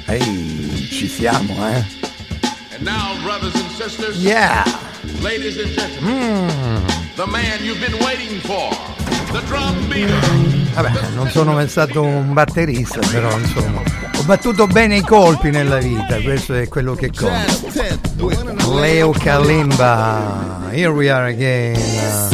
Ehi, ci siamo, eh? And now, brothers and sisters, yeah, ladies and gentlemen, the man you've been waiting for, the drum beater. Vabbè, non sono mai stato un batterista, però insomma ho battuto bene i colpi nella vita, questo è quello che conta. Leo Kalimba, here we are again.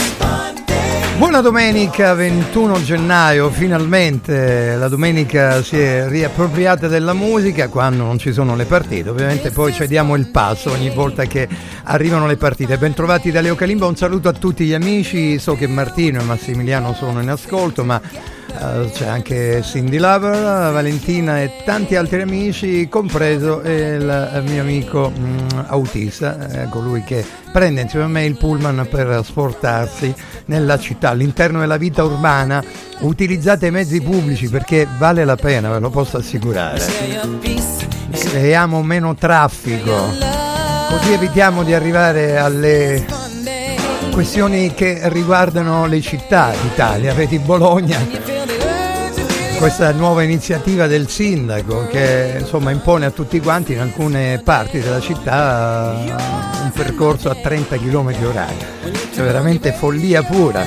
Buona domenica, 21 gennaio, finalmente la domenica si è riappropriata della musica quando non ci sono le partite, ovviamente poi cediamo il passo ogni volta che arrivano le partite. Bentrovati da Leo Kalimba, un saluto a tutti gli amici, so che Martino e Massimiliano sono in ascolto, ma c'è anche Cindy Lover, Valentina e tanti altri amici, compreso il mio amico autista, colui che prende insieme a me il pullman per sportarsi nella città, all'interno della vita urbana. Utilizzate i mezzi pubblici perché vale la pena, ve lo posso assicurare. Creiamo meno traffico, così evitiamo di arrivare alle questioni che riguardano le città d'Italia. Vedi Bologna, questa nuova iniziativa del sindaco che insomma impone a tutti quanti in alcune parti della città un percorso a 30 km/h. È veramente follia pura.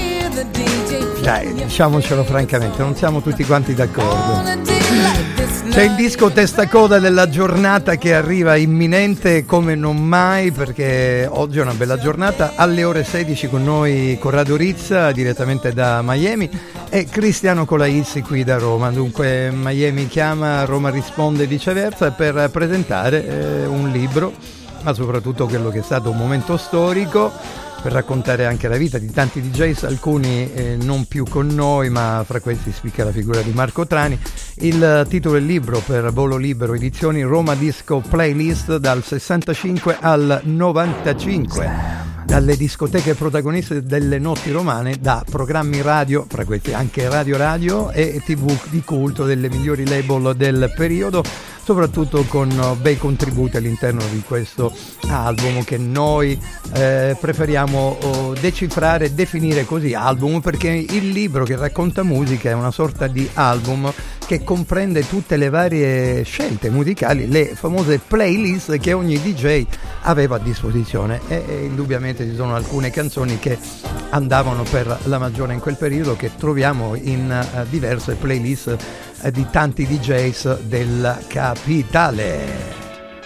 Dai, diciamocelo francamente, non siamo tutti quanti d'accordo. C'è il disco testacoda della giornata che arriva imminente come non mai, perché oggi è una bella giornata. Alle ore 16 con noi Corrado Rizza direttamente da Miami e Cristiano Colaizzi qui da Roma. Dunque Miami chiama, Roma risponde e viceversa, per presentare un libro, ma soprattutto quello che è stato un momento storico, per raccontare anche la vita di tanti DJs, alcuni non più con noi, ma fra questi spicca la figura di Marco Trani. Il titolo del libro per Volo Libero Edizioni, Roma Disco Playlist dal 65 al 95, dalle discoteche protagoniste delle notti romane, da programmi radio, fra questi anche Radio e TV di culto delle migliori label del periodo, soprattutto con bei contributi all'interno di questo album che noi preferiamo decifrare e definire così album, perché il libro che racconta musica è una sorta di album che comprende tutte le varie scelte musicali, le famose playlist che ogni DJ aveva a disposizione, e indubbiamente ci sono alcune canzoni che andavano per la maggiore in quel periodo, che troviamo in diverse playlist di tanti DJs della capitale.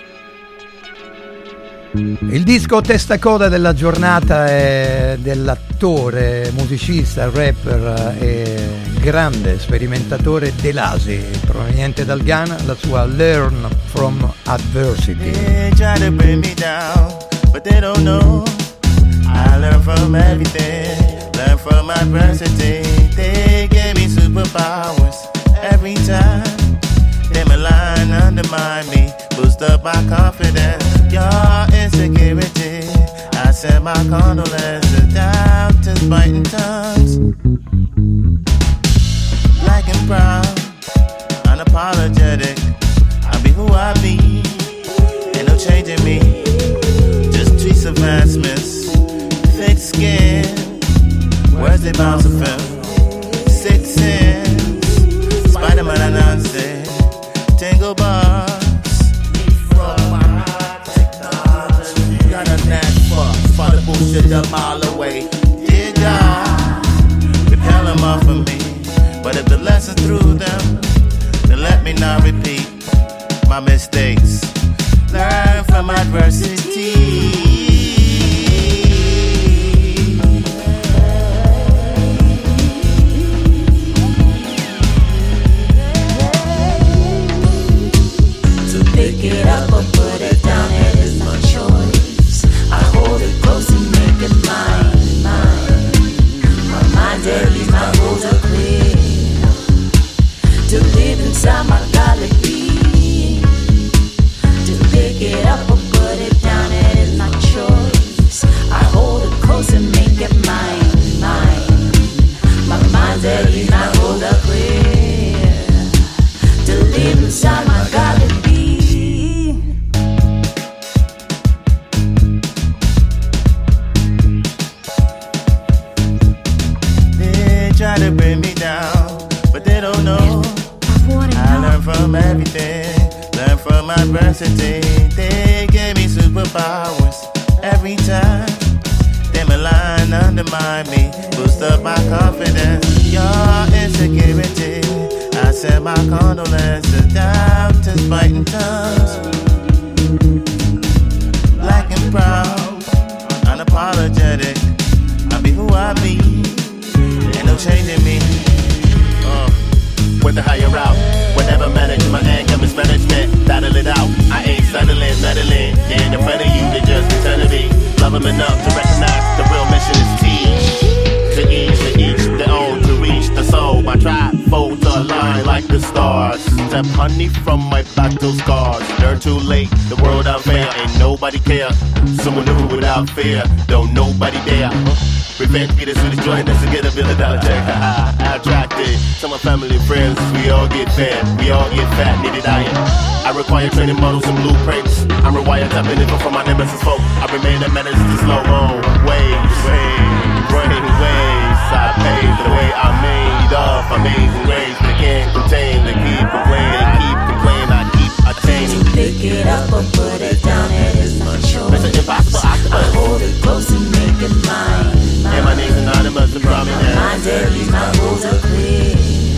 Il disco testacoda della giornata è dell'attore, musicista, rapper e grande sperimentatore Delasi, proveniente dal Ghana, la sua Learn from Adversity. They try to bring me down, but they don't know. I learn from everything, learn from adversity. They gave me superpowers every time. They malign, undermine me, boost up my confidence. Your insecurity, I send my condolences. Doubters biting tongues, black and brown, unapologetic. I'll be who I be, ain't no changing me. Just tweets advancements, thick skin, words they bounce a film. 6 cents, Spider-Man announced it. Tangle bars, got a knack for the bullshit a mile away. Dear God, repel them off of me. But if the lesson's through them, then let me not repeat my mistakes. Learn from adversity. Pick it up or put it down, it is my choice. I hold it close and make it mine, mine. My mind daily, my goals are clear. To live inside my godly being. To pick it up or put it down, it is my choice. I hold it close and make it mine, mine. My mind daily, my goals are clear. To live inside my godly being. Try to bring me down, but they don't know. I learn from everything. from adversity. They gave me superpowers every time. They malign, undermine me, boost up my confidence. Your insecurity, I send my condolences. Doubters biting tongues, black and proud, unapologetic. I be who I be, ain't no changing me. With the higher route, whenever manage my anger mismanagement, battle it out. I ain't settling. Getting in front of you, they just eternity. Love them enough to recognize the real mission is teach. To each their own, to reach the soul. My tribe folds align like the stars. Step honey from my battle scars. They're too late, the world unfair, ain't nobody care. So maneuver without fear, don't nobody dare. Revenge be the sweetest joy, that's to get $1 billion check. Attracted to my family and friends, we all get fed, we all get fat, needed diet. I require training models and blueprints. I'm rewired, tapping in from my nemesis folk. I remain a menace to slow-mo waves, brain waves. I paved the way I made of amazing grace. They can't contain, they keep complaining, I keep attaining. To pick it up or put it down, it is my choice. It's an impossible octopus. I hold it close and make it mine. And my name's anonymous and prominent. My days, my goals are clear.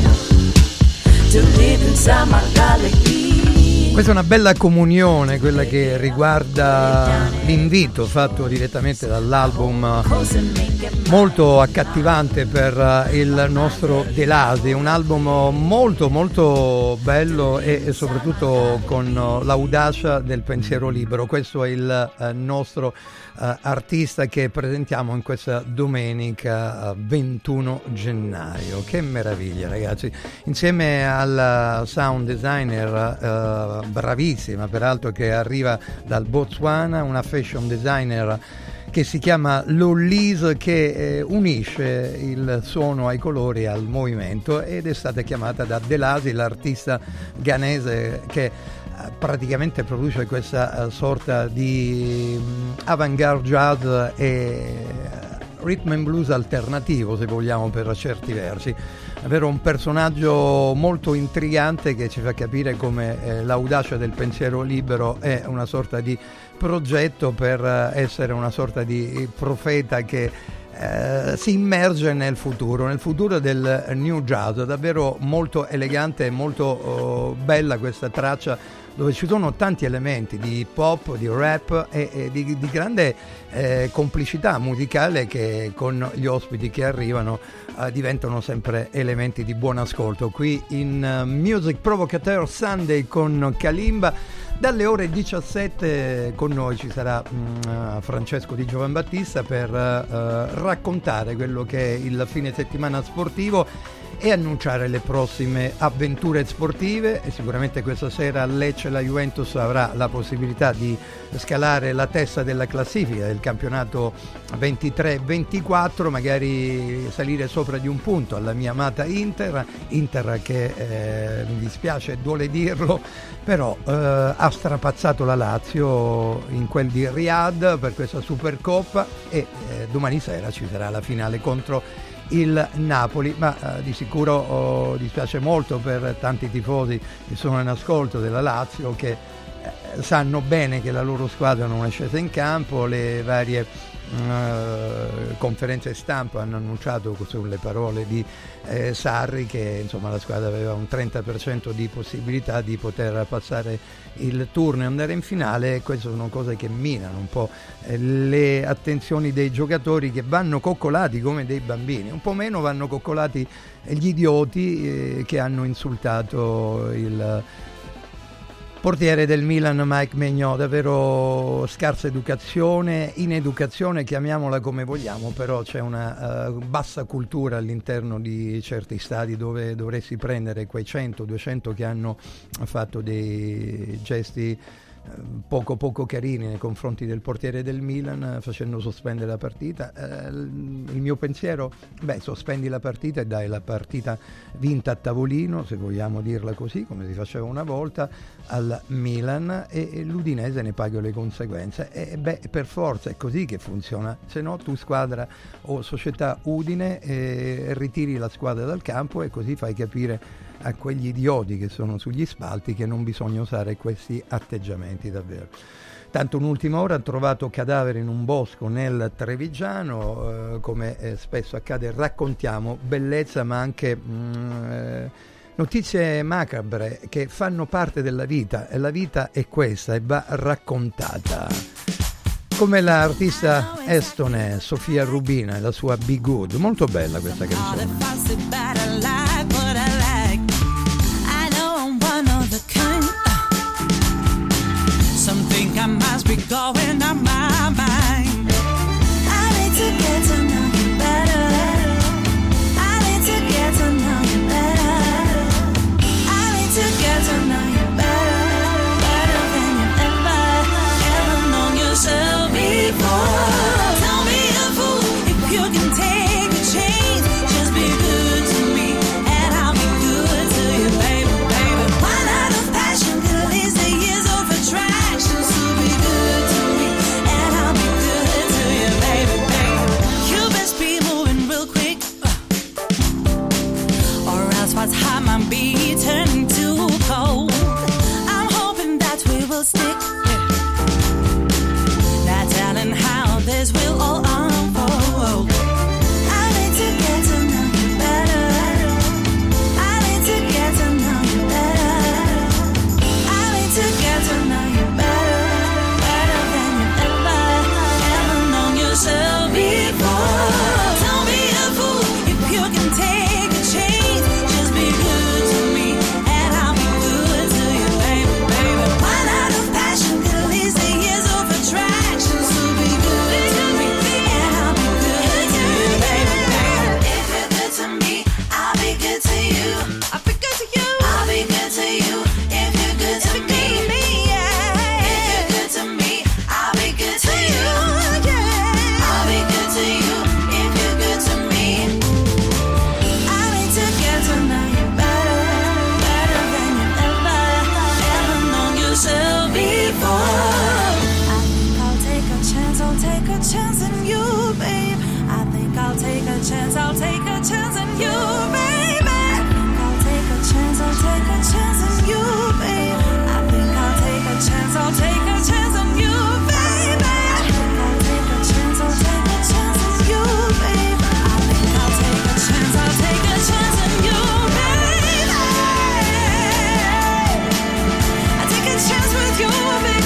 To live inside my galaxy. Questa è una bella comunione, quella che riguarda l'invito fatto direttamente dall'album molto accattivante per il nostro De Lasi, un album molto molto bello e soprattutto con l'audacia del pensiero libero. Questo è il nostro artista che presentiamo in questa domenica 21 gennaio. Che meraviglia, ragazzi, insieme al sound designer bravissima peraltro, che arriva dal Botswana, una fashion designer che si chiama Lolise, che unisce il suono ai colori, al movimento, ed è stata chiamata da De Lasi, l'artista ghanese che praticamente produce questa sorta di avant-garde jazz e rhythm and blues alternativo, se vogliamo, per certi versi. Davvero un personaggio molto intrigante che ci fa capire come l'audacia del pensiero libero è una sorta di progetto per essere una sorta di profeta che si immerge nel futuro del new jazz. Davvero molto elegante e molto bella questa traccia, dove ci sono tanti elementi di pop, di rap e di grande complicità musicale, che con gli ospiti che arrivano diventano sempre elementi di buon ascolto. Qui in Music Provocateur Sunday con Kalimba. Dalle ore 17 con noi ci sarà Francesco Di Giovanbattista per raccontare quello che è il fine settimana sportivo e annunciare le prossime avventure sportive. E sicuramente questa sera Lecce la Juventus avrà la possibilità di scalare la testa della classifica del campionato 23-24, magari salire sopra di un punto alla mia amata Inter che mi dispiace, duole dirlo, però ha strapazzato la Lazio in quel di Riyadh per questa Supercoppa e domani sera ci sarà la finale contro il Napoli, ma di sicuro dispiace molto per tanti tifosi che sono in ascolto della Lazio, che sanno bene che la loro squadra non è scesa in campo. Le varie conferenze stampa hanno annunciato sulle parole di Sarri che insomma la squadra aveva un 30% di possibilità di poter passare il turno e andare in finale, e queste sono cose che minano un po' le attenzioni dei giocatori, che vanno coccolati come dei bambini. Un po' meno vanno coccolati gli idioti che hanno insultato il portiere del Milan Mike Maignan. Davvero scarsa educazione, ineducazione, chiamiamola come vogliamo, però c'è una bassa cultura all'interno di certi stadi, dove dovresti prendere quei 100-200 che hanno fatto dei gesti poco carini nei confronti del portiere del Milan, facendo sospendere la partita. Il mio pensiero, sospendi la partita e dai la partita vinta a tavolino, se vogliamo dirla così, come si faceva una volta, al Milan, e l'Udinese ne paga le conseguenze. E per forza è così che funziona, se no tu squadra o società Udine ritiri la squadra dal campo, e così fai capire a quegli idioti che sono sugli spalti che non bisogna usare questi atteggiamenti davvero. Tanto un'ultima ora, ha trovato cadavere in un bosco nel Trevigiano, come spesso accade, raccontiamo bellezza ma anche notizie macabre che fanno parte della vita, e la vita è questa e va raccontata. Come l'artista estone Sofia Rubina e la sua Be Good, molto bella questa canzone. Think I must be going on my mind. I need to get to know you better. I need to get to know you better. I need to get to know you better, better than you've ever known yourself before. Tell me a fool if you can take a chance. Just be good to me and I'll be good to you, baby, baby. Why not of passion? Could at least the years of attraction. What's hot might be turning too cold. I'm hoping that we will stick. Not telling how this will all unfold. I need to get to know you better. I need to get to know you better. I need to get to know you better, better than you've ever known yourself before. Tell me a fool if you can take a chance. I'll take a chance on you, baby. I'll take a chance, I'll take a chance on you, baby. I think I'll take a chance, I'll take a chance on you, baby. I'll take a chance, I'll take a chance on you, baby. I think I'll take a chance, I'll take a chance on you, baby. I take a chance with you, baby.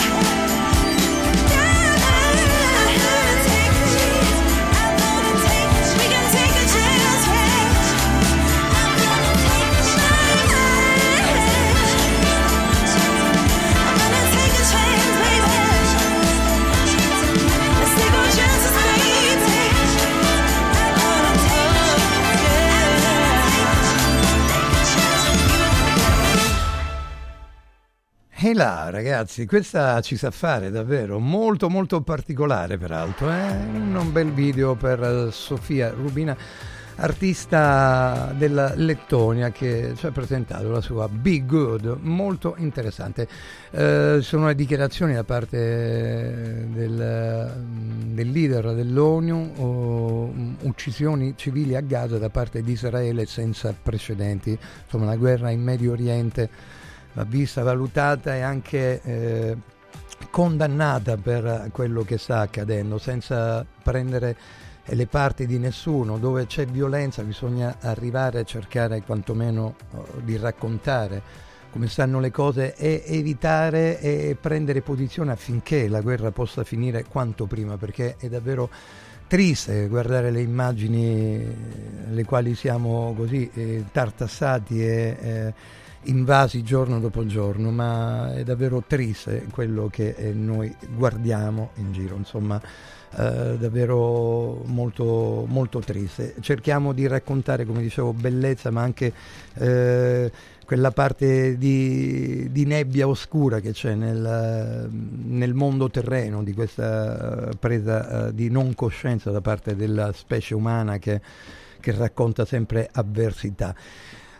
E là ragazzi, questa ci sa fare davvero, molto molto particolare peraltro, un bel video per Sofia Rubina, artista della Lettonia, che ci ha presentato la sua Be Good, molto interessante. Sono le dichiarazioni da parte del leader dell'ONU, uccisioni civili a Gaza da parte di Israele senza precedenti, insomma la guerra in Medio Oriente va vista, valutata e anche condannata per quello che sta accadendo, senza prendere le parti di nessuno. Dove c'è violenza bisogna arrivare a cercare quantomeno di raccontare come stanno le cose e evitare e prendere posizione affinché la guerra possa finire quanto prima, perché è davvero triste guardare le immagini alle quali siamo così tartassati e invasi giorno dopo giorno, ma è davvero triste quello che noi guardiamo in giro, insomma davvero molto molto triste. Cerchiamo di raccontare, come dicevo, bellezza, ma anche quella parte di nebbia oscura che c'è nel mondo terreno, di questa presa di non coscienza da parte della specie umana che racconta sempre avversità.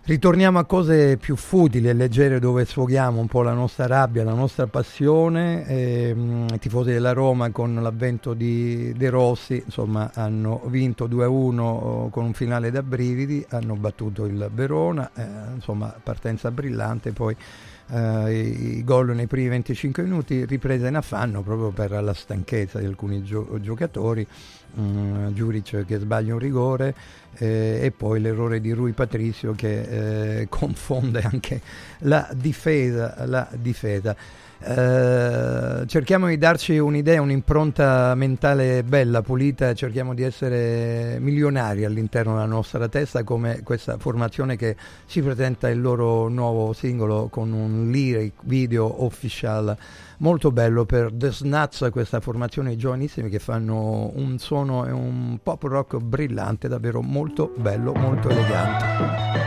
Ritorniamo a cose più futili e leggere, dove sfoghiamo un po' la nostra rabbia, la nostra passione. I tifosi della Roma, con l'avvento di De Rossi, insomma, hanno vinto 2-1 con un finale da brividi, hanno battuto il Verona, insomma, partenza brillante, poi i gol nei primi 25 minuti, ripresa in affanno proprio per la stanchezza di alcuni giocatori, Juric che sbaglia un rigore, e poi l'errore di Rui Patricio che confonde anche la difesa. Cerchiamo di darci un'idea, un'impronta mentale bella, pulita, cerchiamo di essere milionari all'interno della nostra testa, come questa formazione che ci presenta il loro nuovo singolo con un lyric video official molto bello per The Snuts, questa formazione giovanissimi che fanno un suono e un pop rock brillante, davvero molto bello, molto elegante.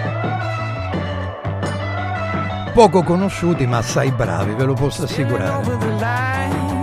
Poco conosciuti ma assai bravi, ve lo posso assicurare.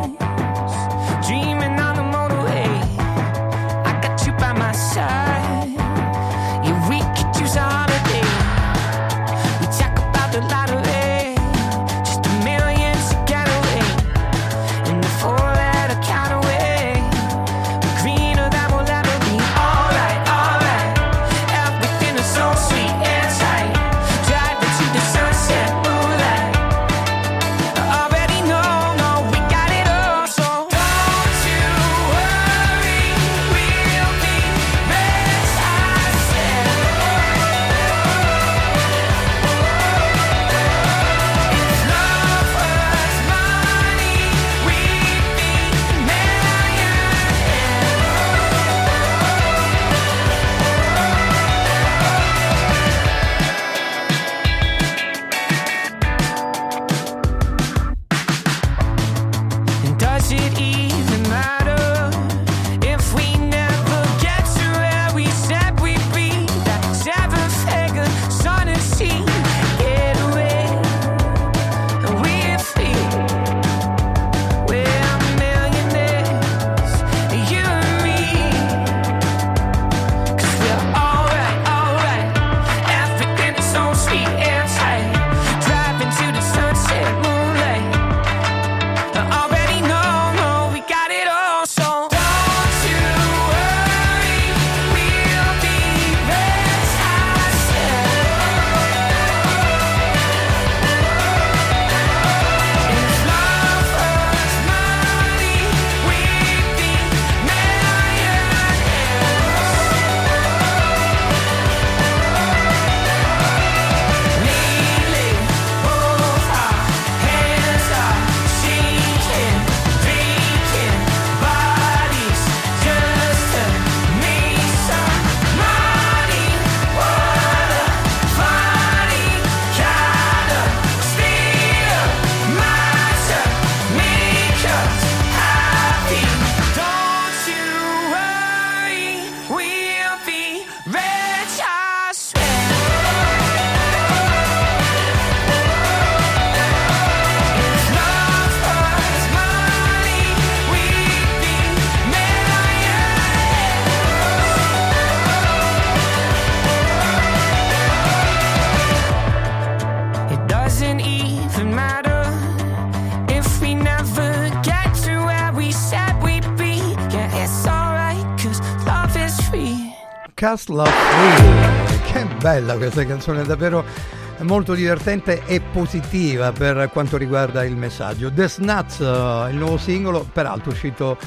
Castle of Free, che bella questa canzone, davvero molto divertente e positiva per quanto riguarda il messaggio. The Snuts, il nuovo singolo, peraltro uscito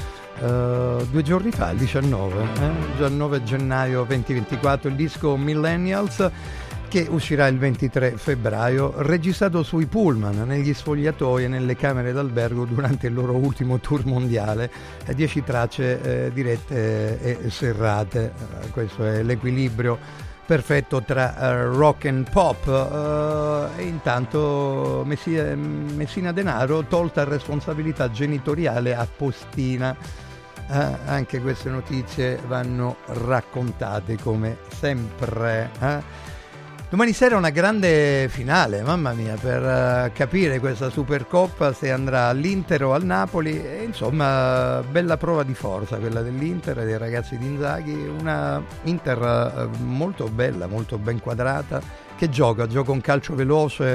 2 giorni fa, il 19 gennaio 2024, il disco Millennials, che uscirà il 23 febbraio, registrato sui pullman, negli sfogliatoi e nelle camere d'albergo durante il loro ultimo tour mondiale, 10 tracce dirette e serrate. Questo è l'equilibrio perfetto tra rock and pop. E intanto Messina Denaro tolta responsabilità genitoriale a Postina. Anche queste notizie vanno raccontate come sempre. Domani sera una grande finale, mamma mia, per capire questa Supercoppa, se andrà all'Inter o al Napoli. E, insomma, bella prova di forza quella dell'Inter e dei ragazzi di Inzaghi, una Inter molto bella, molto ben quadrata, che gioca un calcio veloce,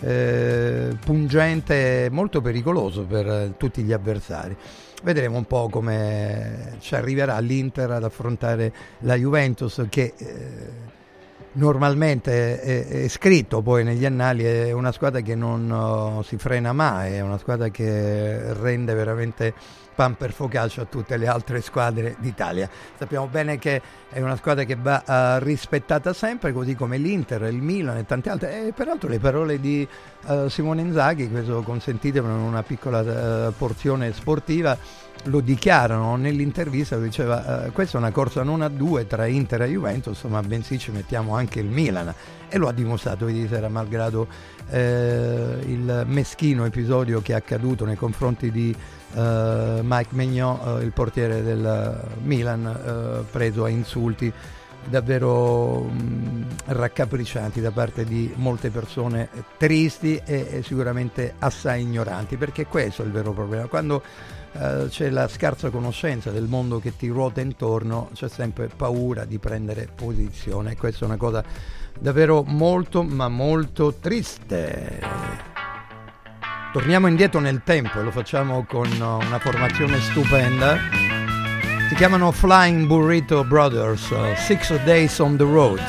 pungente, molto pericoloso per tutti gli avversari. Vedremo un po' come ci arriverà l'Inter ad affrontare la Juventus, che normalmente è scritto poi negli annali, è una squadra che non si frena mai, è una squadra che rende veramente pan per focaccia a tutte le altre squadre d'Italia. Sappiamo bene che è una squadra che va rispettata sempre, così come l'Inter, il Milan e tante altre. E peraltro le parole di Simone Inzaghi, questo consentitemi una piccola porzione sportiva, lo dichiarano nell'intervista, diceva questa è una corsa non a due tra Inter e Juventus, ma bensì ci mettiamo anche il Milan, e lo ha dimostrato ieri sera, malgrado il meschino episodio che è accaduto nei confronti di Mike Maignan, il portiere del Milan, preso a insulti davvero raccapriccianti da parte di molte persone, tristi e sicuramente assai ignoranti, perché questo è il vero problema. Quando c'è la scarsa conoscenza del mondo che ti ruota intorno, c'è sempre paura di prendere posizione, e questa è una cosa davvero molto ma molto triste. Torniamo indietro nel tempo e lo facciamo con una formazione stupenda. Si chiamano Flying Burrito Brothers, 6 Days on the Road.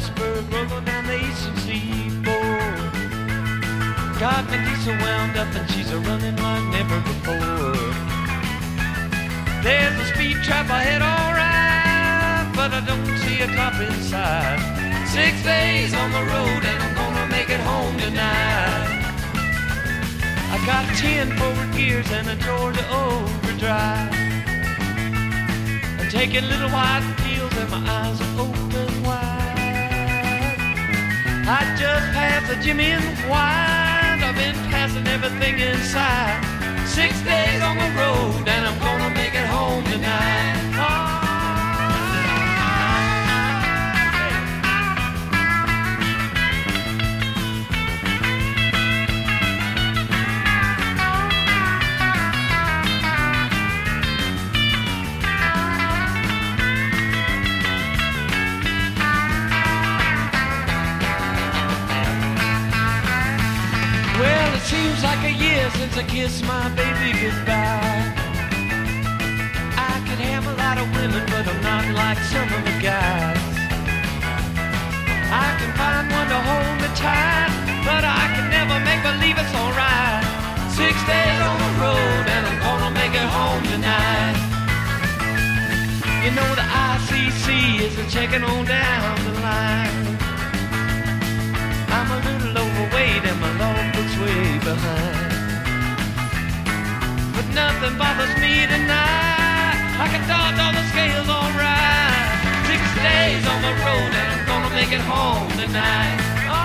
Got Medusa wound up and she's a-running like never before. There's a speed trap ahead, alright, but I don't see a cop inside. 6 days on the road and I'm gonna make it home tonight. I got 10 forward gears and a Georgia overdrive. I'm taking little white pills and my eyes are open wide. I just passed a Jimmy and Wine. I've been passing everything inside. 6 days on the road and I'm gonna make it home tonight. Seems like a year since I kissed my baby goodbye. I could have a lot of women, but I'm not like some of the guys. I can find one to hold me tight, but I can never make believe it's alright. 6 days on the road and I'm gonna make it home tonight. You know the ICC is checking on down the line. I'm a little overweight and my logbook's way behind, but nothing bothers me tonight. I can dodge all the scales alright. 6 days on the road and I'm gonna make it home tonight.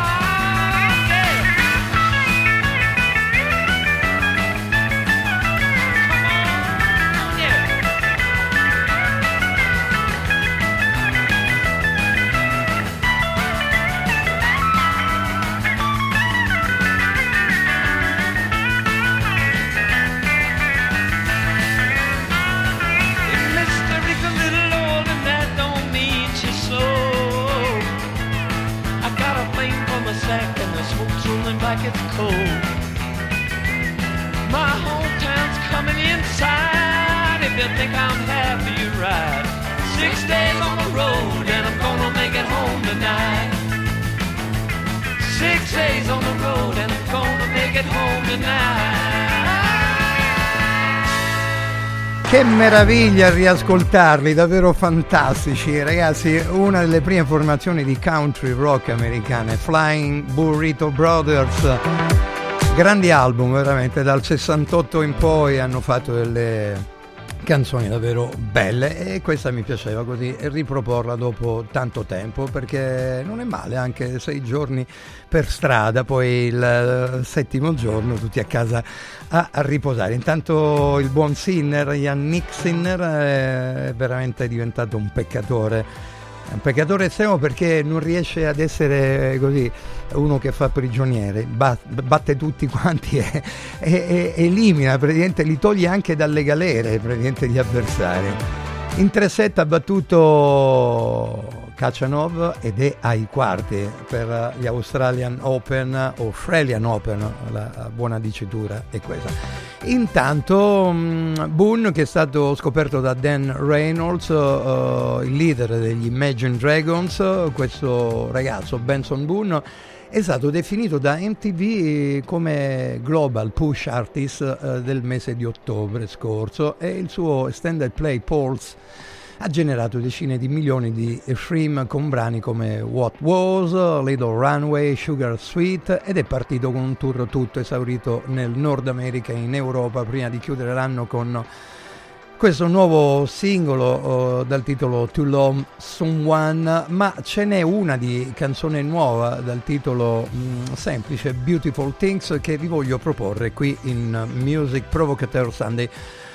Like it's cold. My hometown's coming inside. If you think I'm happy, you're right. 6 days on the road and I'm gonna make it home tonight. 6 days on the road and I'm gonna make it home tonight. Che meraviglia riascoltarli, davvero fantastici, ragazzi. Una delle prime formazioni di country rock americane, Flying Burrito Brothers. Grandi album, veramente, dal 68 in poi hanno fatto delle canzoni davvero belle, e questa mi piaceva così riproporla dopo tanto tempo, perché non è male anche 6 giorni per strada, poi il 7° giorno tutti a casa a riposare. Intanto il buon Sinner, Yannick Sinner, è veramente diventato un peccatore estremo, perché non riesce ad essere così uno che fa prigioniere, batte tutti quanti e elimina, praticamente li toglie anche dalle galere praticamente gli avversari. In 3-7 ha battuto Khachanov ed è ai quarti per gli Australian Open, la buona dicitura è questa. Intanto Boone, che è stato scoperto da Dan Reynolds, il leader degli Imagine Dragons, questo ragazzo Benson Boone è stato definito da MTV come Global Push Artist del mese di ottobre scorso, e il suo extended play Pulse ha generato decine di milioni di stream con brani come What Was, Little Runway, Sugar Sweet, ed è partito con un tour tutto esaurito nel Nord America e in Europa prima di chiudere l'anno con questo nuovo singolo dal titolo To Love Someone, ma ce n'è una di canzone nuova dal titolo semplice, Beautiful Things, che vi voglio proporre qui in Music Provocateur Sunday.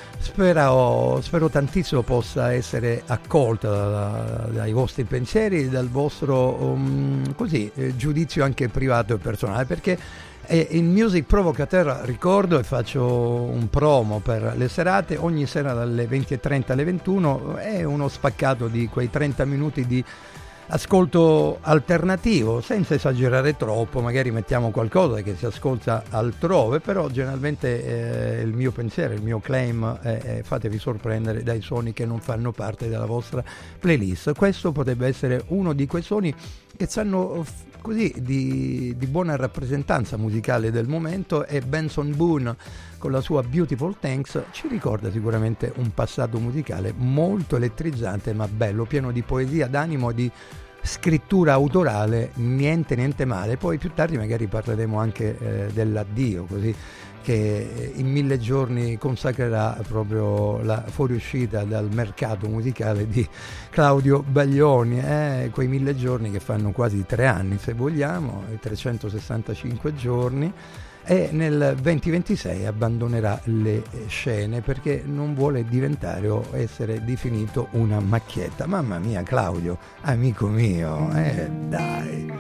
Spero tantissimo possa essere accolta dai vostri pensieri, dal vostro giudizio anche privato e personale, perché in Music Provocateur, ricordo e faccio un promo per le serate, ogni sera dalle 20:30 alle 21 è uno spaccato di quei 30 minuti di ascolto alternativo, senza esagerare troppo, magari mettiamo qualcosa che si ascolta altrove, però generalmente il mio pensiero, il mio claim è fatevi sorprendere dai suoni che non fanno parte della vostra playlist. Questo potrebbe essere uno di quei suoni che sanno così di buona rappresentanza musicale del momento, e Benson Boone con la sua Beautiful Things ci ricorda sicuramente un passato musicale molto elettrizzante ma bello, pieno di poesia d'animo, di scrittura autorale, niente male. Poi più tardi magari parleremo anche dell'addio, così, che in 1000 giorni consacrerà proprio la fuoriuscita dal mercato musicale di Claudio Baglioni, quei 1000 giorni che fanno quasi 3 anni se vogliamo, 365 giorni, e nel 2026 abbandonerà le scene perché non vuole diventare o essere definito una macchietta. Mamma mia Claudio, amico mio, dai.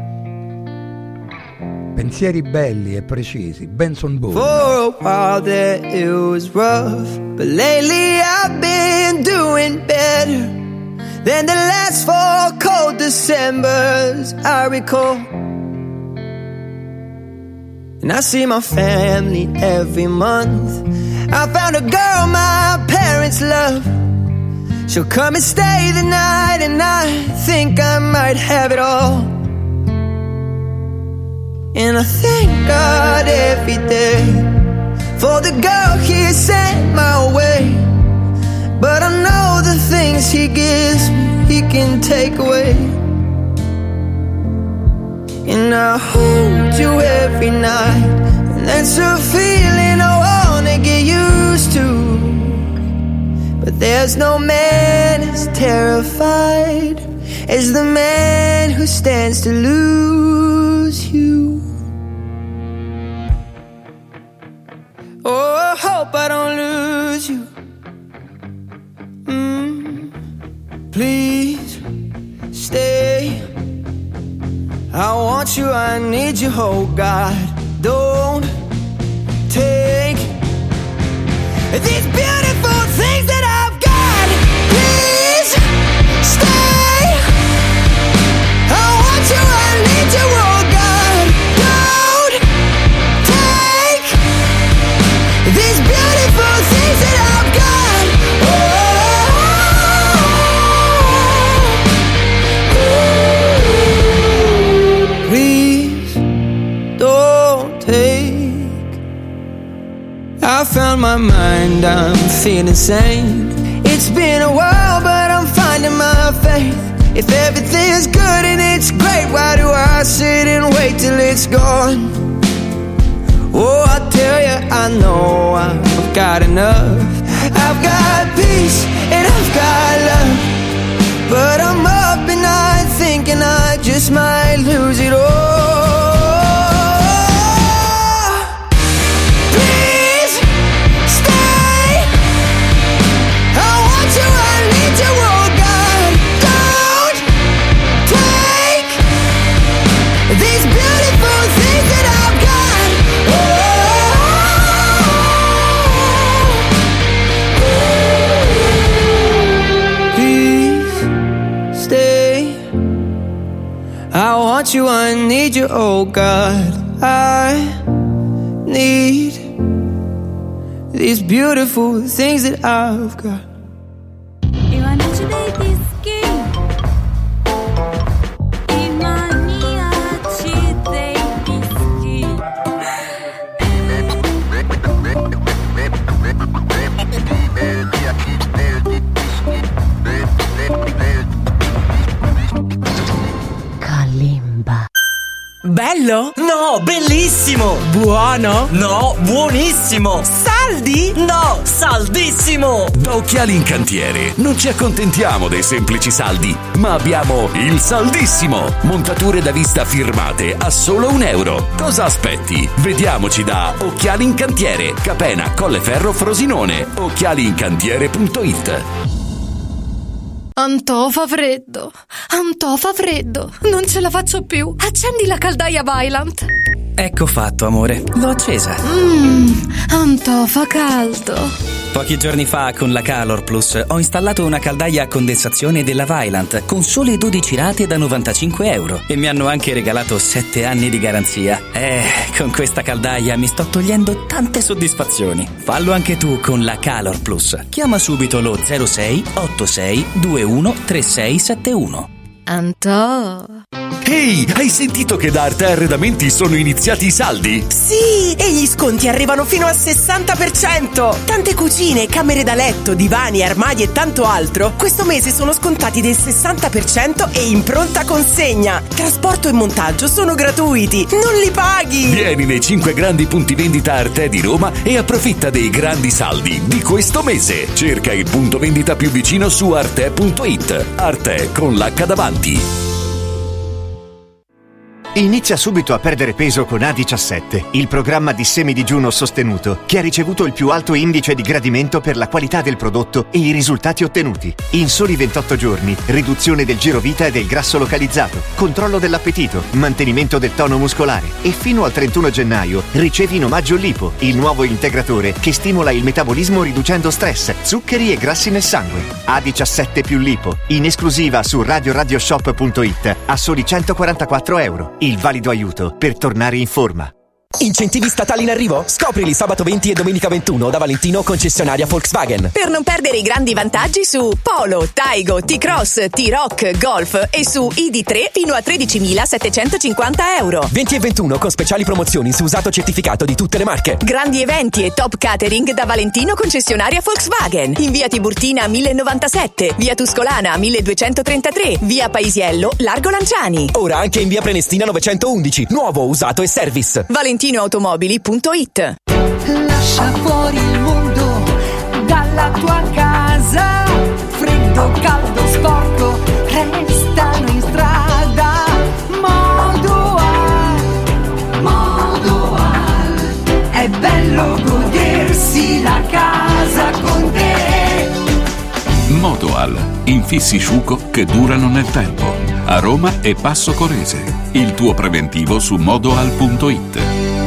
Pensieri belli e precisi, Benson Boone. For a while there it was rough, but lately I've been doing better than the last 4 cold Decembers I recall. And I see my family every month. I found a girl my parents love. She'll come and stay the night, and I think I might have it all. And I thank God every day for the girl He sent my way. But I know the things He gives me, He can take away. And I hold you every night, and that's a feeling I wanna get used to. But there's no man as terrified as the man who stands to lose you. Oh, I hope I don't lose you. Please stay. I want you, I need you, oh God. Don't take these beautiful things that I've got. Please stay. I want you, I need you, oh God. Don't take these beautiful things that I've got. Please don't take. I found my mind, I'm feeling sane. It's been a while, but I'm finding my faith. If everything's good and it's great, why do I sit and wait till it's gone? Oh, I tell you, I know I've got enough. I've got peace and I've got love, but I'm up at night thinking I just might lose it all. Please stay. I want you, I need you, oh God. Don't take these beautiful things that I've got. Please stay. Without you, I need you, oh God. I need these beautiful things that I've got. Eu anuncio dei dischi, i maniaci dei dischi. Kalimba. Bello? No, bellissimo! Buono? No, buonissimo! Saldi? No, saldissimo! Da Occhiali in Cantiere non ci accontentiamo dei semplici saldi, ma abbiamo il saldissimo! Montature da vista firmate a solo €1. Cosa aspetti? Vediamoci da Occhiali in Cantiere, Capena, Colleferro, Frosinone. Occhialiincantiere.it. Antò fa freddo, non ce la faccio più. Accendi la caldaia Vaillant. Ecco fatto, amore, l'ho accesa. Antò fa caldo. Pochi giorni fa con la Calor Plus ho installato una caldaia a condensazione della Vaillant con sole 12 rate da €95 e mi hanno anche regalato 7 anni di garanzia. Con questa caldaia mi sto togliendo tante soddisfazioni. Fallo anche tu con la Calor Plus. Chiama subito lo 06 86 21 3671. Antò. Ehi, hai sentito che da Arte Arredamenti sono iniziati i saldi? Sì, e gli sconti arrivano fino al 60%. Tante cucine, camere da letto, divani, armadi e tanto altro questo mese sono scontati del 60% e in pronta consegna. Trasporto e montaggio sono gratuiti, non li paghi. Vieni nei 5 grandi punti vendita Arte di Roma e approfitta dei grandi saldi di questo mese. Cerca il punto vendita più vicino su arte.it. Arte con l'H davanti. Inizia subito a perdere peso con A17, il programma di semidigiuno sostenuto che ha ricevuto il più alto indice di gradimento per la qualità del prodotto e i risultati ottenuti. In soli 28 giorni, riduzione del girovita e del grasso localizzato, controllo dell'appetito, mantenimento del tono muscolare e fino al 31 gennaio ricevi in omaggio Lipo, il nuovo integratore che stimola il metabolismo riducendo stress, zuccheri e grassi nel sangue. A17 più Lipo, in esclusiva su radioradioshop.it a soli €144. Il valido aiuto per tornare in forma. Incentivi statali in arrivo? Scoprili sabato 20 e domenica 21 da Valentino, concessionaria Volkswagen. Per non perdere i grandi vantaggi su Polo, Taigo, T-Cross, T-Rock, Golf e su ID3 fino a €13.750. 20 e 21 con speciali promozioni su usato certificato di tutte le marche. Grandi eventi e top catering da Valentino, concessionaria Volkswagen. In via Tiburtina 1097, via Tuscolana 1233, via Paisiello, Largo Lanciani. Ora anche in via Prenestina 911, nuovo, usato e service. ValentinoAutomobili.it. Lascia fuori il mondo dalla tua casa. Freddo, caldo, sporco, restano in strada. Modoal, è bello godersi la casa con te. Modoal, infissi sciuco che durano nel tempo. A Roma e Passo Corese. Il tuo preventivo su modoal.it.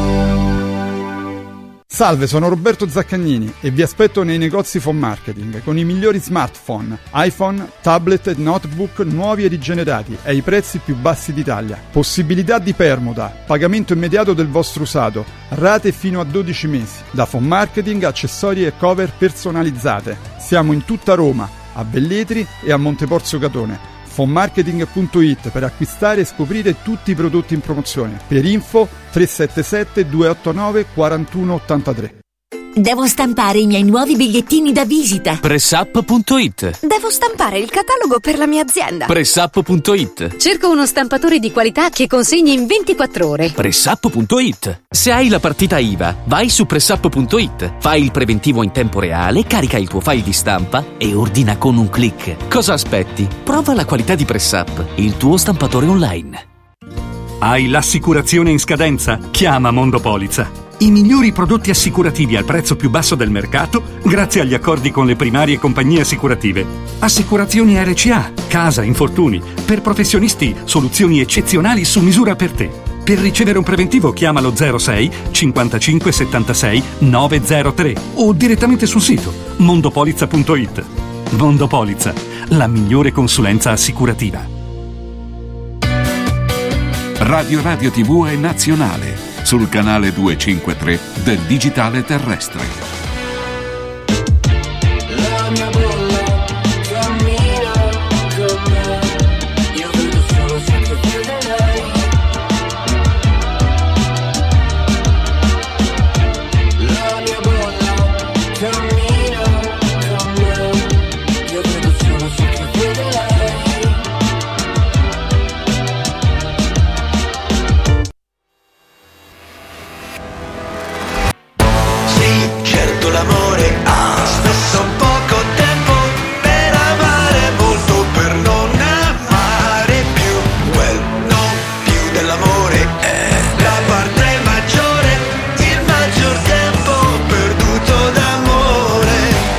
Salve, sono Roberto Zaccagnini e vi aspetto nei negozi Phone Marketing con i migliori smartphone, iPhone, tablet e notebook nuovi e rigenerati ai prezzi più bassi d'Italia. Possibilità di permuta, pagamento immediato del vostro usato, rate fino a 12 mesi. Da Phone Marketing, accessori e cover personalizzate. Siamo in tutta Roma, a Velletri e a Monteporzio Catone. Fonmarketing.it per acquistare e scoprire tutti i prodotti in promozione. Per info 377 289 4183. Devo stampare i miei nuovi bigliettini da visita. Pressup.it. Devo stampare il catalogo per la mia azienda. Pressup.it. Cerco uno stampatore di qualità che consegni in 24 ore. Pressup.it. Se hai la partita IVA, vai su Pressup.it, fai il preventivo in tempo reale, carica il tuo file di stampa e ordina con un click. Cosa aspetti? Prova la qualità di Pressup, il tuo stampatore online. Hai l'assicurazione in scadenza? Chiama Mondopolizza. I migliori prodotti assicurativi al prezzo più basso del mercato grazie agli accordi con le primarie compagnie assicurative. Assicurazioni RCA, casa, infortuni. Per professionisti, soluzioni eccezionali su misura per te. Per ricevere un preventivo chiamalo 06 55 76 903 o direttamente sul sito mondopolizza.it. Mondopolizza, la migliore consulenza assicurativa. Radio TV è nazionale, sul canale 253 del digitale terrestre. La mia bolla cammina con me, io vedo solo ciò che vede lei. La mia bolla cammina con me, io vedo solo ciò che vede lei. L'amore ha spesso poco tempo per amare molto, per non amare più. Quel non più dell'amore è la parte maggiore, il maggior tempo perduto d'amore.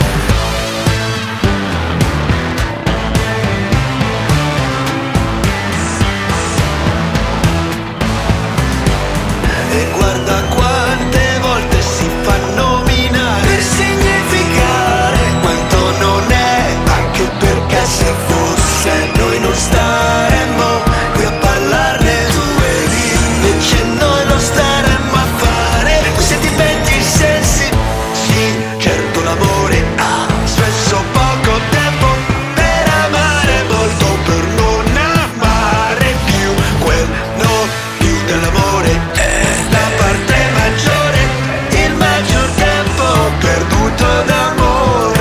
E guarda quante volte si fanno per significare quanto non è, anche perché se fosse noi non staremmo qui a parlarne tu e lì, invece noi lo staremmo a fare quei sentimenti, i sensi. Sì, certo l'amore ha spesso poco tempo per amare molto, per non amare più. Quel non più dell'amore è la parte maggiore, il maggior tempo perduto d'amore.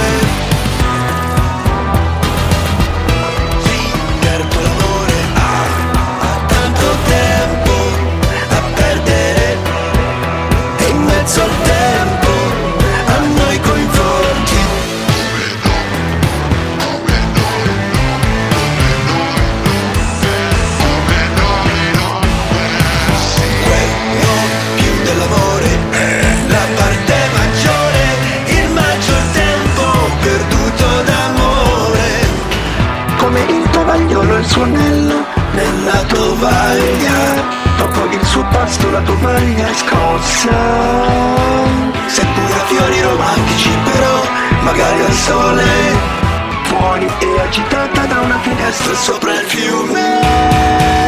Sì, certo l'amore ha tanto tempo a perdere, e in mezzo al tempo a noi coinvolti. Quello più dell'amore è la parte maggiore, il maggior tempo perduto d'amore. Come il tovagliolo e il suo anello nella tovaglia, dopo il suo pasto la tovaglia è scossa. Seppure a fiori romantici però, magari al sole, fuori e agitata da una finestra sopra il fiume.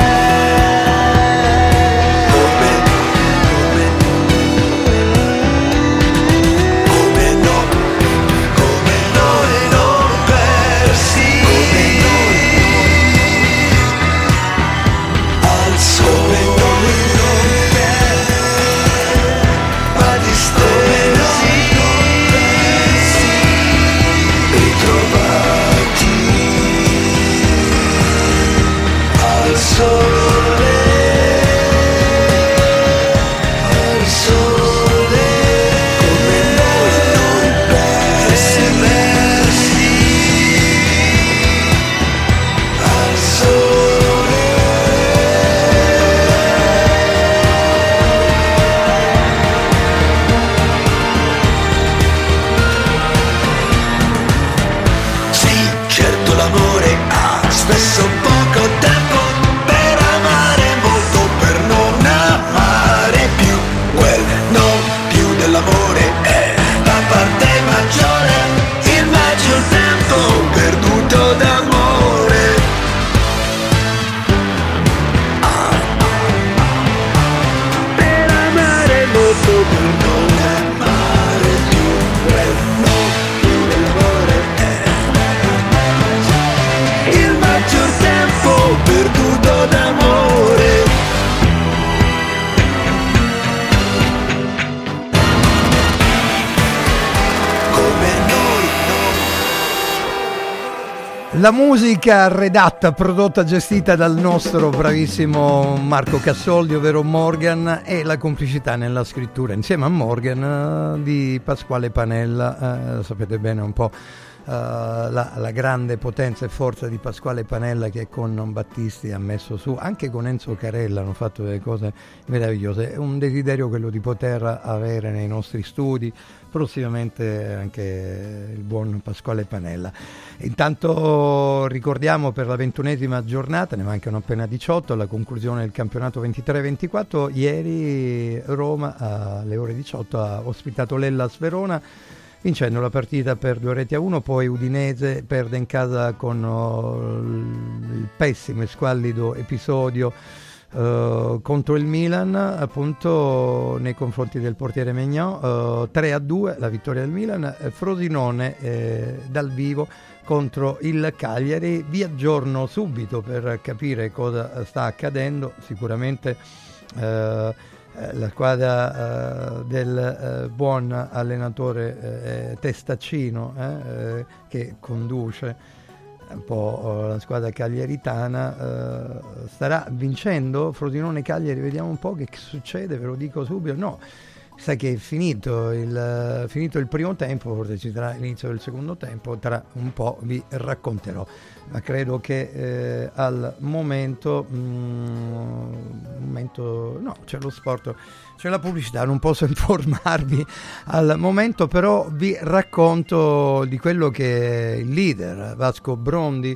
Spesso poco tempo per amare molto, per non amare più. Quel non più dell'amore è la parte maggiore, il maggior tempo perduto d'amore. Per amare molto, per non amare più. Quel non più dell'amore è il maggior tempo perduto d'amore. Come noi. La musica redatta, prodotta, gestita dal nostro bravissimo Marco Cassoldi, ovvero Morgan, e la complicità nella scrittura insieme a Morgan di Pasquale Panella. Sapete bene un po' la grande potenza e forza di Pasquale Panella, che con Battisti ha messo su, anche con Enzo Carella hanno fatto delle cose meravigliose. È un desiderio quello di poter avere nei nostri studi prossimamente anche il buon Pasquale Panella. Intanto ricordiamo per la 21esima giornata, ne mancano appena 18, la conclusione del campionato 23-24. Ieri Roma alle ore 18 ha ospitato l'Hellas Verona, vincendo la partita per 2-1. Poi Udinese perde in casa con il pessimo e squallido episodio contro il Milan, appunto, nei confronti del portiere Maignan, 3-2 la vittoria del Milan. Frosinone dal vivo contro il Cagliari. Vi aggiorno subito per capire cosa sta accadendo. Sicuramente la squadra del buon allenatore Testaccino che conduce un po' la squadra cagliaritana, starà vincendo Frosinone-Cagliari. Vediamo un po' che succede, ve lo dico subito. No, sa che è finito il primo tempo, forse ci sarà l'inizio del secondo tempo, tra un po' vi racconterò, ma credo che al momento no, c'è lo sport, c'è la pubblicità, non posso informarvi al momento, però vi racconto di quello che il leader Vasco Brondi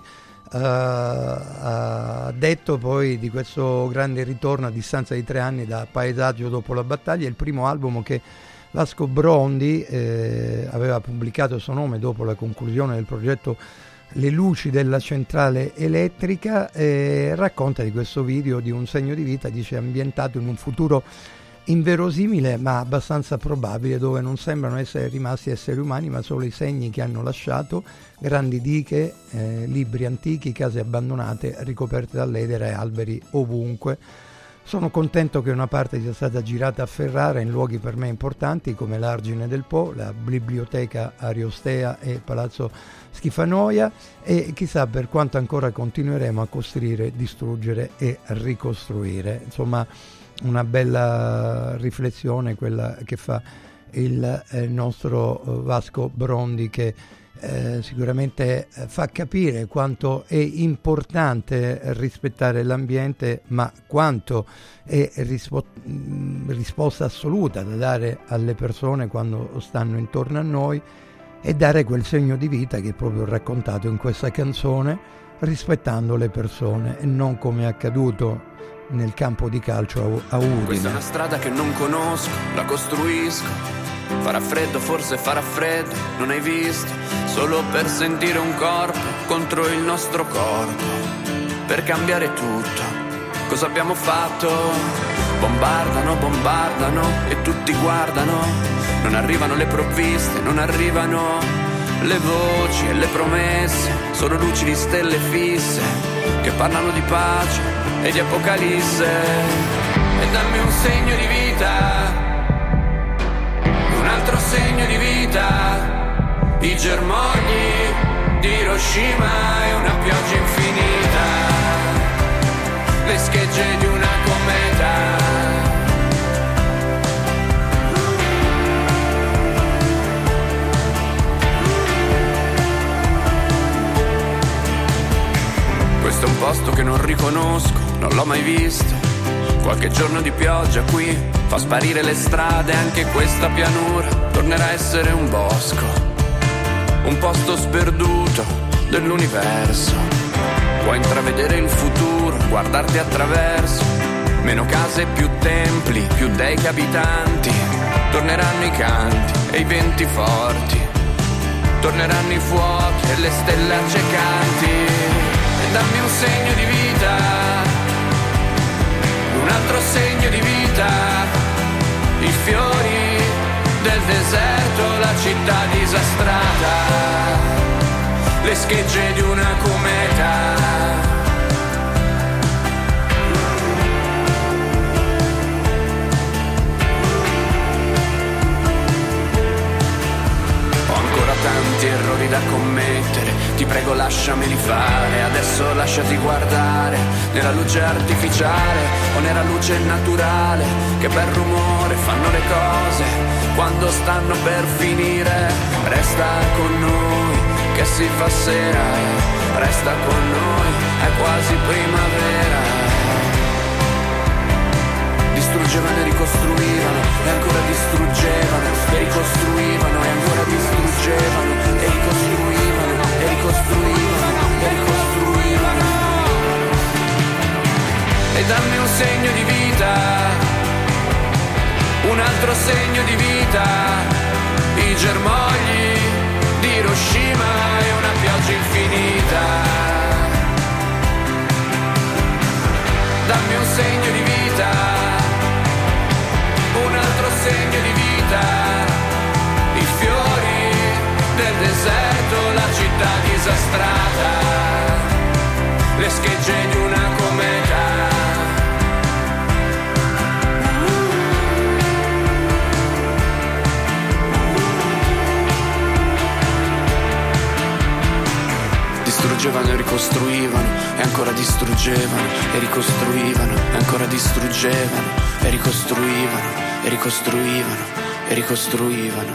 ha detto poi di questo grande ritorno a distanza di 3 anni da Paesaggio dopo la battaglia, il primo album che Vasco Brondi aveva pubblicato a suo nome dopo la conclusione del progetto Le luci della centrale elettrica. Racconta di questo video di un segno di vita, dice, ambientato in un futuro inverosimile ma abbastanza probabile, dove non sembrano essere rimasti esseri umani ma solo i segni che hanno lasciato, grandi diche, libri antichi, case abbandonate ricoperte dall'edera e alberi ovunque. Sono contento che una parte sia stata girata a Ferrara in luoghi per me importanti come l'Argine del Po, la Biblioteca Ariostea e Palazzo Schifanoia, e chissà per quanto ancora continueremo a costruire, distruggere e ricostruire. Insomma, una bella riflessione quella che fa il nostro Vasco Brondi, che sicuramente fa capire quanto è importante rispettare l'ambiente, ma quanto è risposta assoluta da dare alle persone quando stanno intorno a noi, e dare quel segno di vita che è proprio raccontato in questa canzone, rispettando le persone e non come è accaduto nel campo di calcio a Udine. Questa è una strada che non conosco, la costruisco. Farà freddo, forse farà freddo, non hai visto? Solo per sentire un corpo contro il nostro corpo, per cambiare tutto. Cosa abbiamo fatto? Bombardano, bombardano e tutti guardano. Non arrivano le provviste, non arrivano le voci e le promesse, solo luci di stelle fisse che parlano di pace e di apocalisse. E dammi un segno di vita, un altro segno di vita, i germogli di Hiroshima e una pioggia infinita, le schegge di una cometa. Questo è un posto che non riconosco, non l'ho mai visto. Qualche giorno di pioggia qui fa sparire le strade, anche questa pianura tornerà a essere un bosco, un posto sperduto dell'universo. Puoi intravedere il futuro, guardarti attraverso. Meno case, più templi, più dei che abitanti. Torneranno i canti e i venti forti, torneranno i fuochi e le stelle accecanti. E dammi un segno di vita, un altro segno di vita, i fiori del deserto, la città disastrata, le schegge di una cometa. Tanti errori da commettere, ti prego lasciameli fare. Adesso lasciati guardare nella luce artificiale o nella luce naturale, che bel rumore fanno le cose quando stanno per finire. Resta con noi che si fa sera, resta con noi, è quasi primavera. Distruggevano e ricostruivano, e ancora distruggevano, e ricostruivano, e ancora distruggevano, e ricostruivano, e ricostruivano, e ricostruivano. E dammi un segno di vita, un altro segno di vita, i germogli di Hiroshima e una pioggia infinita. dammi un segno di vita, un altro segno di vita, i fiori del deserto, la città disastrata, le schegge di una cometa. Distruggevano e ricostruivano, e ancora distruggevano e ricostruivano, e ancora distruggevano e ricostruivano, e ricostruivano e ricostruivano.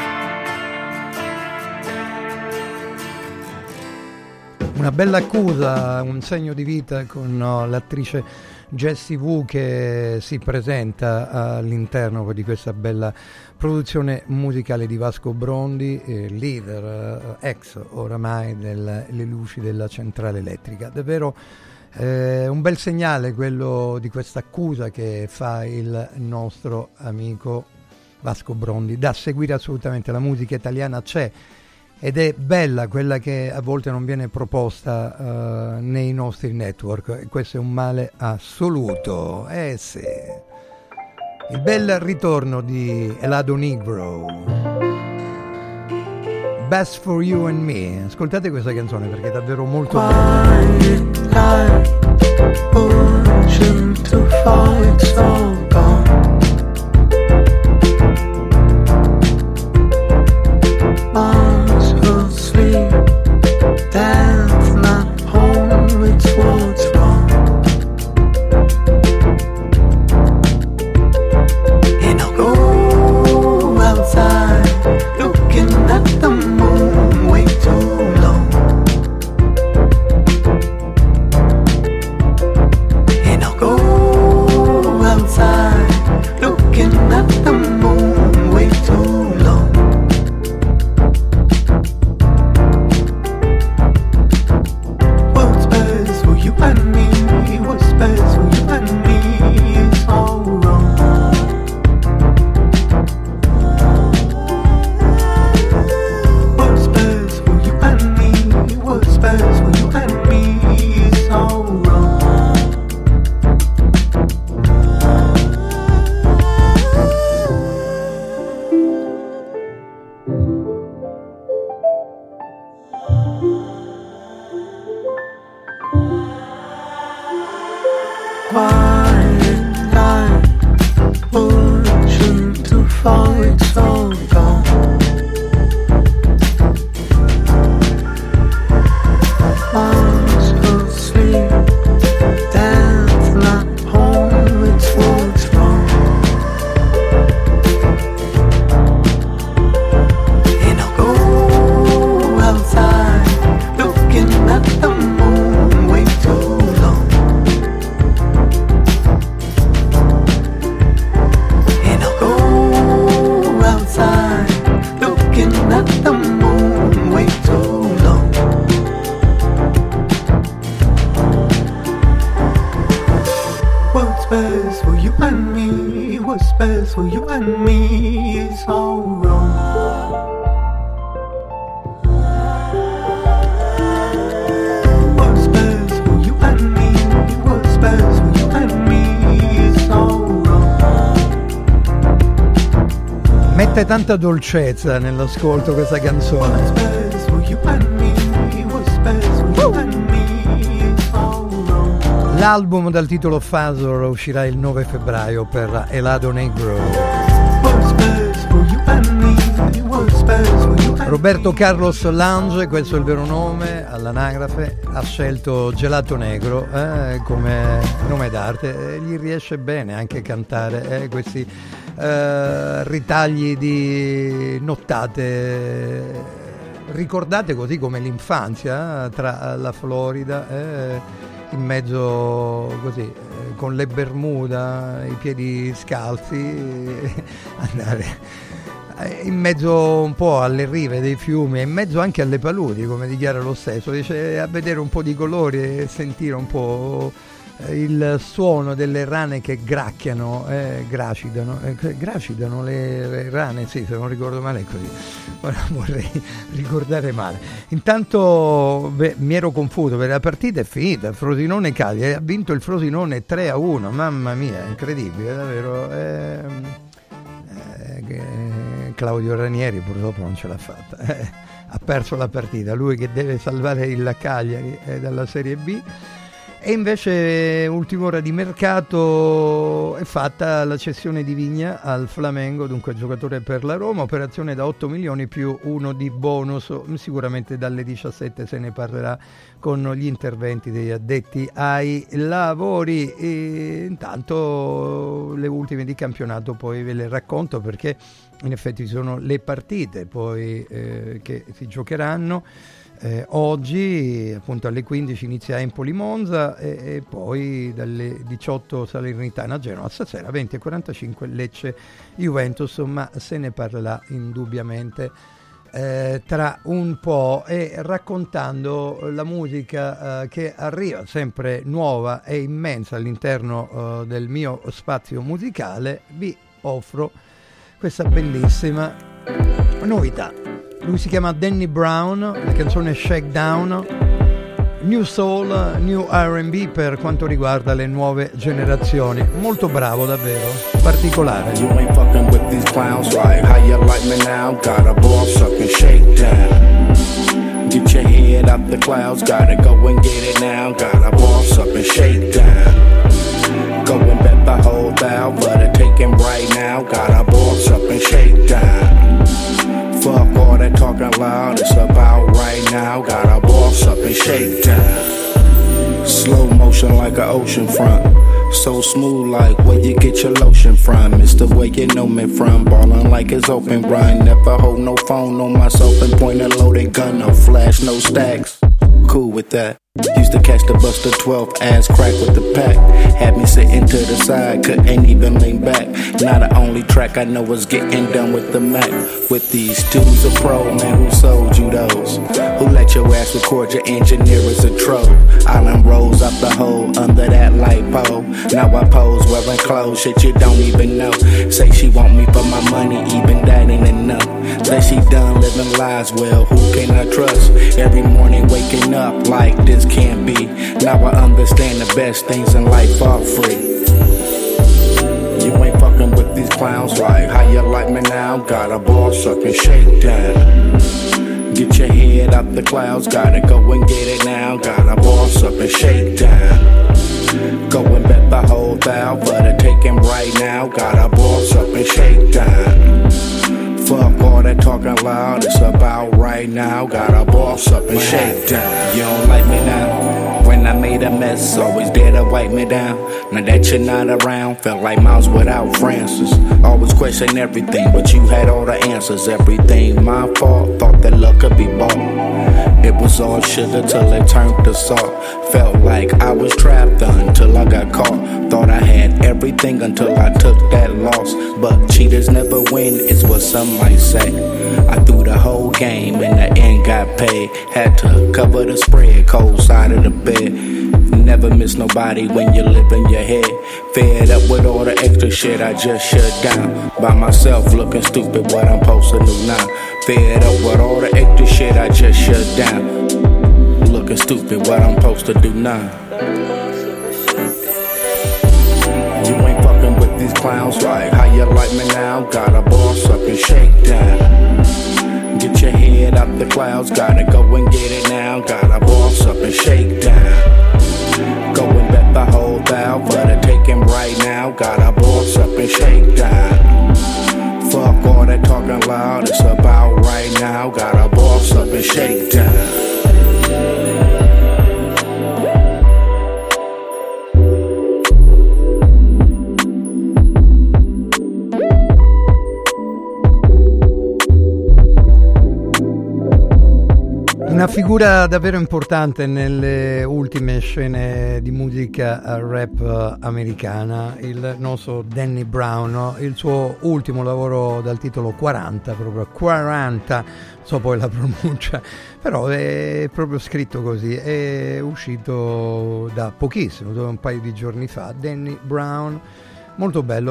Una bella accusa, un segno di vita con l'attrice Jessie Wu che si presenta all'interno di questa bella produzione musicale di Vasco Brondi, leader ex oramai delle luci della centrale elettrica. Davvero un bel segnale quello di questa accusa che fa il nostro amico Vasco Brondi. Da seguire assolutamente, la musica italiana c'è ed è bella quella che a volte non viene proposta nei nostri network, e questo è un male assoluto. Sì. Il bel ritorno di Elado Negro, Best for You and Me. Ascoltate questa canzone perché è davvero molto bella. That's not home, it's what's wrong. And I'll go outside, looking at the moon way too long. And I'll go outside, looking at the moon way too long. Mette tanta dolcezza nell'ascolto questa canzone. L'album dal titolo Fazor uscirà il 9 febbraio per Elado Negro. Roberto Carlos Lange, questo è il vero nome, all'anagrafe, ha scelto Gelato Negro come nome d'arte. Gli riesce bene anche cantare questi ritagli di nottate ricordate così come l'infanzia tra la Florida in mezzo così con le Bermuda, i piedi scalzi, andare in mezzo un po' alle rive dei fiumi e in mezzo anche alle paludi, come dichiara lo stesso, dice, a vedere un po' di colori e sentire un po' il suono delle rane che gracchiano, gracidano le rane, sì, se non ricordo male è così. Ora vorrei ricordare male. Intanto mi ero confuso perché la partita è finita, Frosinone Cagliari, ha vinto il Frosinone 3-1, mamma mia, incredibile, davvero. Claudio Ranieri purtroppo non ce l'ha fatta, ha perso la partita, lui che deve salvare il Cagliari dalla Serie B. E invece ultima ora di mercato è fatta la cessione di Vigna al Flamengo, dunque giocatore per la Roma, operazione da 8 milioni più uno di bonus, sicuramente dalle 17 se ne parlerà con gli interventi degli addetti ai lavori. E intanto le ultime di campionato poi ve le racconto, perché in effetti ci sono le partite poi che si giocheranno. Oggi appunto alle 15 inizia Empoli Monza e poi dalle 18 Salernitana Genova, stasera 20:45 Lecce Juventus, ma se ne parlerà indubbiamente tra un po', e raccontando la musica che arriva sempre nuova e immensa all'interno del mio spazio musicale, vi offro questa bellissima novità. Lui si chiama Danny Brown, la canzone Shakedown, New Soul, New R&B per quanto riguarda le nuove generazioni. Molto bravo, davvero, particolare. You ain't fucking with these clowns, right? How you like me now? Gotta boss up and shake down. Get your head up the clouds, gotta go and get it now. Gotta boss up and shake down. Go and bet the whole thou, but it taking right now. Gotta boss up and shake down. Fuck all that talking loud, it's about right now. Gotta boss up and shake down. Slow motion like an ocean front. So smooth like where you get your lotion from. It's the way you know me from. Ballin' like it's open run. Never hold no phone on myself and point a loaded gun. No flash, no stacks. Cool with that. Used to catch the Buster 12, ass crack with the pack. Had me sitting to the side, couldn't even lean back. Now the only track I know is getting done with the Mac. With these dudes a pro, man, who sold you those? Who let your ass record your engineer as a troll? Island rolls up the hole under that light pole. Now I pose wearing clothes, shit you don't even know. Say she want me for my money, even that ain't enough. Say she done living lies, well, who can I trust? Every morning waking up like this can't be. Now I understand the best things in life are free. You ain't fucking with these clowns, right? How you like me now? Gotta boss up and shake down. Get your head up the clouds, gotta go and get it now. Gotta boss up and shake down. Go and bet the whole thou, but it taking right now. Gotta boss up and shake down. Fuck all that talking loud, it's about right now. Gotta boss up and shake down. You don't like me now? When I made a mess, always there to wipe me down. Now that you're not around, felt like Miles without Francis. Always question everything, but you had all the answers. Everything my fault, thought that luck could be bought. It was all sugar till it turned to salt. Felt like I was trapped until I got caught. Thought I had everything until I took that loss. But cheaters never win, is what some might say. I threw the whole game, in the end got paid. Had to cover the spread, cold side of the bed. Never miss nobody when you live in your head. Fed up with all the extra shit, I just shut down. By myself looking stupid, what I'm supposed to do now. Fed up with all the extra shit, I just shut down. Looking stupid, what I'm supposed to do now. You ain't fucking with these clowns, right? How you like me now? Gotta boss up and shake down. Get your head up the clouds, gotta go and get it now. Gotta boss up and shake down. Go and bet the whole thou, but it taking right now. Gotta boss up and shake down. Fuck all that talking loud, it's about right now. Gotta boss up and shake down. Una figura davvero importante nelle ultime scene di musica rap americana, il nostro Danny Brown, no? Il suo ultimo lavoro dal titolo 40, proprio 40, so poi la pronuncia, però è proprio scritto così, è uscito da pochissimo, un paio di giorni fa, Danny Brown. Molto bello,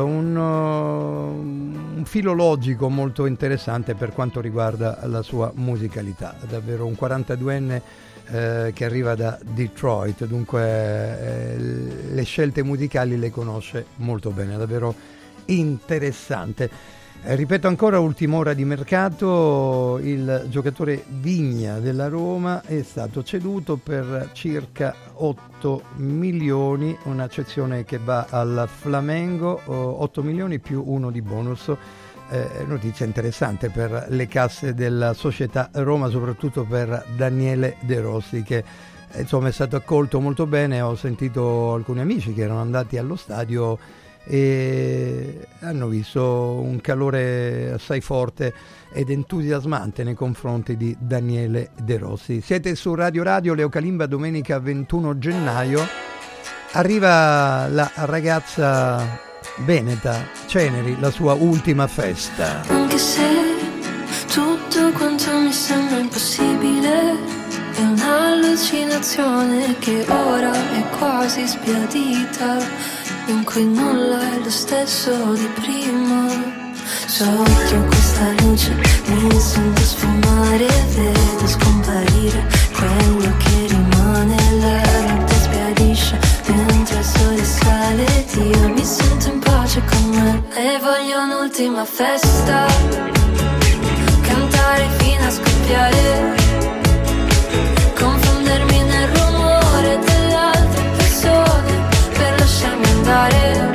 un filologico molto interessante per quanto riguarda la sua musicalità, davvero un 42enne che arriva da Detroit, dunque le scelte musicali le conosce molto bene, davvero interessante. Ripeto ancora, ultima ora di mercato, il giocatore Vigna della Roma è stato ceduto per circa 8 milioni, una cessione che va al Flamengo, 8 milioni più uno di bonus. Notizia interessante per le casse della società Roma, soprattutto per Daniele De Rossi, che insomma è stato accolto molto bene. Ho sentito alcuni amici che erano andati allo stadio e hanno visto un calore assai forte ed entusiasmante nei confronti di Daniele De Rossi. Siete su Radio Leo Kalimba, domenica 21 gennaio. Arriva la ragazza veneta Ceneri, la sua ultima festa. Anche se tutto quanto mi sembra impossibile, è un'allucinazione che ora è quasi sbiadita, in cui nulla è lo stesso di prima. Sotto questa luce mi sento sfumare, vedo scomparire quello che rimane. La notte sbiadisce mentre il sole sale, io mi sento in pace con me e voglio un'ultima festa, cantare fino a scoppiare, confondermi nel rumore delle altre persone per lasciarmi andare.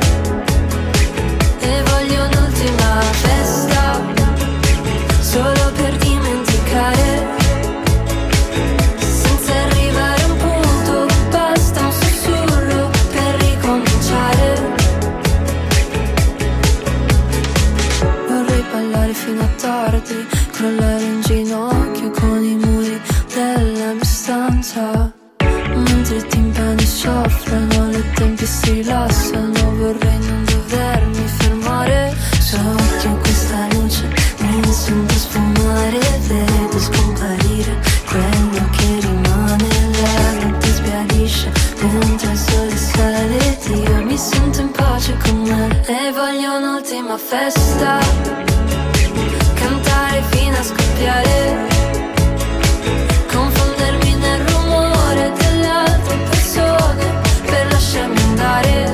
E voglio un'ultima festa, solo per dimenticare, senza arrivare a un punto, basta un sussurro per ricominciare. Vorrei ballare fino a tardi, crollare in ginocchio con i muri della mia stanza, mentre i timpani soffrono, le tempie si rilassano, vorrei non dovermi fermare. Sotto questa luce mi sento sfumare, vedo scomparire quello che rimane. La notte sbiadisce mentre il sole sale, io mi sento in pace con me e voglio un'ultima festa, cantare fino a scoppiare, confondermi nel rumore delle altre persone per lasciarmi andare.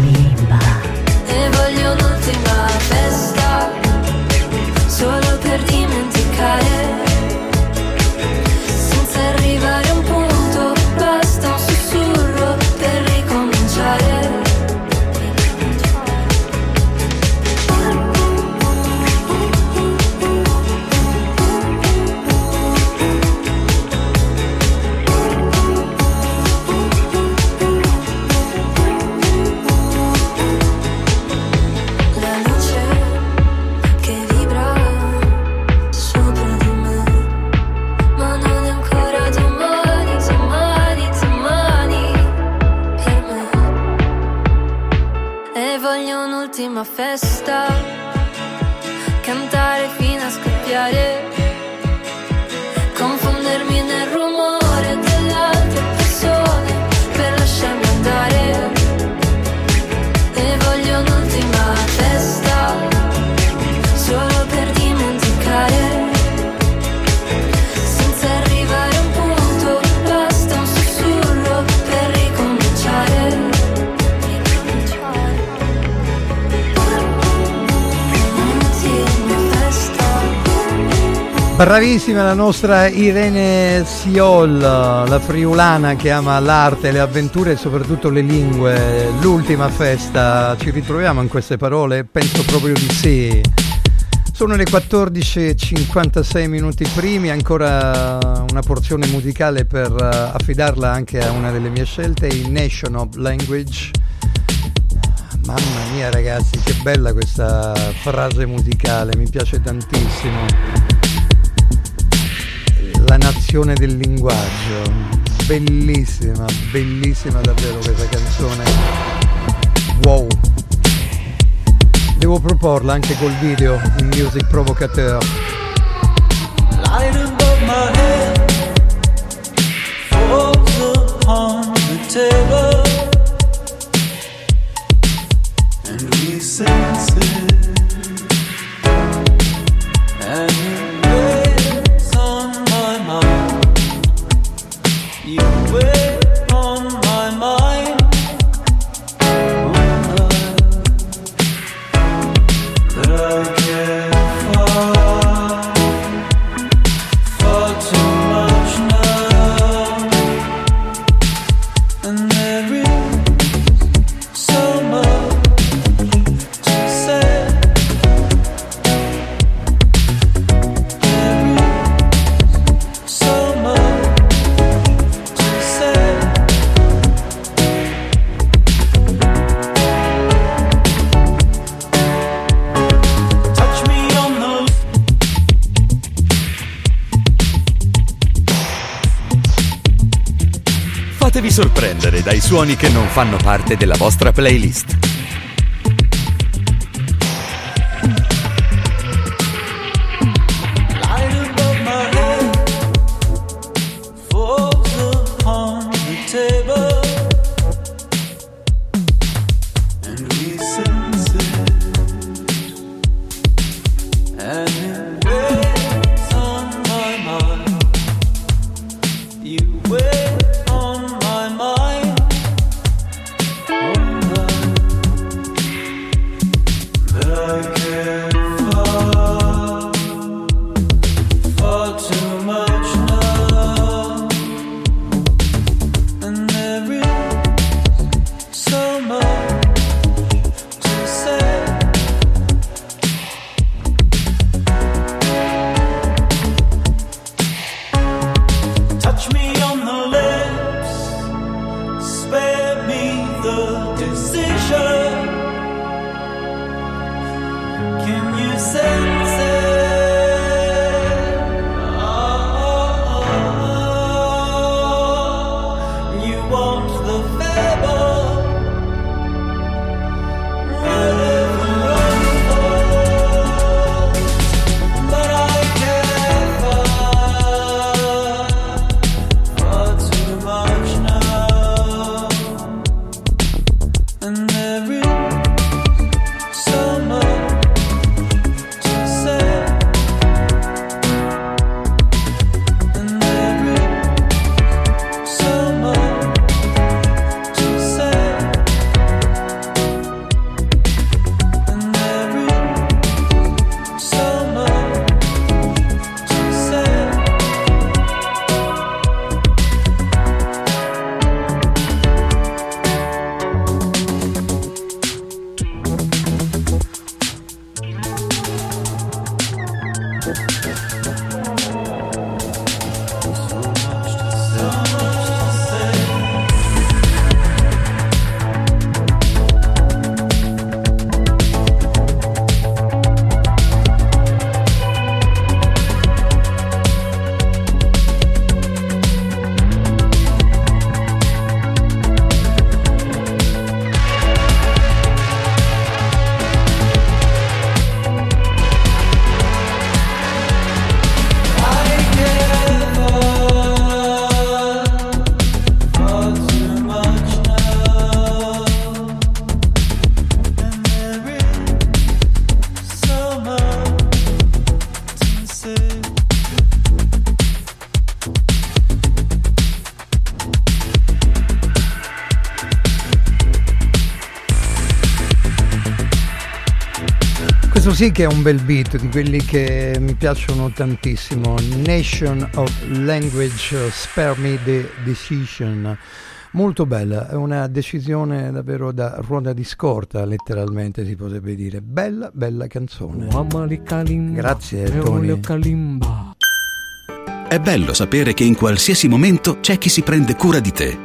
E voglio un'ultima festa, solo per dimenticare, senza arrivare a un punto, basta un sussurro per ricominciare. Un'ultima festa, cantare fino a scoppiare, confondermi nel rumore delle altre persone per lasciarmi andare. E voglio un'ultima festa, solo per dimenticare, senza arrivare a un punto, basta un sussurro per ricominciare. Bravissima la nostra Irene Siol, la friulana che ama l'arte, le avventure e soprattutto le lingue. L'ultima festa, ci ritroviamo in queste parole? Penso proprio di sì. Sono le 14:56 minuti primi, ancora una porzione musicale per affidarla anche a una delle mie scelte, il Nation of Language. Mamma mia ragazzi, che bella questa frase musicale, mi piace tantissimo. la nazione del linguaggio. Bellissima, bellissima davvero questa canzone. Wow. Devo proporla anche col video in Music Provocateur. Light above my head falls upon the table, and we sense it, and it weighs on my mind. You weigh on my mind. That I can't find far too much now, and there is so much to say. There is so much to say. Touch me on the Fatevi sorprendere dai suoni che non fanno parte della vostra playlist. light above my head falls upon the table, and we sense it, and it weighs on my mind. You weigh on my mind. That I can't find far too much now, and there is so much to say. Touch me on the lips, spare me the decision. Can you sense it? You want the fable, whatever unfolds, but I can't find far too much now, and there is so much to say, and there is so much to say, and there is so much to say. Questo sì che è un bel beat, di quelli che mi piacciono tantissimo. Nation of Language, Spare Me the Decision. Molto bella, è una decisione davvero da ruota di scorta, letteralmente si potrebbe dire. Bella, bella canzone. Grazie Tony. È bello sapere che in qualsiasi momento c'è chi si prende cura di te.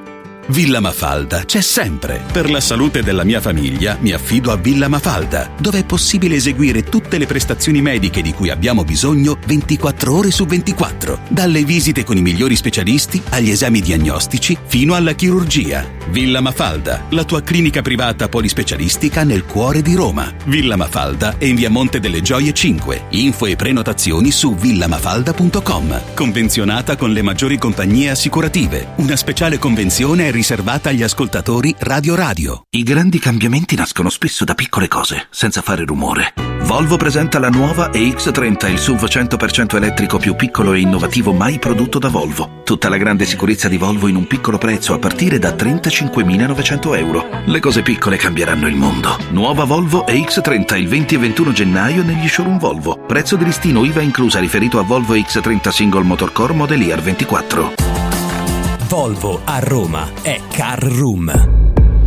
Villa Mafalda c'è sempre. Per la salute della mia famiglia mi affido a Villa Mafalda, dove è possibile eseguire tutte le prestazioni mediche di cui abbiamo bisogno 24 ore su 24. Dalle visite con i migliori specialisti agli esami diagnostici fino alla chirurgia. Villa Mafalda, la tua clinica privata polispecialistica nel cuore di Roma. Villa Mafalda è in via Monte delle Gioie 5. Info e prenotazioni su villamafalda.com. Convenzionata con le maggiori compagnie assicurative. Una speciale convenzione è riservata agli ascoltatori Radio. I grandi cambiamenti nascono spesso da piccole cose, senza fare rumore. Volvo presenta la nuova EX30, il SUV 100% elettrico più piccolo e innovativo mai prodotto da Volvo. Tutta la grande sicurezza di Volvo in un piccolo prezzo a partire da 35.900 euro. Le cose piccole cambieranno il mondo. Nuova Volvo EX30 il 20 e 21 gennaio negli showroom Volvo. Prezzo di listino IVA inclusa riferito a Volvo EX30 Single Motor Core Model Year 24. Volvo a Roma è Car Room.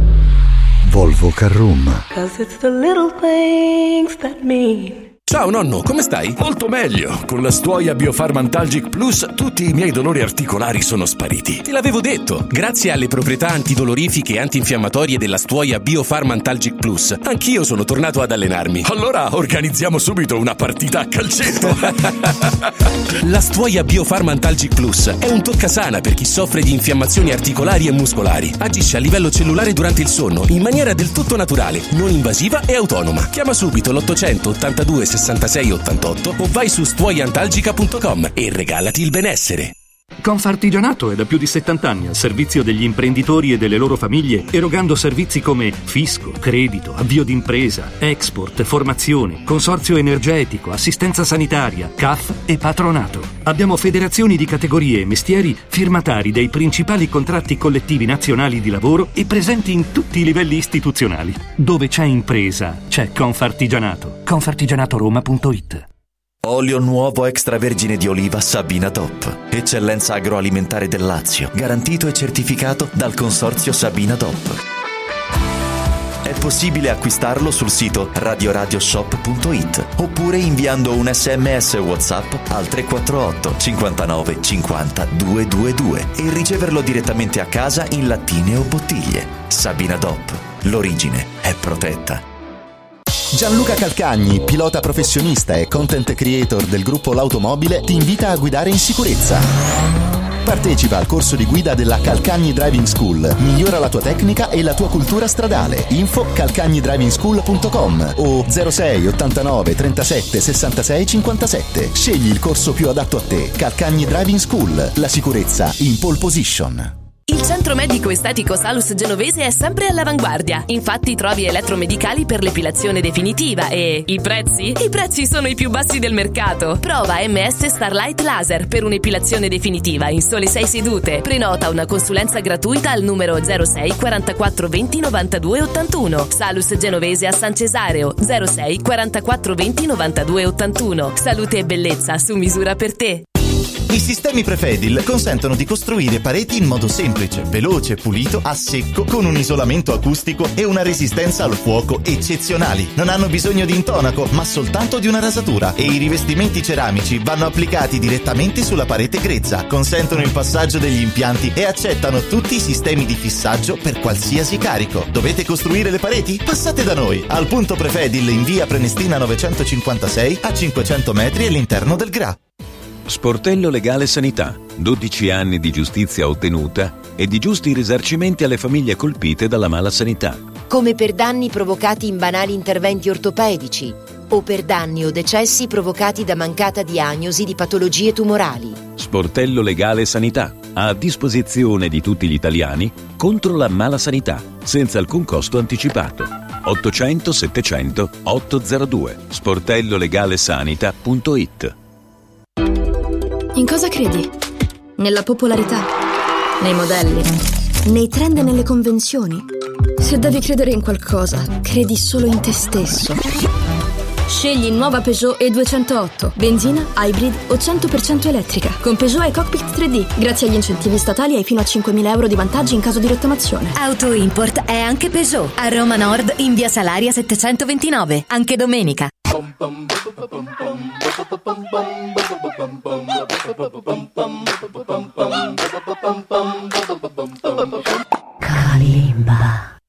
Volvo Car Room. 'Cause it's the little things that mean. Ciao nonno, come stai? Molto meglio. Con la Stuoia Biofarm Antalgic Plus tutti i miei dolori articolari sono spariti. Te l'avevo detto. Grazie alle proprietà antidolorifiche e antinfiammatorie della Stuoia Biofarm Antalgic Plus, anch'io sono tornato ad allenarmi. Allora organizziamo subito una partita a calcetto. La Stuoia Biofarm Antalgic Plus è un toccasana per chi soffre di infiammazioni articolari e muscolari. Agisce a livello cellulare durante il sonno in maniera del tutto naturale, non invasiva e autonoma. Chiama subito l'882 66 88 o vai su stuoiantalgica.com e regalati il benessere. Confartigianato è da più di 70 anni al servizio degli imprenditori e delle loro famiglie, erogando servizi come fisco, credito, avvio d'impresa, export, formazione, consorzio energetico, assistenza sanitaria, CAF e patronato. Abbiamo federazioni di categorie e mestieri firmatari dei principali contratti collettivi nazionali di lavoro e presenti in tutti i livelli istituzionali. Dove c'è impresa, c'è Confartigianato. Confartigianatoroma.it. Olio nuovo extravergine di oliva Sabina DOP. Eccellenza agroalimentare del Lazio. Garantito e certificato dal consorzio Sabina DOP. È possibile acquistarlo sul sito radioradioshop.it oppure inviando un SMS WhatsApp al 348 59 50 222 e riceverlo direttamente a casa in lattine o bottiglie. Sabina DOP. L'origine è protetta. Gianluca Calcagni, pilota professionista e content creator del gruppo L'Automobile, ti invita a guidare in sicurezza. Partecipa al corso di guida della Calcagni Driving School. Migliora la tua tecnica e la tua cultura stradale. Info calcagnidrivingschool.com o 06 89 37 66 57. Scegli il corso più adatto a te. Calcagni Driving School. La sicurezza in pole position. Il centro medico estetico Salus Genovese è sempre all'avanguardia. Infatti trovi elettromedicali per l'epilazione definitiva e i prezzi? I prezzi sono i più bassi del mercato. Prova MS Starlight Laser per un'epilazione definitiva in sole 6 sedute. Prenota una consulenza gratuita al numero 06 44 20 92 81. Salus Genovese a San Cesareo 06 44 20 92 81. Salute e bellezza su misura per te. I sistemi Prefedil consentono di costruire pareti in modo semplice, veloce e pulito, a secco, con un isolamento acustico e una resistenza al fuoco eccezionali. Non hanno bisogno di intonaco, ma soltanto di una rasatura, e i rivestimenti ceramici vanno applicati direttamente sulla parete grezza, consentono il passaggio degli impianti e accettano tutti i sistemi di fissaggio per qualsiasi carico. Dovete costruire le pareti? Passate da noi, al punto Prefedil in via Prenestina 956 a 500 metri all'interno del GRA. Sportello Legale Sanità, 12 anni di giustizia ottenuta e di giusti risarcimenti alle famiglie colpite dalla mala sanità. Come per danni provocati in banali interventi ortopedici o per danni o decessi provocati da mancata diagnosi di patologie tumorali. Sportello Legale Sanità, a disposizione di tutti gli italiani contro la mala sanità, senza alcun costo anticipato. 800 700 802 sportellolegalesanita.it. In cosa credi? Nella popolarità? Nei modelli? Nei trend e nelle convenzioni? Se devi credere in qualcosa, credi solo in te stesso. Scegli nuova Peugeot E208, benzina, hybrid o 100% elettrica. Con Peugeot e Cockpit 3D, grazie agli incentivi statali hai fino a 5.000 euro di vantaggi in caso di rottamazione. Auto Import è anche Peugeot. A Roma Nord in via Salaria 729, anche domenica. Kalimba.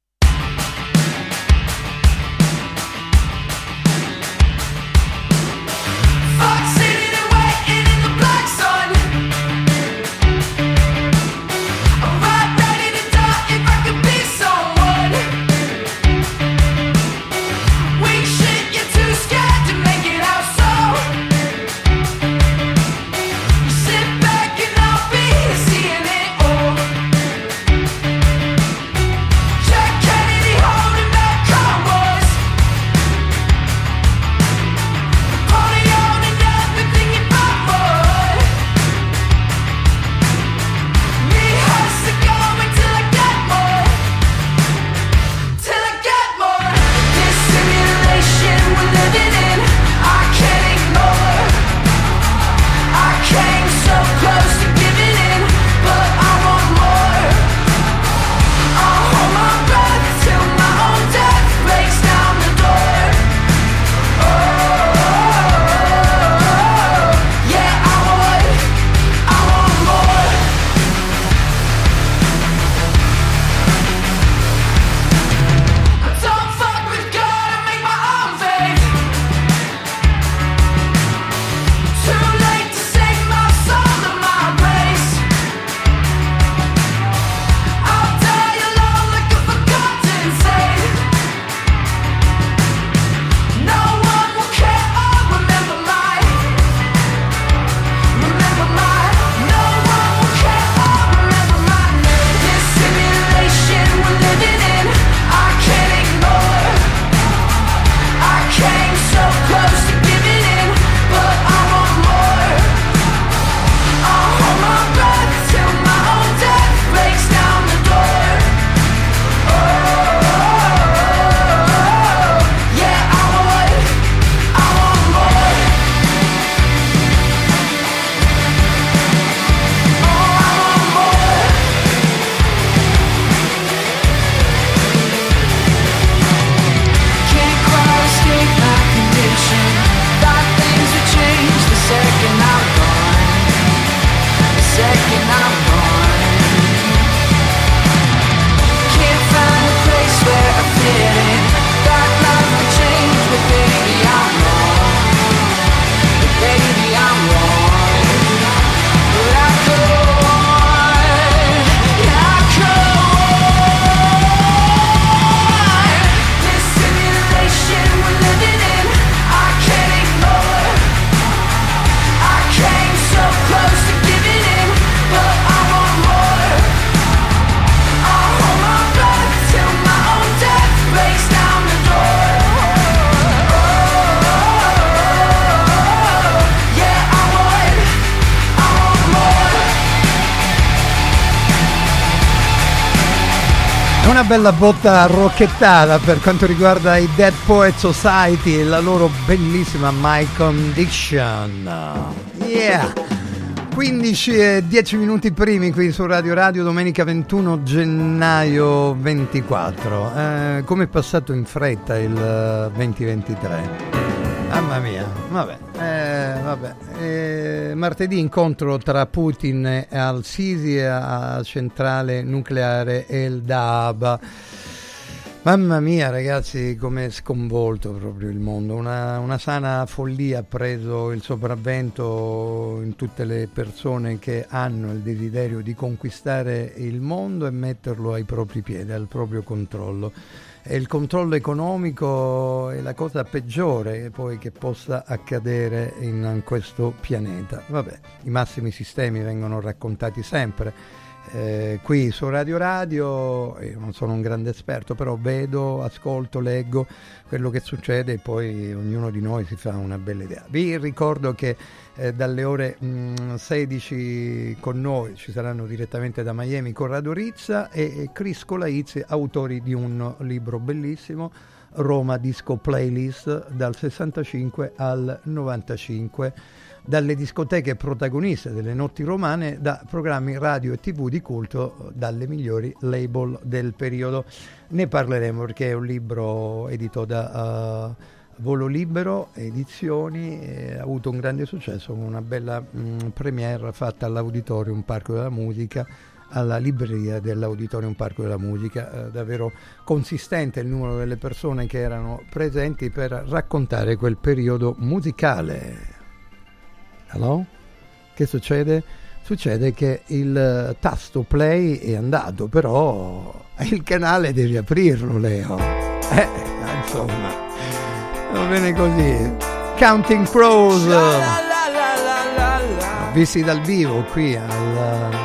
Una bella botta rocchettata per quanto riguarda i Dead Poets Society e la loro bellissima My Condition. Yeah! 15 e 10 minuti primi qui su Radio Radio, domenica 21 gennaio 24. Come è passato in fretta il 2023. Mamma mia, vabbè. Martedì incontro tra Putin e Al-Sisi a centrale nucleare Eldab. Mamma mia ragazzi, com'è sconvolto proprio il mondo. Una sana follia ha preso il sopravvento in tutte le persone che hanno il desiderio di conquistare il mondo e metterlo ai propri piedi, al proprio controllo. E il controllo economico è la cosa peggiore poi che possa accadere in questo pianeta. Vabbè, i massimi sistemi vengono raccontati sempre qui su Radio Radio. Io non sono un grande esperto, però vedo, ascolto, leggo quello che succede e poi ognuno di noi si fa una bella idea. Vi ricordo che dalle ore 16 con noi ci saranno direttamente da Miami Corrado Rizza e Chris Colaizzi, autori di un libro bellissimo, Roma Disco Playlist dal 65 al 95, dalle discoteche protagoniste delle notti romane, da programmi radio e tv di culto, dalle migliori label del periodo. Ne parleremo perché è un libro edito da Volo Libero Edizioni, ha avuto un grande successo con una bella premiere fatta all'Auditorium Parco della Musica alla libreria dell'Auditorium Parco della Musica. Davvero consistente il numero delle persone che erano presenti per raccontare quel periodo musicale. Hello? Che succede? Succede che il tasto play è andato, però il canale devi aprirlo, Leo. Insomma, va bene così. Counting Crows, visti dal vivo qui al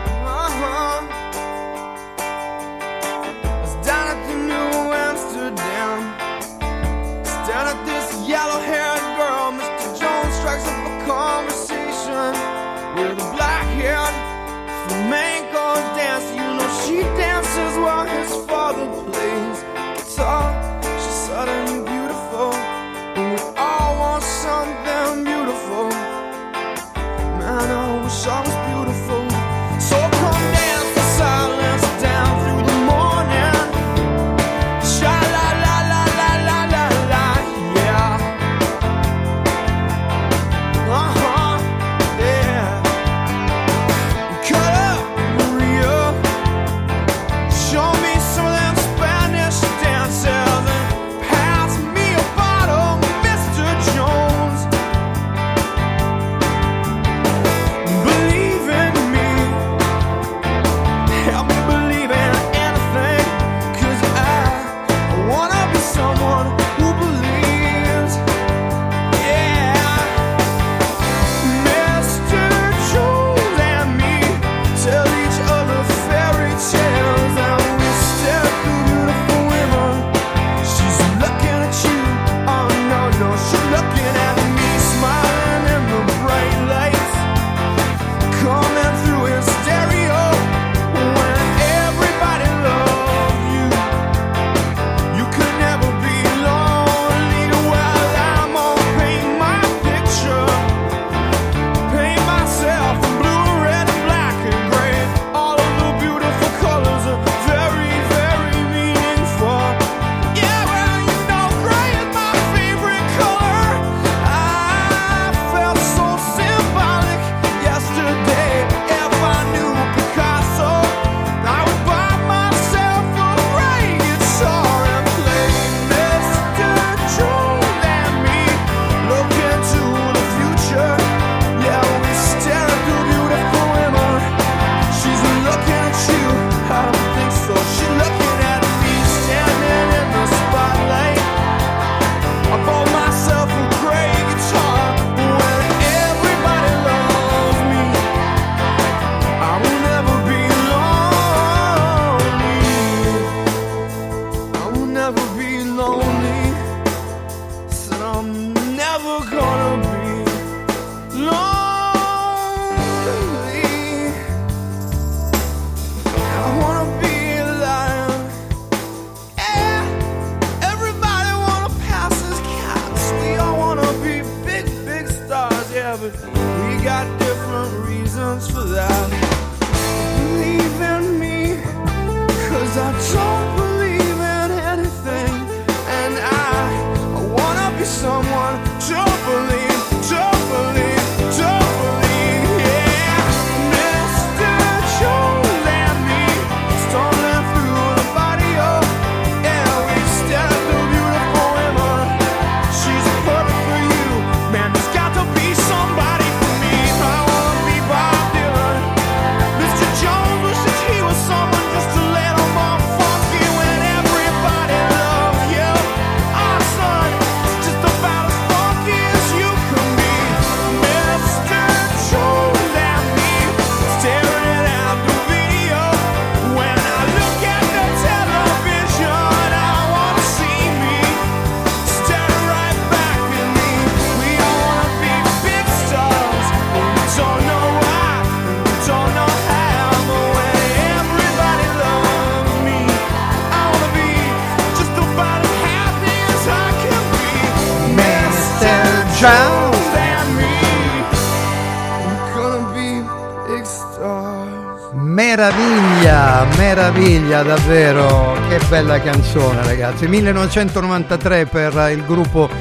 Meraviglia, davvero, che bella canzone, ragazzi. 1993 per il gruppo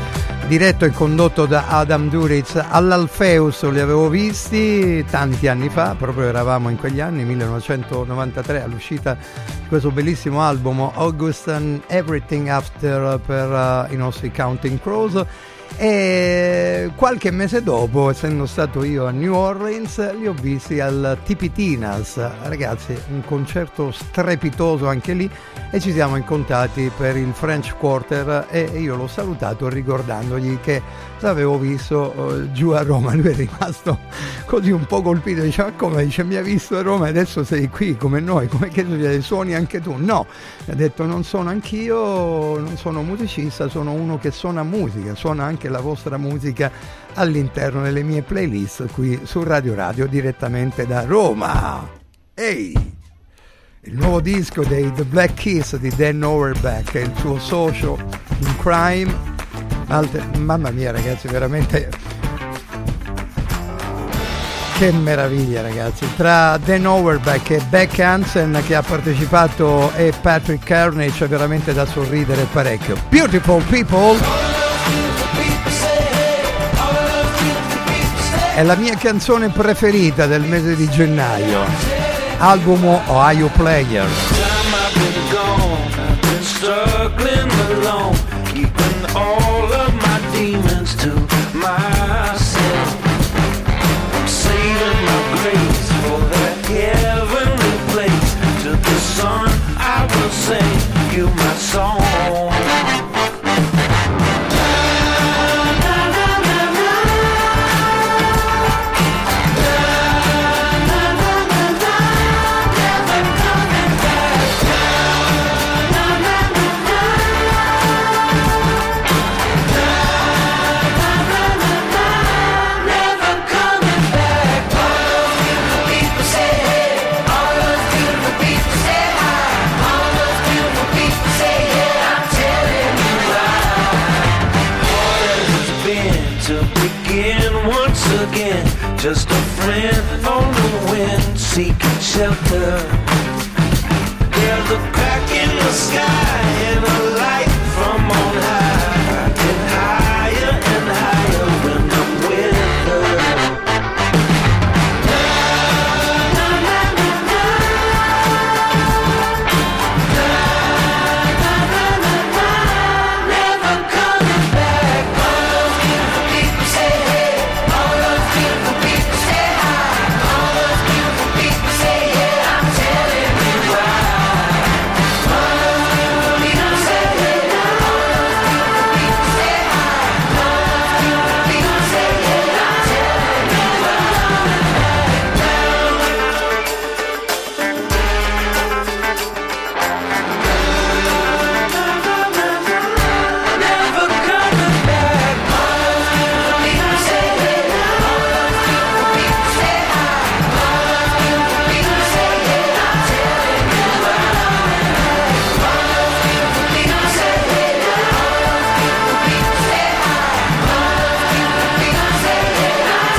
diretto e condotto da Adam Duritz. All'Alfeus li avevo visti tanti anni fa, proprio eravamo in quegli anni, 1993, all'uscita di questo bellissimo album August and Everything After per i nostri Counting Crows. E qualche mese dopo, essendo stato io a New Orleans, li ho visti al Tipitinas, ragazzi, un concerto strepitoso anche lì, e ci siamo incontrati per il French Quarter e io l'ho salutato ricordandogli che l'avevo visto giù a Roma. Lui è rimasto così un po' colpito, dice: ma come? Dice, mi ha visto a Roma e adesso sei qui come noi, come che succede? Suoni anche tu? No, mi ha detto: non sono anch'io, non sono musicista, sono uno che suona musica, suona anche la vostra musica all'interno delle mie playlist qui su Radio Radio direttamente da Roma. Ehi! Il nuovo disco dei The Black Keys di Dan Auerbach e il suo socio in crime. Mamma mia, ragazzi, veramente che meraviglia, ragazzi, tra Dan Auerbach e Beck Hansen che ha partecipato e Patrick Carney, c'è veramente da sorridere parecchio. Beautiful People è la mia canzone preferita del mese di gennaio, album Ohio Players. Just a friend on the wind seeking shelter. There's a crack in the sky and a light from on high. Get higher and higher when I'm with her. Never coming back. All those beautiful people say hey. All those beautiful people say hi. All those beautiful people say yeah. I'm telling you why. All those beautiful people say hey. All those beautiful people say hi. All those beautiful people say yeah. I'm telling you why. Never coming back. All those beautiful people say hey. All those beautiful people say hi. All those beautiful people say yeah. I'm telling you why. All those beautiful people say hey. All those beautiful people say hi. All those beautiful people say yeah. I'm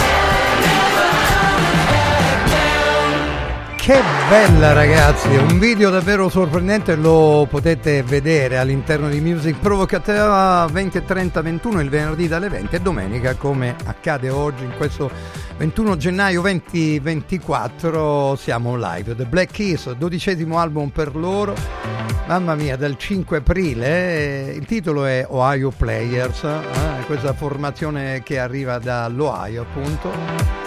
telling you why. Che bella, ragazzi, un video davvero sorprendente, lo potete vedere all'interno di Music Provocateur 20 e 30 21 il venerdì dalle 20 e domenica, come accade oggi in questo 21 gennaio 2024 siamo live. The Black Keys, 12° album per loro, mamma mia, dal 5 aprile, il titolo è Ohio Players, questa formazione che arriva dall'Ohio appunto.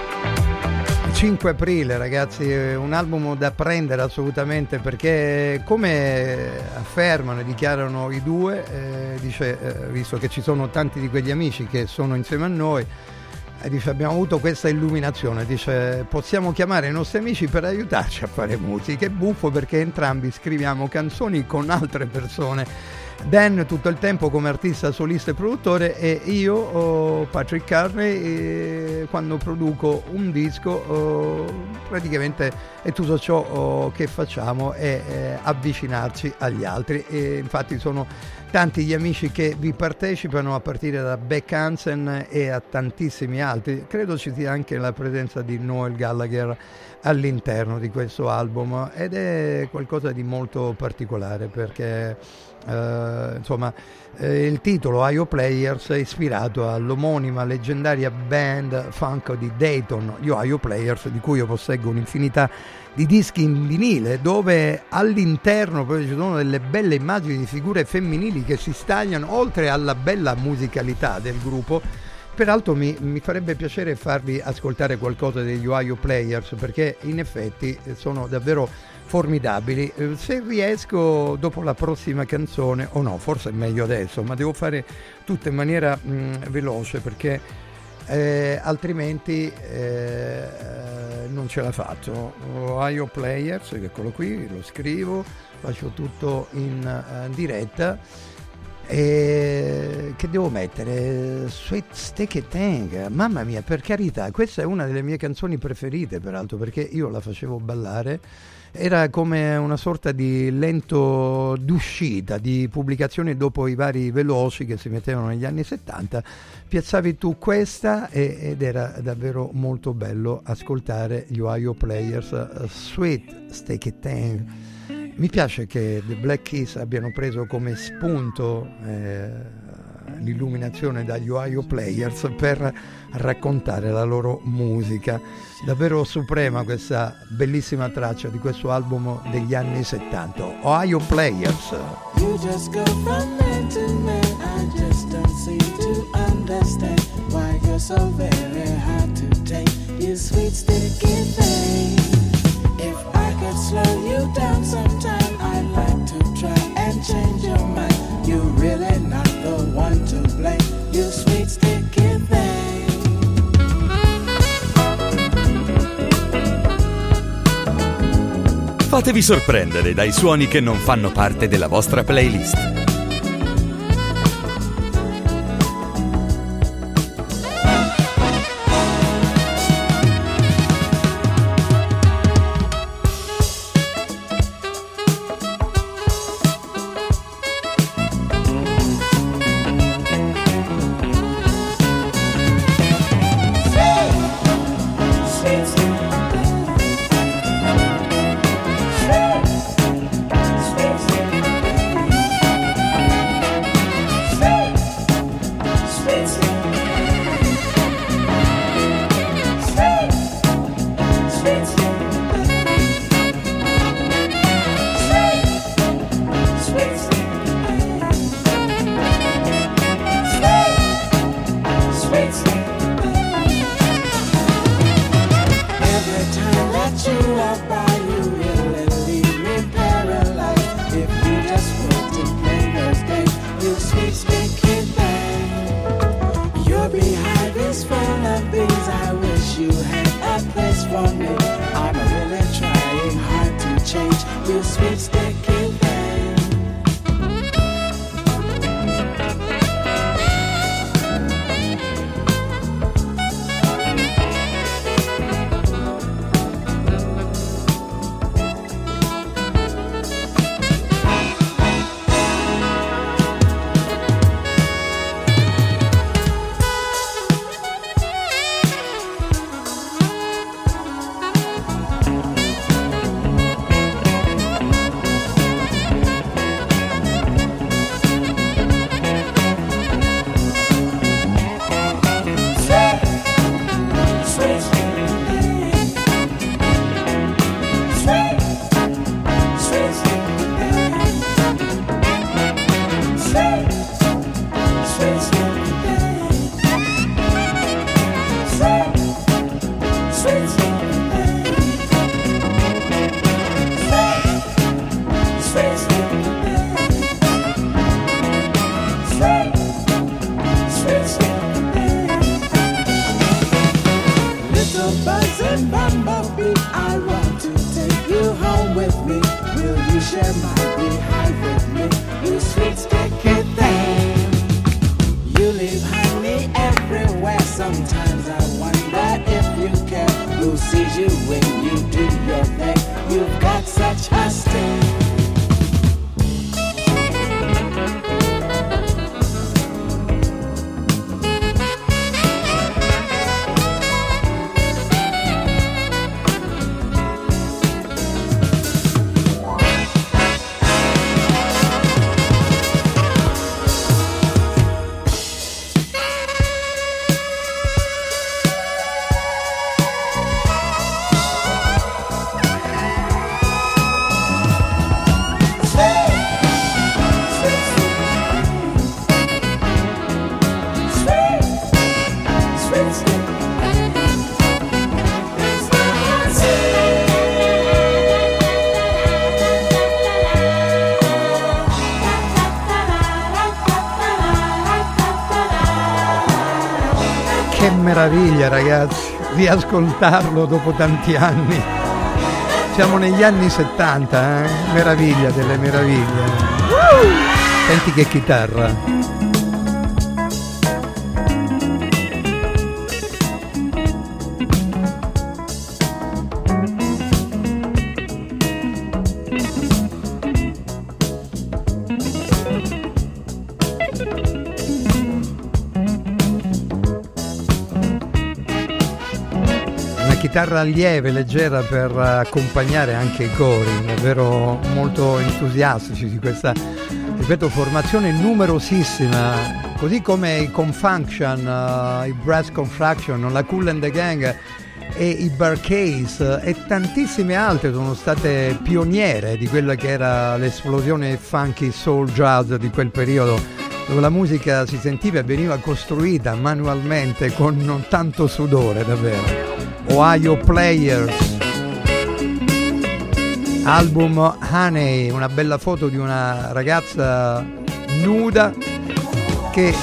5 aprile, ragazzi, un album da prendere assolutamente, perché come affermano e dichiarano i due, dice, visto che ci sono tanti di quegli amici che sono insieme a noi, dice, abbiamo avuto questa illuminazione, dice, possiamo chiamare i nostri amici per aiutarci a fare musica. È buffo perché entrambi scriviamo canzoni con altre persone. Dan tutto il tempo come artista solista e produttore, e io, Patrick Carney, quando produco un disco, praticamente è tutto ciò che facciamo è avvicinarci agli altri, e infatti sono tanti gli amici che vi partecipano, a partire da Beck Hansen e a tantissimi altri. Credo ci sia anche la presenza di Noel Gallagher all'interno di questo album, ed è qualcosa di molto particolare perché il titolo IO Players è ispirato all'omonima leggendaria band funk di Dayton, gli IO Players, di cui io posseggo un'infinità di dischi in vinile, dove all'interno poi ci sono delle belle immagini di figure femminili che si stagliano, oltre alla bella musicalità del gruppo. Peraltro mi farebbe piacere farvi ascoltare qualcosa degli IO Players, perché in effetti sono davvero formidabili. Se riesco dopo la prossima canzone, o no, forse è meglio adesso, ma devo fare tutto in maniera veloce, perché altrimenti non ce la faccio. IO Players, eccolo qui, lo scrivo, faccio tutto in diretta. E che devo mettere? Sweet Sticky Thing, mamma mia, per carità, questa è una delle mie canzoni preferite, peraltro, perché io la facevo ballare. Era come una sorta di lento d'uscita, di pubblicazione dopo i vari veloci che si mettevano negli anni 70. Piazzavi tu questa ed era davvero molto bello ascoltare gli IO Players, Sweet Sticky Thing. Mi piace che The Black Keys abbiano preso come spunto l'illuminazione dagli IO Players per raccontare la loro musica. Davvero suprema questa bellissima traccia di questo album degli anni 70, IO Players. You just go from man to man, I just don't seem to understand why you're so very hard to take, you sweet sticky thing. If I could slow you down sometime, I'd like to try and change your mind. You're really not the one to blame, you sweet sticky thing. Fatevi sorprendere dai suoni che non fanno parte della vostra playlist. meraviglia, ragazzi, riascoltarlo dopo tanti anni. Siamo negli anni 70, meraviglia delle meraviglie. Senti che chitarra. Chitarra lieve, leggera per accompagnare anche i cori, davvero molto entusiastici di questa, ripeto, formazione numerosissima, così come i Confunction, i Brass Construction, la Kool and the Gang e i Bar-Kays e tantissime altre sono state pioniere di quella che era l'esplosione funky soul jazz di quel periodo, dove la musica si sentiva e veniva costruita manualmente con tanto sudore, davvero. Ohio Players, album Honey, una bella foto di una ragazza nuda che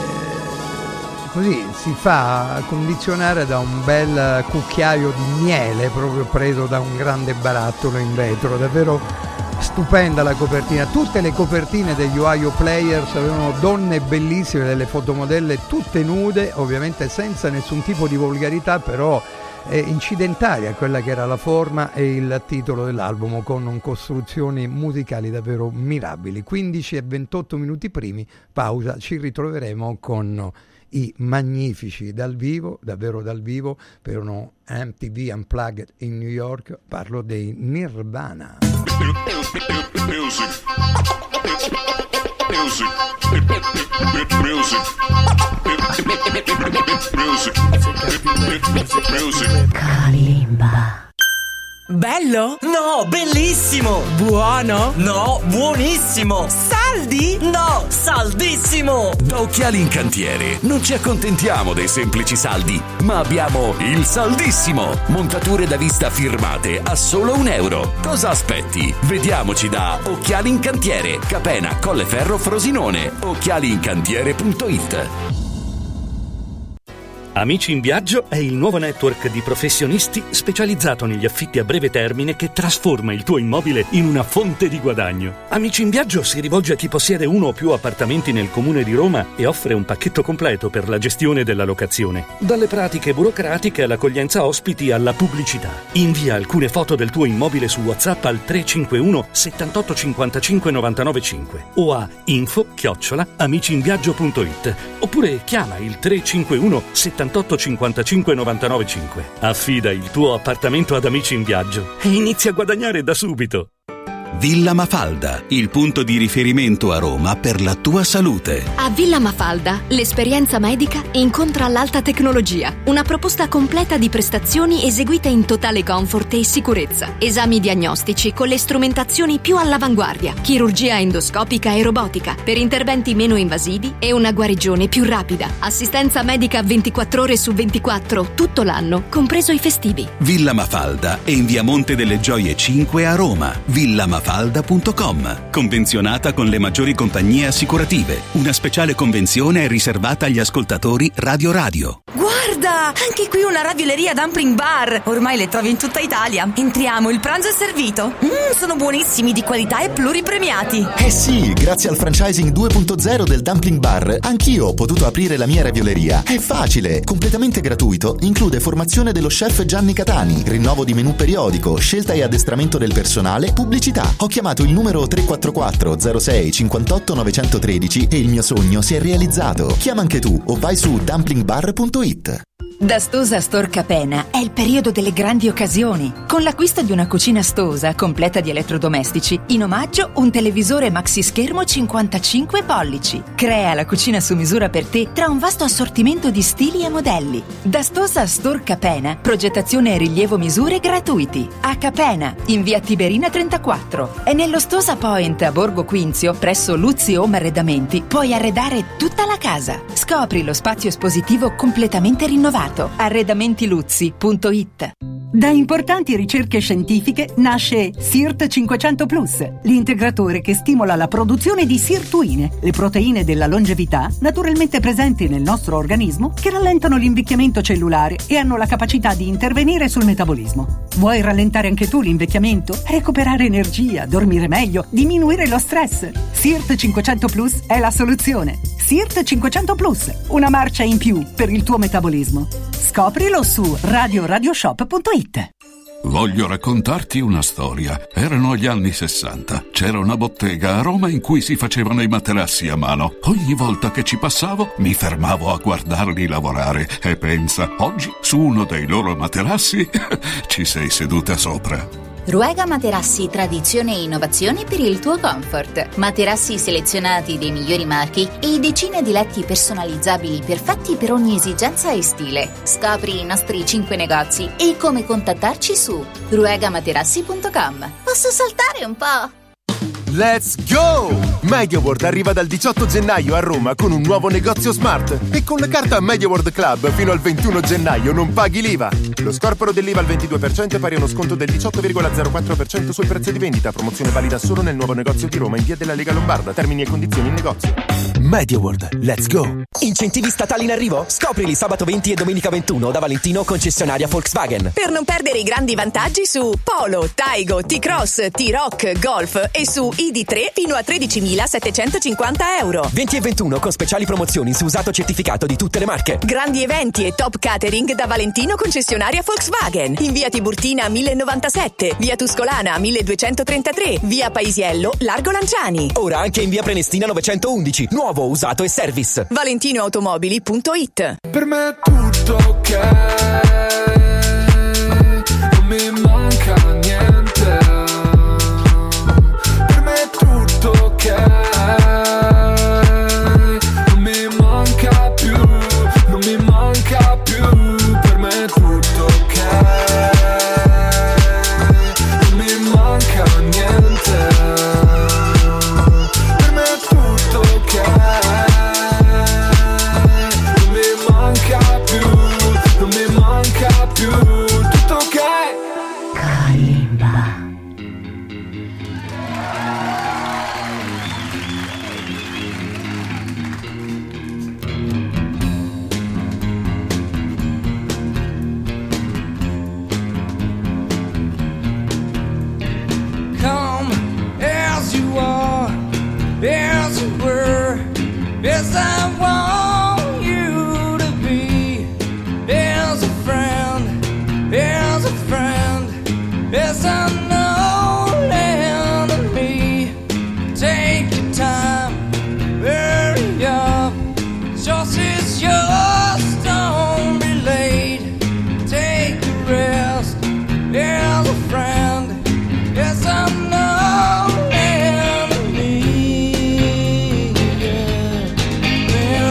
così si fa condizionare da un bel cucchiaio di miele proprio preso da un grande barattolo in vetro, davvero stupenda la copertina. Tutte le copertine degli Ohio Players avevano donne bellissime, delle fotomodelle tutte nude, ovviamente senza nessun tipo di volgarità, però incidentali a quella che era la forma e il titolo dell'album, con costruzioni musicali davvero mirabili. 15 e 28 minuti primi, pausa, ci ritroveremo con i magnifici dal vivo, davvero dal vivo, per uno MTV Unplugged in New York. Parlo dei Nirvana. Kalimba. Bello? No, bellissimo! Buono? No, buonissimo! Saldi? No, saldissimo! Da Occhiali in Cantiere non ci accontentiamo dei semplici saldi, ma abbiamo il saldissimo! Montature da vista firmate a solo €1. Cosa aspetti? Vediamoci da Occhiali in Cantiere, Capena, Colleferro, Frosinone. occhialiincantiere.it. Amici in Viaggio è il nuovo network di professionisti specializzato negli affitti a breve termine che trasforma il tuo immobile in una fonte di guadagno. Amici in Viaggio si rivolge a chi possiede uno o più appartamenti nel comune di Roma e offre un pacchetto completo per la gestione della locazione. Dalle pratiche burocratiche all'accoglienza ospiti alla pubblicità. Invia alcune foto del tuo immobile su WhatsApp al 351 78 55 99 5 o a info@amiciinviaggio.it oppure chiama il 351 78 55 99 5. Affida il tuo appartamento ad Amici in Viaggio e inizia a guadagnare da subito. Villa Mafalda, il punto di riferimento a Roma per la tua salute. A Villa Mafalda l'esperienza medica incontra l'alta tecnologia. Una proposta completa di prestazioni eseguite in totale comfort e sicurezza. Esami diagnostici con le strumentazioni più all'avanguardia. Chirurgia endoscopica e robotica per interventi meno invasivi e una guarigione più rapida. Assistenza medica 24 ore su 24 tutto l'anno, compreso i festivi. Villa Mafalda è in via Monte delle Gioie 5 a Roma. villamafalda.com. Convenzionata con le maggiori compagnie assicurative. Una speciale convenzione è riservata agli ascoltatori Radio. Guarda, anche qui una ravioleria Dumpling Bar. Ormai le trovi in tutta Italia. Entriamo, il pranzo è servito. Sono buonissimi, di qualità e pluripremiati. Eh sì, grazie al franchising 2.0 del Dumpling Bar, anch'io ho potuto aprire la mia ravioleria. È facile, completamente gratuito, include formazione dello chef Gianni Catani, rinnovo di menù periodico, scelta e addestramento del personale, pubblicità. Ho chiamato il numero 344 06 58 913 e il mio sogno si è realizzato. Chiama anche tu o vai su dumplingbar.it. Da Stosa Store Capena è il periodo delle grandi occasioni. Con l'acquisto di una cucina Stosa completa di elettrodomestici, in omaggio un televisore maxi schermo 55 pollici. Crea la cucina su misura per te tra un vasto assortimento di stili e modelli. Da Stosa Store Capena, progettazione e rilievo misure gratuiti. A Capena, in via Tiberina 34. E nello Stosa Point a Borgo Quinzio, presso Luzzi Home Arredamenti, puoi arredare tutta la casa. Scopri lo spazio espositivo completamente rinnovato. Arredamentiluzzi.it. Da importanti ricerche scientifiche nasce SIRT 500 Plus, l'integratore che stimola la produzione di sirtuine, le proteine della longevità naturalmente presenti nel nostro organismo che rallentano l'invecchiamento cellulare e hanno la capacità di intervenire sul metabolismo. Vuoi rallentare anche tu l'invecchiamento? Recuperare energia, dormire meglio, diminuire lo stress? SIRT 500 Plus è la soluzione. SIRT 500 Plus, una marcia in più per il tuo metabolismo. Scoprilo su radioshop.it. Voglio raccontarti una storia. Erano gli anni 60. C'era una bottega a Roma in cui si facevano i materassi a mano. Ogni volta che ci passavo mi fermavo a guardarli lavorare e pensa, oggi su uno dei loro materassi ci sei seduta sopra. Ruega Materassi, tradizione e innovazione per il tuo comfort. Materassi selezionati dei migliori marchi e decine di letti personalizzabili perfetti per ogni esigenza e stile. Scopri i nostri 5 negozi e come contattarci su ruegamaterassi.com. Posso saltare un po'? Let's go! MediaWorld arriva dal 18 gennaio a Roma con un nuovo negozio smart e con la carta MediaWorld Club fino al 21 gennaio non paghi l'IVA. Lo scorporo dell'IVA al 22% è pari a uno sconto del 18,04% sul prezzo di vendita. Promozione valida solo nel nuovo negozio di Roma in via della Lega Lombarda. Termini e condizioni in negozio. MediaWorld, let's go! Incentivi statali in arrivo? Scoprili sabato 20 e domenica 21 da Valentino, concessionaria Volkswagen. Per non perdere i grandi vantaggi su Polo, Taigo, T-Cross, T-Rock, Golf e su ID3 fino a 13.750 euro. 20 e 21 con speciali promozioni su usato certificato di tutte le marche. Grandi eventi e top catering da Valentino, concessionaria Volkswagen. In via Tiburtina 1097, via Tuscolana 1233, via Paisiello, Largo Lanciani. Ora anche in via Prenestina 911, nuovo, usato e service. ValentinoAutomobili.it. Per me è tutto ok, non mi manca niente. Per me è tutto ok, non mi manca più, non mi manca più. Per me è tutto ok, non mi manca niente. Per me è tutto ok, non mi manca più, non mi manca più. Tutto ok. Kalimba. Come as you are, as you were, as I want you to be, as a friend, as a friend, as I know enemy. Take your time, hurry up, just is yours, don't be late. Take a rest, as a friend. Yes, I'm no enemy. Yeah.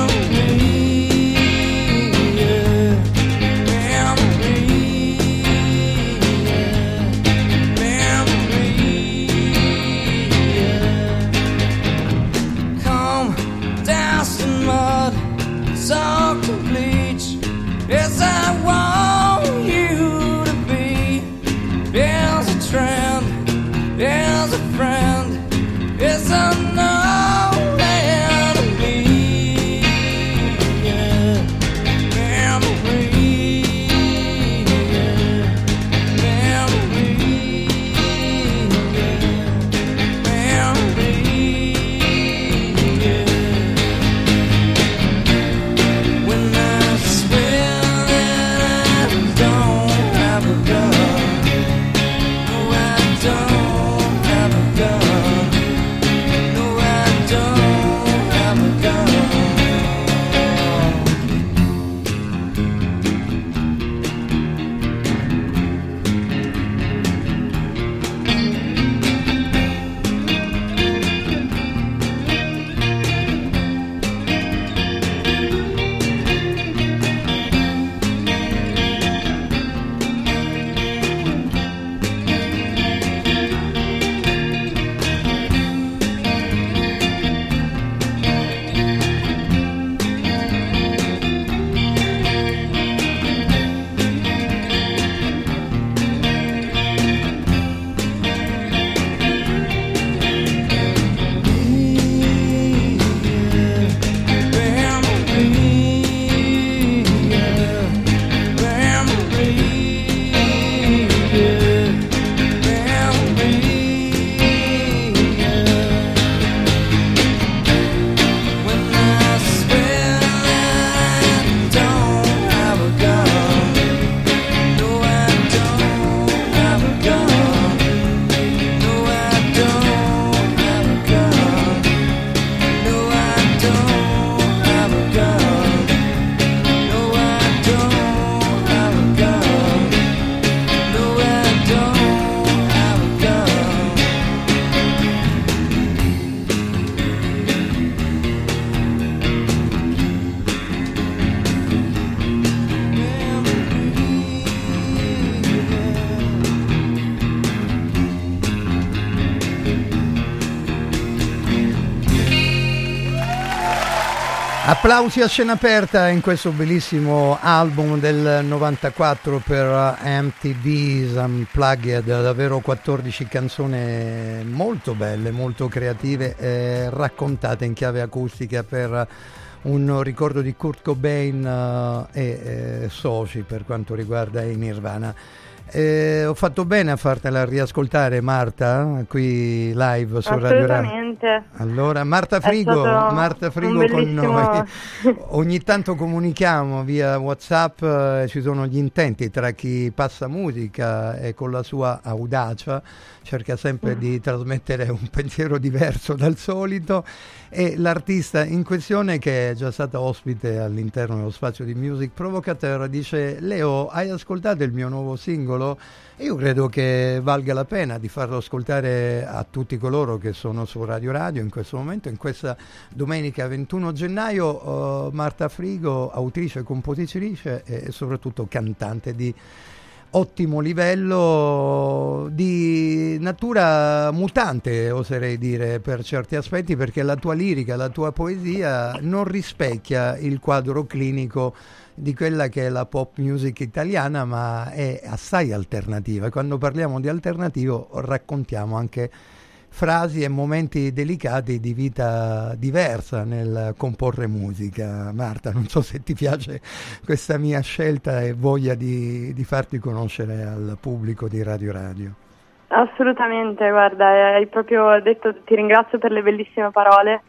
Applausi a scena aperta in questo bellissimo album del 94 per MTV's Unplugged, davvero 14 canzoni molto belle, molto creative, raccontate in chiave acustica per un ricordo di Kurt Cobain e soci per quanto riguarda i Nirvana. Ho fatto bene a fartela riascoltare, Marta, qui live su Radio Radio. Assolutamente. Allora, Marta Frigo con noi. Ogni tanto comunichiamo via WhatsApp, ci sono gli intenti tra chi passa musica e con la sua audacia cerca sempre di trasmettere un pensiero diverso dal solito, e l'artista in questione, che è già stata ospite all'interno dello spazio di Music Provocateur, dice: Leo, hai ascoltato il mio nuovo singolo? Io credo che valga la pena di farlo ascoltare a tutti coloro che sono su Radio Radio in questo momento, in questa domenica 21 gennaio. Marta Frigo, autrice, compositrice e soprattutto cantante di ottimo livello, di natura mutante, oserei dire, per certi aspetti, perché la tua lirica, la tua poesia non rispecchia il quadro clinico di quella che è la pop music italiana, ma è assai alternativa. E quando parliamo di alternativo raccontiamo anche frasi e momenti delicati di vita diversa nel comporre musica. Marta, non so se ti piace questa mia scelta e voglia di farti conoscere al pubblico di Radio Radio. Assolutamente, guarda, hai proprio detto, ti ringrazio per le bellissime parole.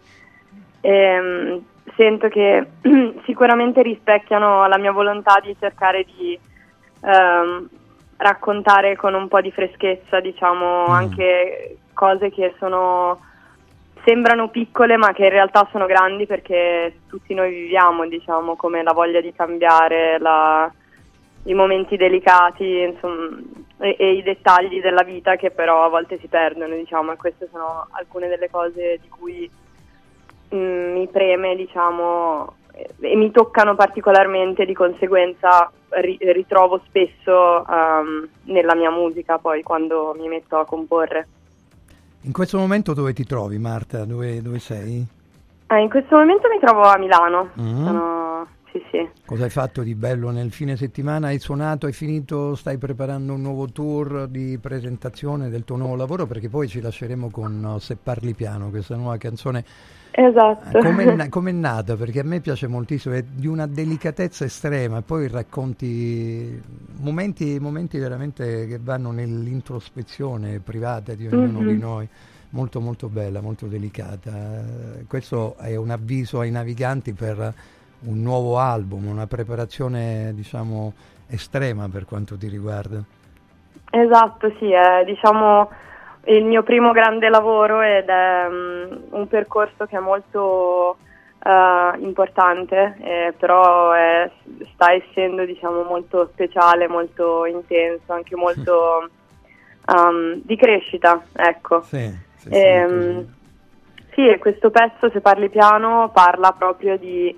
Sento che sicuramente rispecchiano la mia volontà di cercare di raccontare con un po' di freschezza, diciamo, anche cose che sembrano piccole ma che in realtà sono grandi, perché tutti noi viviamo, diciamo, come la voglia di cambiare, i momenti delicati, insomma, e i dettagli della vita che però a volte si perdono, diciamo, e queste sono alcune delle cose di cui mi preme, diciamo, e mi toccano particolarmente, di conseguenza ritrovo spesso nella mia musica poi quando mi metto a comporre. In questo momento dove ti trovi, Marta? Dove sei? In questo momento mi trovo a Milano. Sì. Cosa hai fatto di bello nel fine settimana? Hai suonato, hai finito, stai preparando un nuovo tour di presentazione del tuo nuovo lavoro? Perché poi ci lasceremo con Se parli piano, questa nuova canzone. Esatto. Com'è nata? Perché a me piace moltissimo, è di una delicatezza estrema, e poi racconti momenti veramente che vanno nell'introspezione privata di ognuno di noi, molto molto bella, molto delicata. Questo è un avviso ai naviganti per un nuovo album, una preparazione, diciamo, estrema per quanto ti riguarda. Esatto, sì, è, diciamo, il mio primo grande lavoro, ed è un percorso che è molto importante, però sta essendo, diciamo, molto speciale, molto intenso, anche molto di crescita, ecco. Sì, e questo pezzo, Se parli piano, parla proprio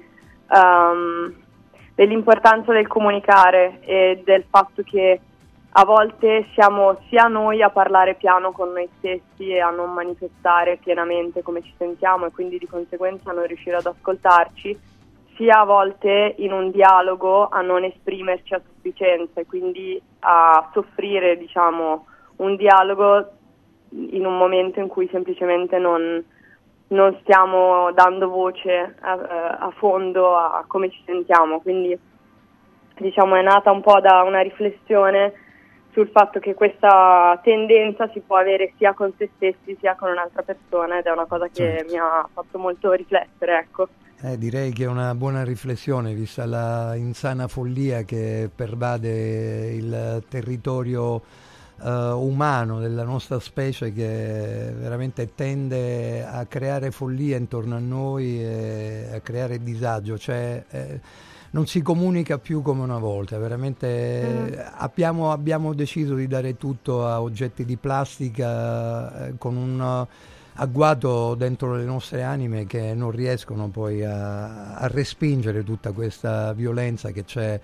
dell'importanza del comunicare e del fatto che a volte siamo sia noi a parlare piano con noi stessi e a non manifestare pienamente come ci sentiamo, e quindi di conseguenza a non riuscire ad ascoltarci, sia a volte in un dialogo a non esprimerci a sufficienza, e quindi a soffrire, diciamo, un dialogo in un momento in cui semplicemente non stiamo dando voce a fondo a come ci sentiamo. Quindi, diciamo, è nata un po' da una riflessione sul fatto che questa tendenza si può avere sia con se stessi sia con un'altra persona, ed è una cosa che mi ha fatto molto riflettere, ecco. Direi che è una buona riflessione, vista la insana follia che pervade il territorio umano della nostra specie, che veramente tende a creare follia intorno a noi e a creare disagio, cioè non si comunica più come una volta, veramente. Abbiamo deciso di dare tutto a oggetti di plastica, con un agguato dentro le nostre anime che non riescono poi a respingere tutta questa violenza che c'è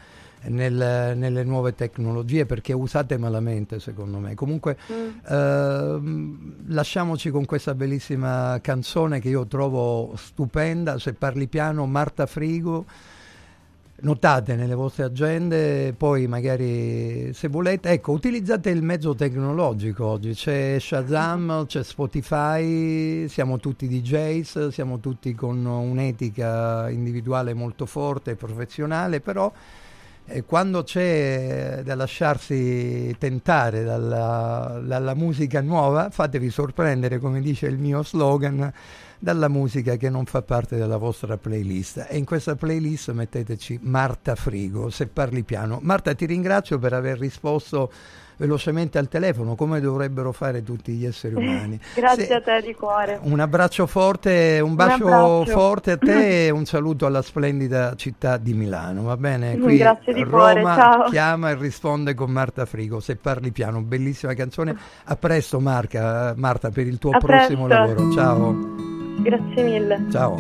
nelle nuove tecnologie, perché usate malamente secondo me. Comunque lasciamoci con questa bellissima canzone che io trovo stupenda, Se parli piano, Marta Frigo. Notate nelle vostre agende, poi magari se volete, ecco, utilizzate il mezzo tecnologico oggi, c'è Shazam, c'è Spotify, siamo tutti DJs, siamo tutti con un'etica individuale molto forte e professionale, però quando c'è da lasciarsi tentare dalla musica nuova, fatevi sorprendere, come dice il mio slogan, dalla musica che non fa parte della vostra playlist, e in questa playlist metteteci Marta Frigo, Se parli piano. Marta, ti ringrazio per aver risposto velocemente al telefono, come dovrebbero fare tutti gli esseri umani. Grazie a te di cuore. Un abbraccio forte, un bacio forte a te e un saluto alla splendida città di Milano, va bene? Qui grazie di Roma cuore, ciao. Chiama e risponde con Marta Frigo, Se parli piano, bellissima canzone. A presto Marta, per il tuo prossimo lavoro. Ciao. Grazie mille. Ciao.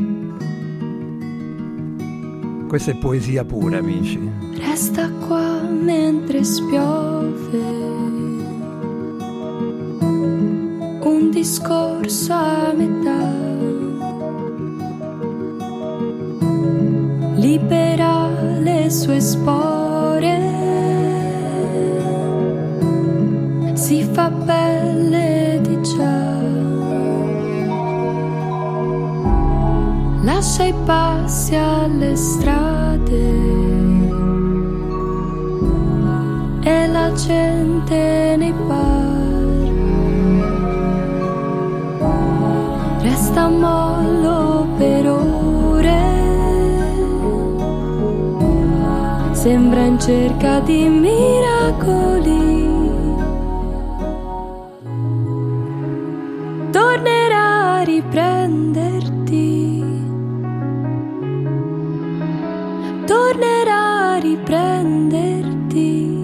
Questa è poesia pura, amici. Resta qua mentre spiove, un discorso a metà, libera le sue spore, si fa pelle di già. Lascia i passi alle strade e la gente nei bar. Resta a mollo per ore, sembra in cerca di miracoli. Tornerà a riprenderti, tornerà a riprenderti,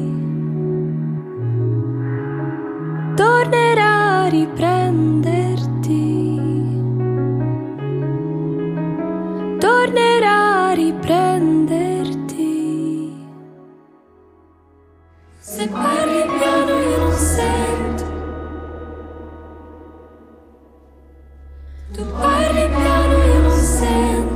tornerà a riprenderti, tornerà a riprenderti. Se parli piano io non sento, tu parli piano io non sento.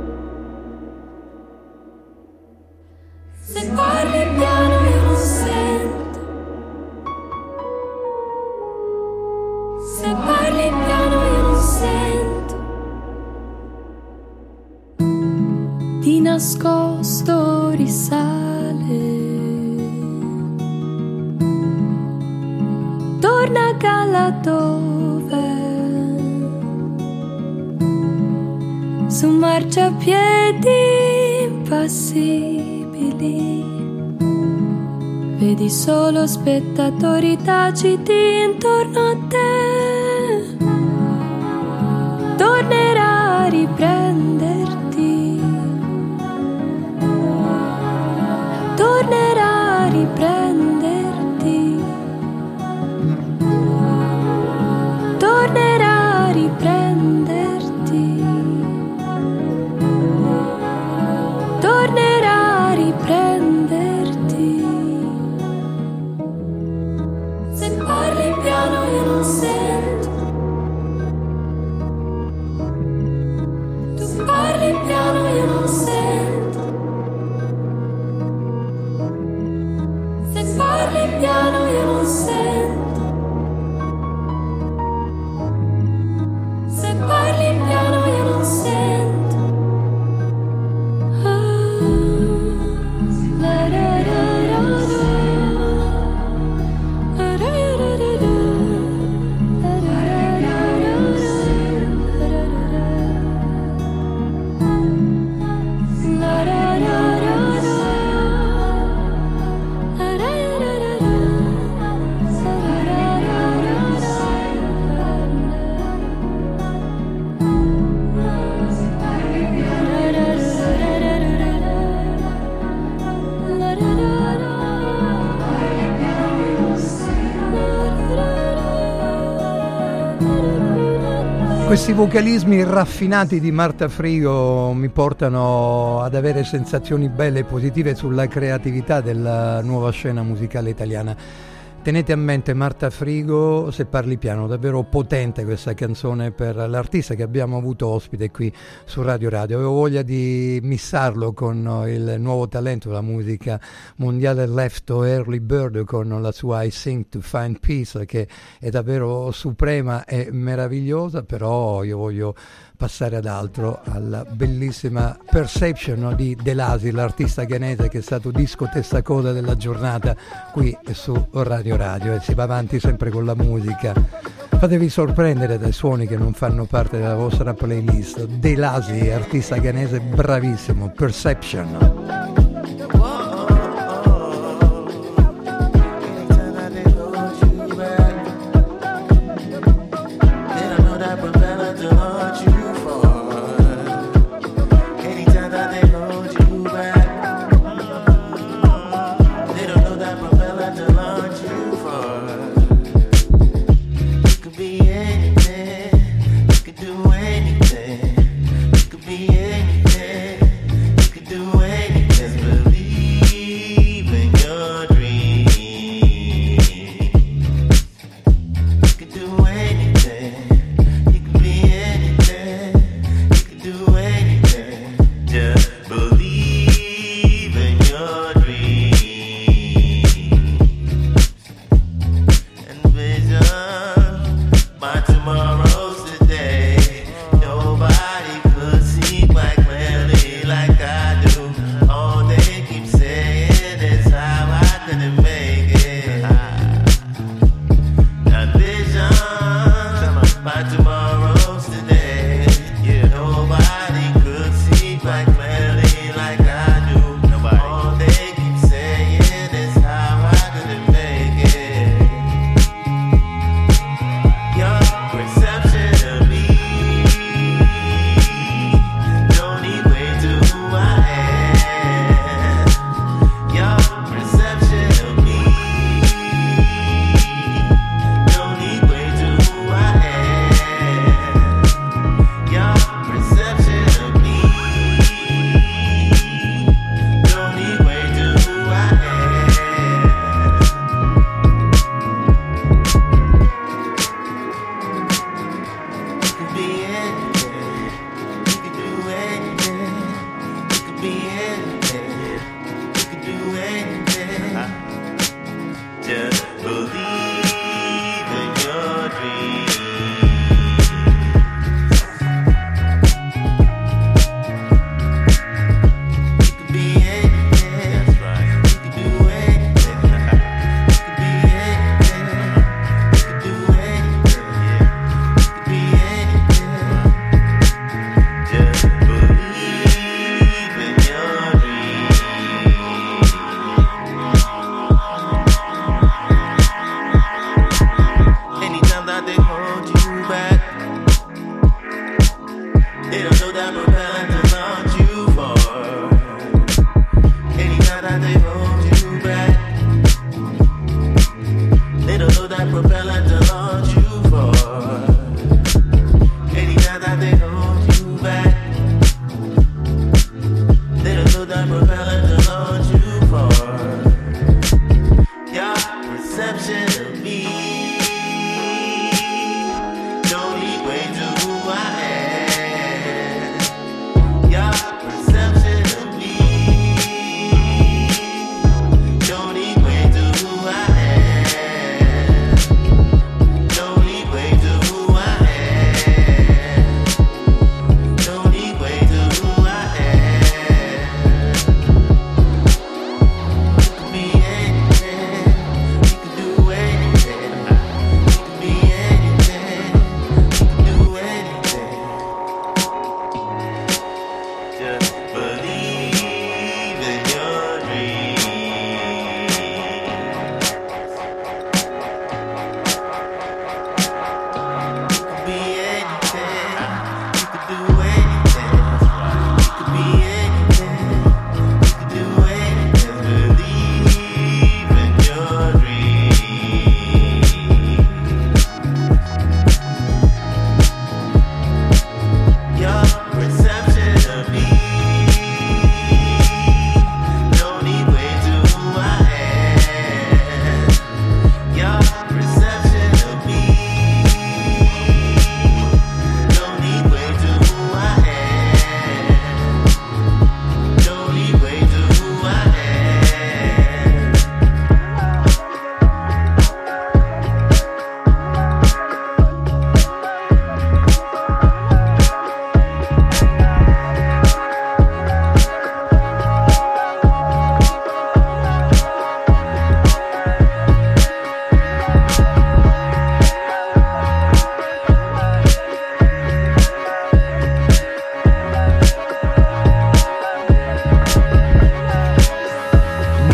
Se parli piano io non sento, se parli piano io non sento. Di nascosto risale, torna a galla dove, su marciapiedi impassibili, vedi solo spettatori taciti intorno a te. Tornerà a riprenderti, tornerà a riprenderti, tornerà a riprenderti, tornerà a riprenderti. Se parli piano io non sento, tu parli piano io non sento. Se parli piano io non sento, se parli piano io non sento. Questi vocalismi raffinati di Marta Frigo mi portano ad avere sensazioni belle e positive sulla creatività della nuova scena musicale italiana. Tenete a mente Marta Frigo, Se parli piano, davvero potente questa canzone per l'artista che abbiamo avuto ospite qui su Radio Radio. Avevo voglia di missarlo con il nuovo talento della musica mondiale Lefto, Early Bird, con la sua I Sing to Find Peace, che è davvero suprema e meravigliosa, però io voglio passare ad altro, alla bellissima Perception di De Lasi, l'artista ghanese che è stato disco testacoda della giornata qui su Radio Radio, e si va avanti sempre con la musica. Fatevi sorprendere dai suoni che non fanno parte della vostra playlist. De Lasi, artista ghanese bravissimo, Perception. Anything,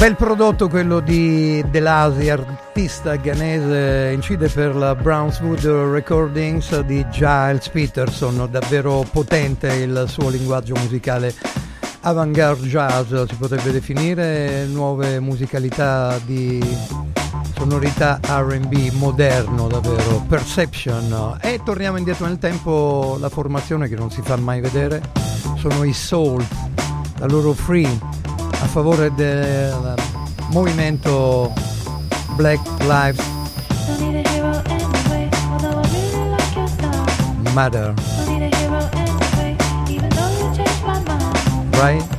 Bel prodotto quello di Delasi, artista ghanese, incide per la Brownswood Recordings di Giles Peterson, davvero potente il suo linguaggio musicale, avant-garde jazz si potrebbe definire, nuove musicalità di sonorità R&B moderno davvero, Perception. E torniamo indietro nel tempo, la formazione che non si fa mai vedere sono i Soul, la loro Free, a favore del movimento Black Lives Matter. Right?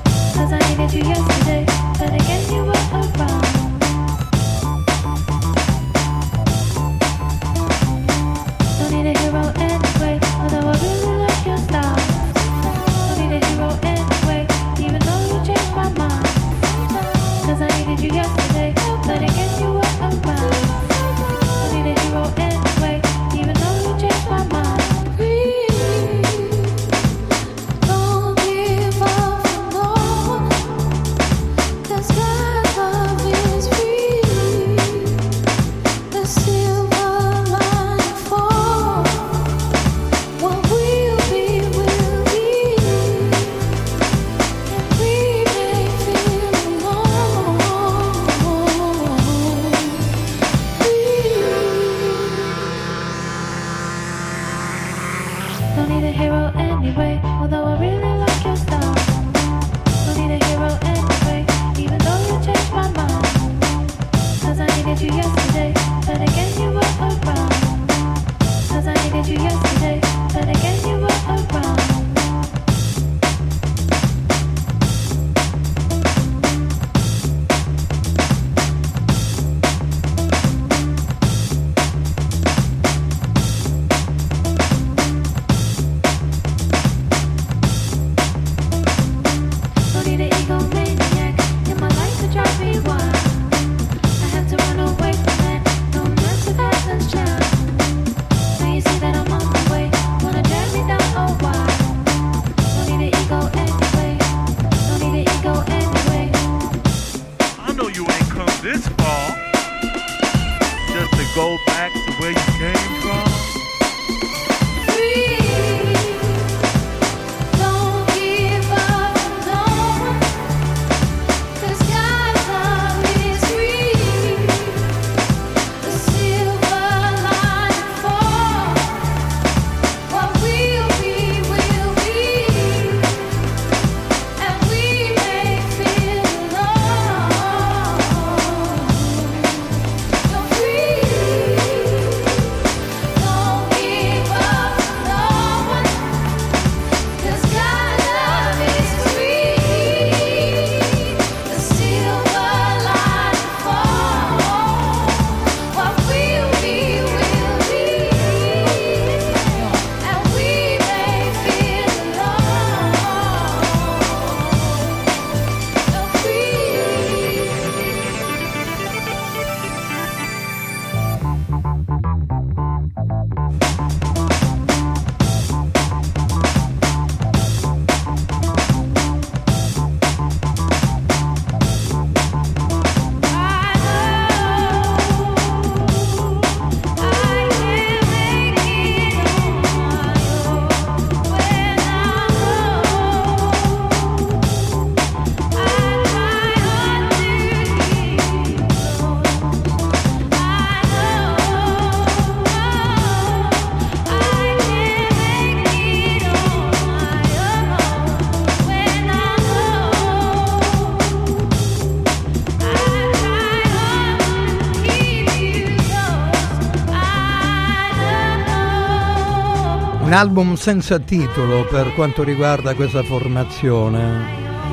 Un album senza titolo per quanto riguarda questa formazione,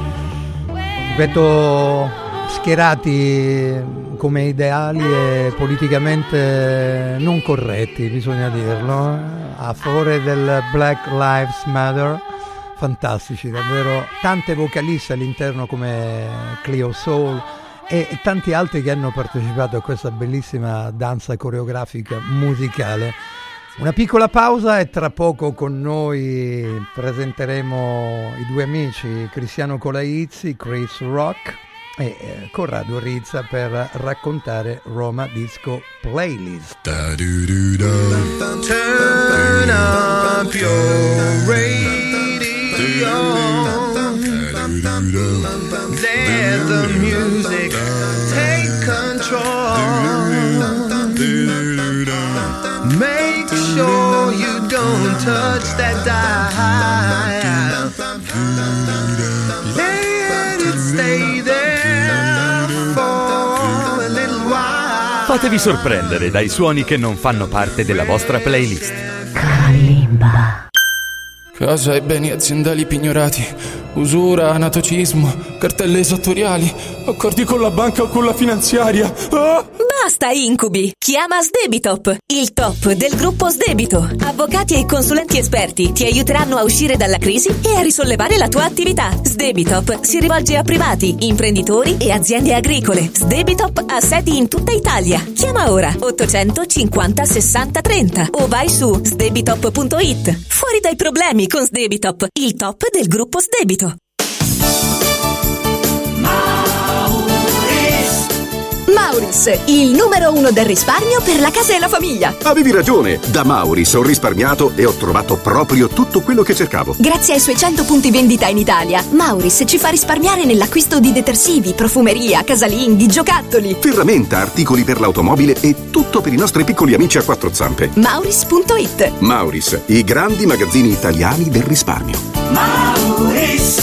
ripeto, schierati come ideali e politicamente non corretti, bisogna dirlo, a favore del Black Lives Matter, fantastici, davvero, tante vocaliste all'interno come Cleo Soul e tanti altri che hanno partecipato a questa bellissima danza coreografica musicale. Una piccola pausa e tra poco con noi presenteremo i due amici Cristiano Colaizzi, Chris Rock, e Corrado Rizza per raccontare Roma Disco Playlist. Turn up your radio. Let the music take control. Make sure you don't touch that dial. Let it stay there for a little while. Fatevi sorprendere dai suoni che non fanno parte della vostra playlist. Kalimba. Casa e beni aziendali pignorati, usura, anatocismo, cartelle esattoriali, accordi con la banca o con la finanziaria. Ah! Basta incubi! Chiama Sdebitop, il top del gruppo Sdebito. Avvocati e consulenti esperti ti aiuteranno a uscire dalla crisi e a risollevare la tua attività. Sdebitop si rivolge a privati, imprenditori e aziende agricole. Sdebitop ha sedi in tutta Italia. Chiama ora 850 60 30 o vai su sdebitop.it. Fuori dai problemi con Sdebitop, il top del gruppo Sdebito. Mauris, il numero 1 del risparmio per la casa e la famiglia. Avevi ragione, da Mauris ho risparmiato e ho trovato proprio tutto quello che cercavo. Grazie ai suoi 100 punti vendita in Italia, Mauris ci fa risparmiare nell'acquisto di detersivi, profumeria, casalinghi, giocattoli, ferramenta, articoli per l'automobile e tutto per i nostri piccoli amici a quattro zampe. Mauris.it. Mauris, i grandi magazzini italiani del risparmio. Mauris.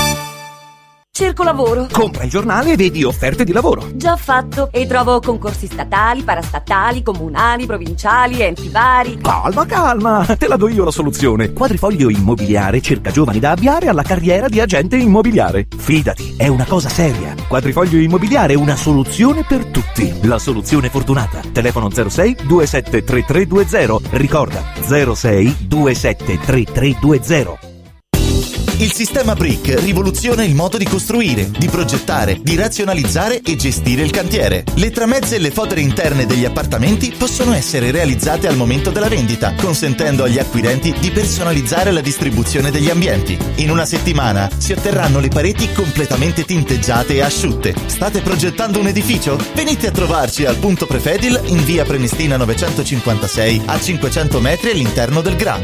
Cerco lavoro. Compra il giornale e vedi offerte di lavoro. Già fatto. E trovo concorsi statali, parastatali, comunali, provinciali, enti vari. Calma, te la do io la soluzione. Quadrifoglio Immobiliare cerca giovani da avviare alla carriera di agente immobiliare. Fidati, è una cosa seria. Quadrifoglio Immobiliare è una soluzione per tutti. La soluzione fortunata. Telefono 06 27 3320. Ricorda 06 27 3320. Il sistema Brick rivoluziona il modo di costruire, di progettare, di razionalizzare e gestire il cantiere. Le tramezze e le fodere interne degli appartamenti possono essere realizzate al momento della vendita, consentendo agli acquirenti di personalizzare la distribuzione degli ambienti. In una settimana si otterranno le pareti completamente tinteggiate e asciutte. State progettando un edificio? Venite a trovarci al punto Prefedil in via Prenestina 956 a 500 metri all'interno del GRA.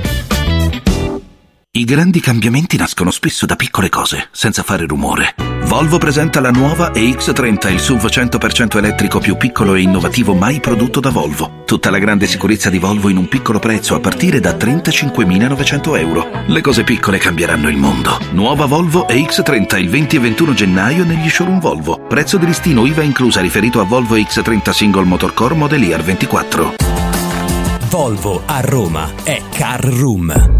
I grandi cambiamenti nascono spesso da piccole cose, senza fare rumore. Volvo presenta la nuova EX30, il SUV 100% elettrico più piccolo e innovativo mai prodotto da Volvo. Tutta la grande sicurezza di Volvo in un piccolo prezzo a partire da 35.900 euro. Le cose piccole cambieranno il mondo. Nuova Volvo EX30 il 20 e 21 gennaio negli showroom Volvo. Prezzo di listino IVA inclusa riferito a Volvo EX30 Single Motor Core Model Year 24. Volvo a Roma è Car Room.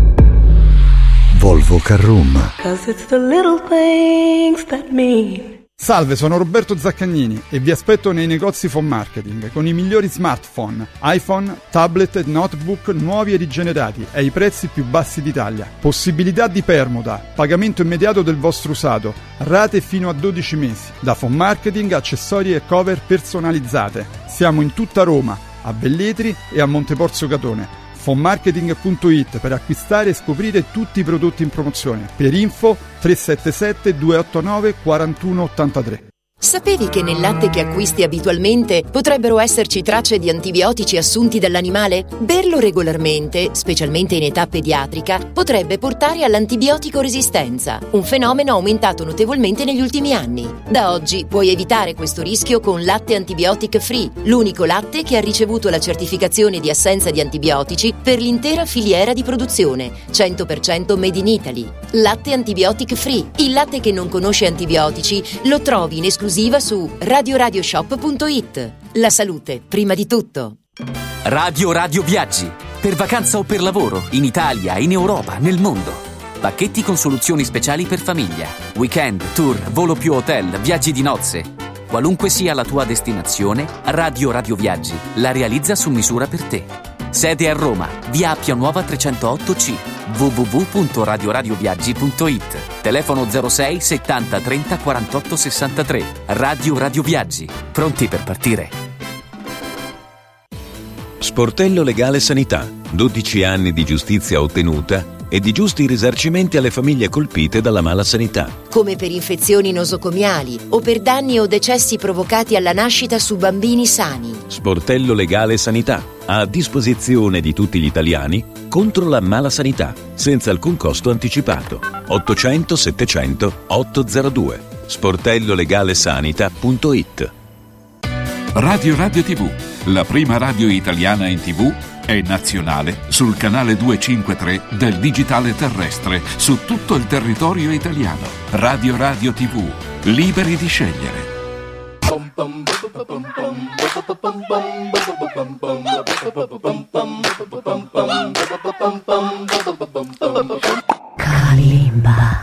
Volvo Car Room. 'Cause it's the little things that mean. Salve, sono Roberto Zaccagnini e vi aspetto nei negozi Phone Marketing con i migliori smartphone, iPhone, tablet e notebook nuovi e rigenerati ai prezzi più bassi d'Italia. Possibilità di permuta, pagamento immediato del vostro usato, rate fino a 12 mesi. Da Phone Marketing, accessori e cover personalizzate. Siamo in tutta Roma, a Velletri e a Monteporzio Catone. Fonmarketing.it per acquistare e scoprire tutti i prodotti in promozione. Per info 377 289 4183. Sapevi che nel latte che acquisti abitualmente potrebbero esserci tracce di antibiotici assunti dall'animale? Berlo regolarmente, specialmente in età pediatrica, potrebbe portare all'antibiotico resistenza, un fenomeno aumentato notevolmente negli ultimi anni. Da oggi puoi evitare questo rischio con Latte Antibiotic Free, l'unico latte che ha ricevuto la certificazione di assenza di antibiotici per l'intera filiera di produzione, 100% made in Italy. Latte Antibiotic Free, il latte che non conosce antibiotici, lo trovi in esclusiva su radioradioshop.it. La salute, prima di tutto. Radio Viaggi. Per vacanza o per lavoro, in Italia, in Europa, nel mondo. Pacchetti con soluzioni speciali per famiglia. Weekend, tour, volo più hotel, viaggi di nozze. Qualunque sia la tua destinazione, Radio Viaggi la realizza su misura per te. Sede a Roma, via Appia Nuova 308C. www.radioradioviaggi.it. Telefono 06 70 30 48 63. Radio Viaggi. Pronti per partire. Sportello Legale Sanità. 12 anni di giustizia ottenuta e di giusti risarcimenti alle famiglie colpite dalla malasanità. Come per infezioni nosocomiali o per danni o decessi provocati alla nascita su bambini sani. Sportello Legale Sanità, a disposizione di tutti gli italiani contro la malasanità, senza alcun costo anticipato. 800 700 802. sportellolegalesanita.it. Radio TV, la prima radio italiana in TV e nazionale sul canale 253 del digitale terrestre su tutto il territorio italiano. Radio TV, liberi di scegliere. Kalimba.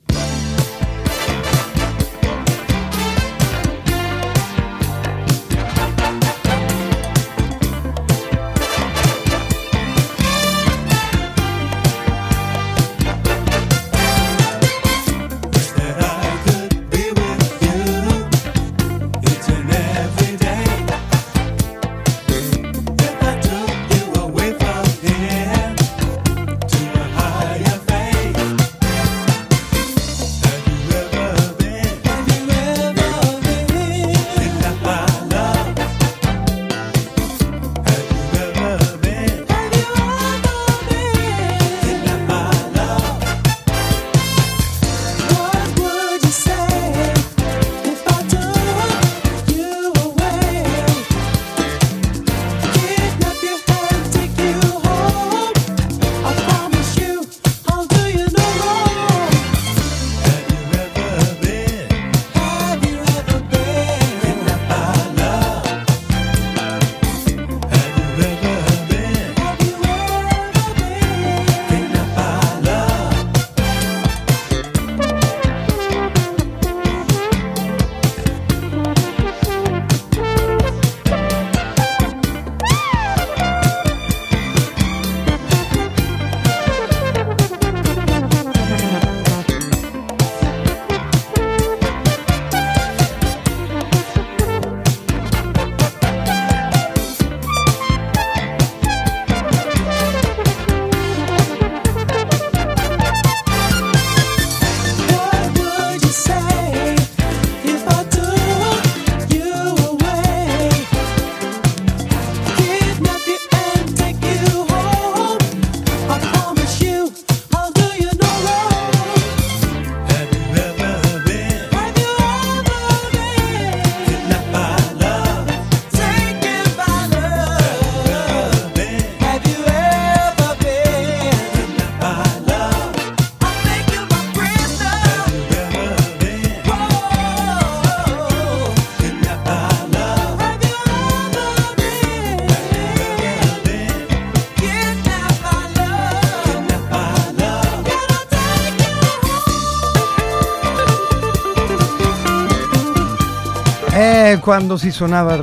Quando si suonava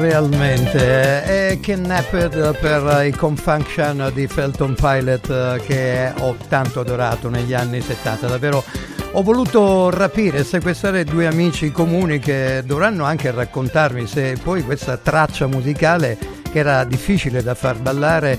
realmente Kidnapped per i Confunction di Felton Pilot, che ho tanto adorato negli anni 70. Davvero ho voluto rapire e sequestrare due amici comuni che dovranno anche raccontarmi se poi questa traccia musicale, che era difficile da far ballare,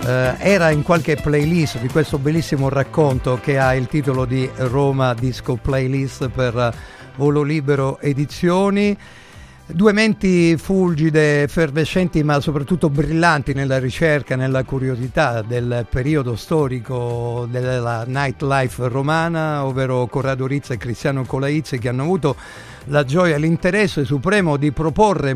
era in qualche playlist di questo bellissimo racconto che ha il titolo di Roma Disco Playlist per Volo Libero Edizioni. Due menti fulgide, effervescenti, ma soprattutto brillanti nella ricerca, nella curiosità del periodo storico della nightlife romana, ovvero Corrado Rizza e Cristiano Colaizzi, che hanno avuto la gioia e l'interesse supremo di proporre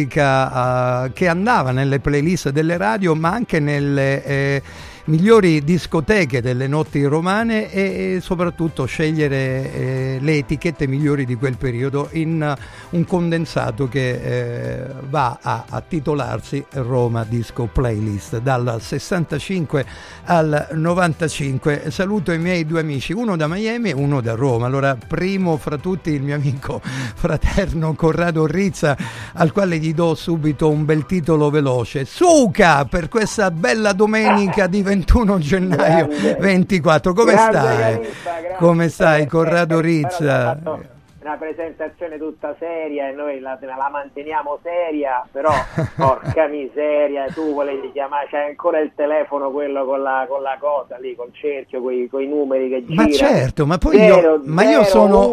musica che andava nelle playlist delle radio, ma anche nelle migliori discoteche delle notti romane, e soprattutto scegliere le etichette migliori di quel periodo in un condensato che va a titolarsi Roma Disco Playlist dal 65 al 95. Saluto i miei due amici, uno da Miami e uno da Roma. Allora, primo fra tutti il mio amico fraterno Corrado Rizza, al quale gli do subito un bel titolo veloce. Suca per questa bella domenica di 21 gennaio 24. Come stai? Come stai, Corrado Rizza? una presentazione tutta seria e noi la manteniamo seria, però porca miseria, tu volevi chiamare, c'è ancora il telefono quello con la cosa lì, col cerchio, coi numeri che girano. Ma certo, ma poi io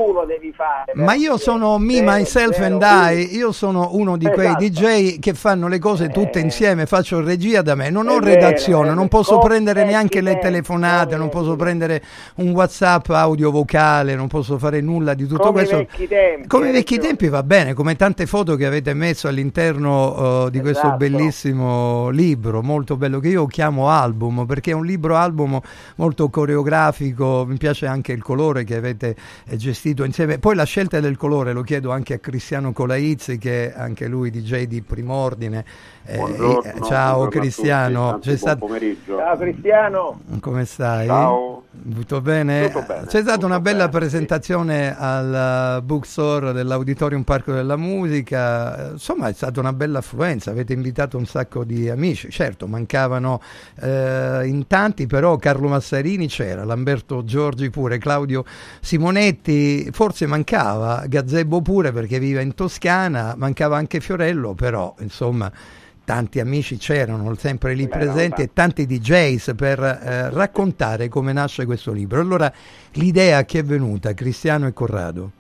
sono me, myself and I, io sono uno di quei DJ che fanno le cose tutte insieme, faccio regia da me, non ho redazione, non posso prendere neanche le telefonate, non posso prendere un WhatsApp audio vocale, non posso fare nulla di tutto questo. Come i vecchi tempi va bene, come tante foto che avete messo all'interno di questo bellissimo libro, molto bello, che io chiamo album, perché è un libro album molto coreografico, mi piace anche il colore che avete gestito insieme. Poi la scelta del colore lo chiedo anche a Cristiano Colaizzi, che è anche lui DJ di prim'ordine. Ciao Cristiano, buon pomeriggio. Ciao Cristiano, come stai? Ciao. Tutto bene? Tutto bene. C'è stata una bella presentazione al bookstore dell'Auditorium Parco della Musica, insomma è stata una bella affluenza, avete invitato un sacco di amici, certo mancavano in tanti, però Carlo Massarini c'era, Lamberto Giorgi pure, Claudio Simonetti, forse mancava Gazebo pure perché vive in Toscana, mancava anche Fiorello, però insomma tanti amici c'erano sempre lì presenti e tanti DJs per raccontare come nasce questo libro. Allora l'idea che è venuta, Cristiano e Corrado?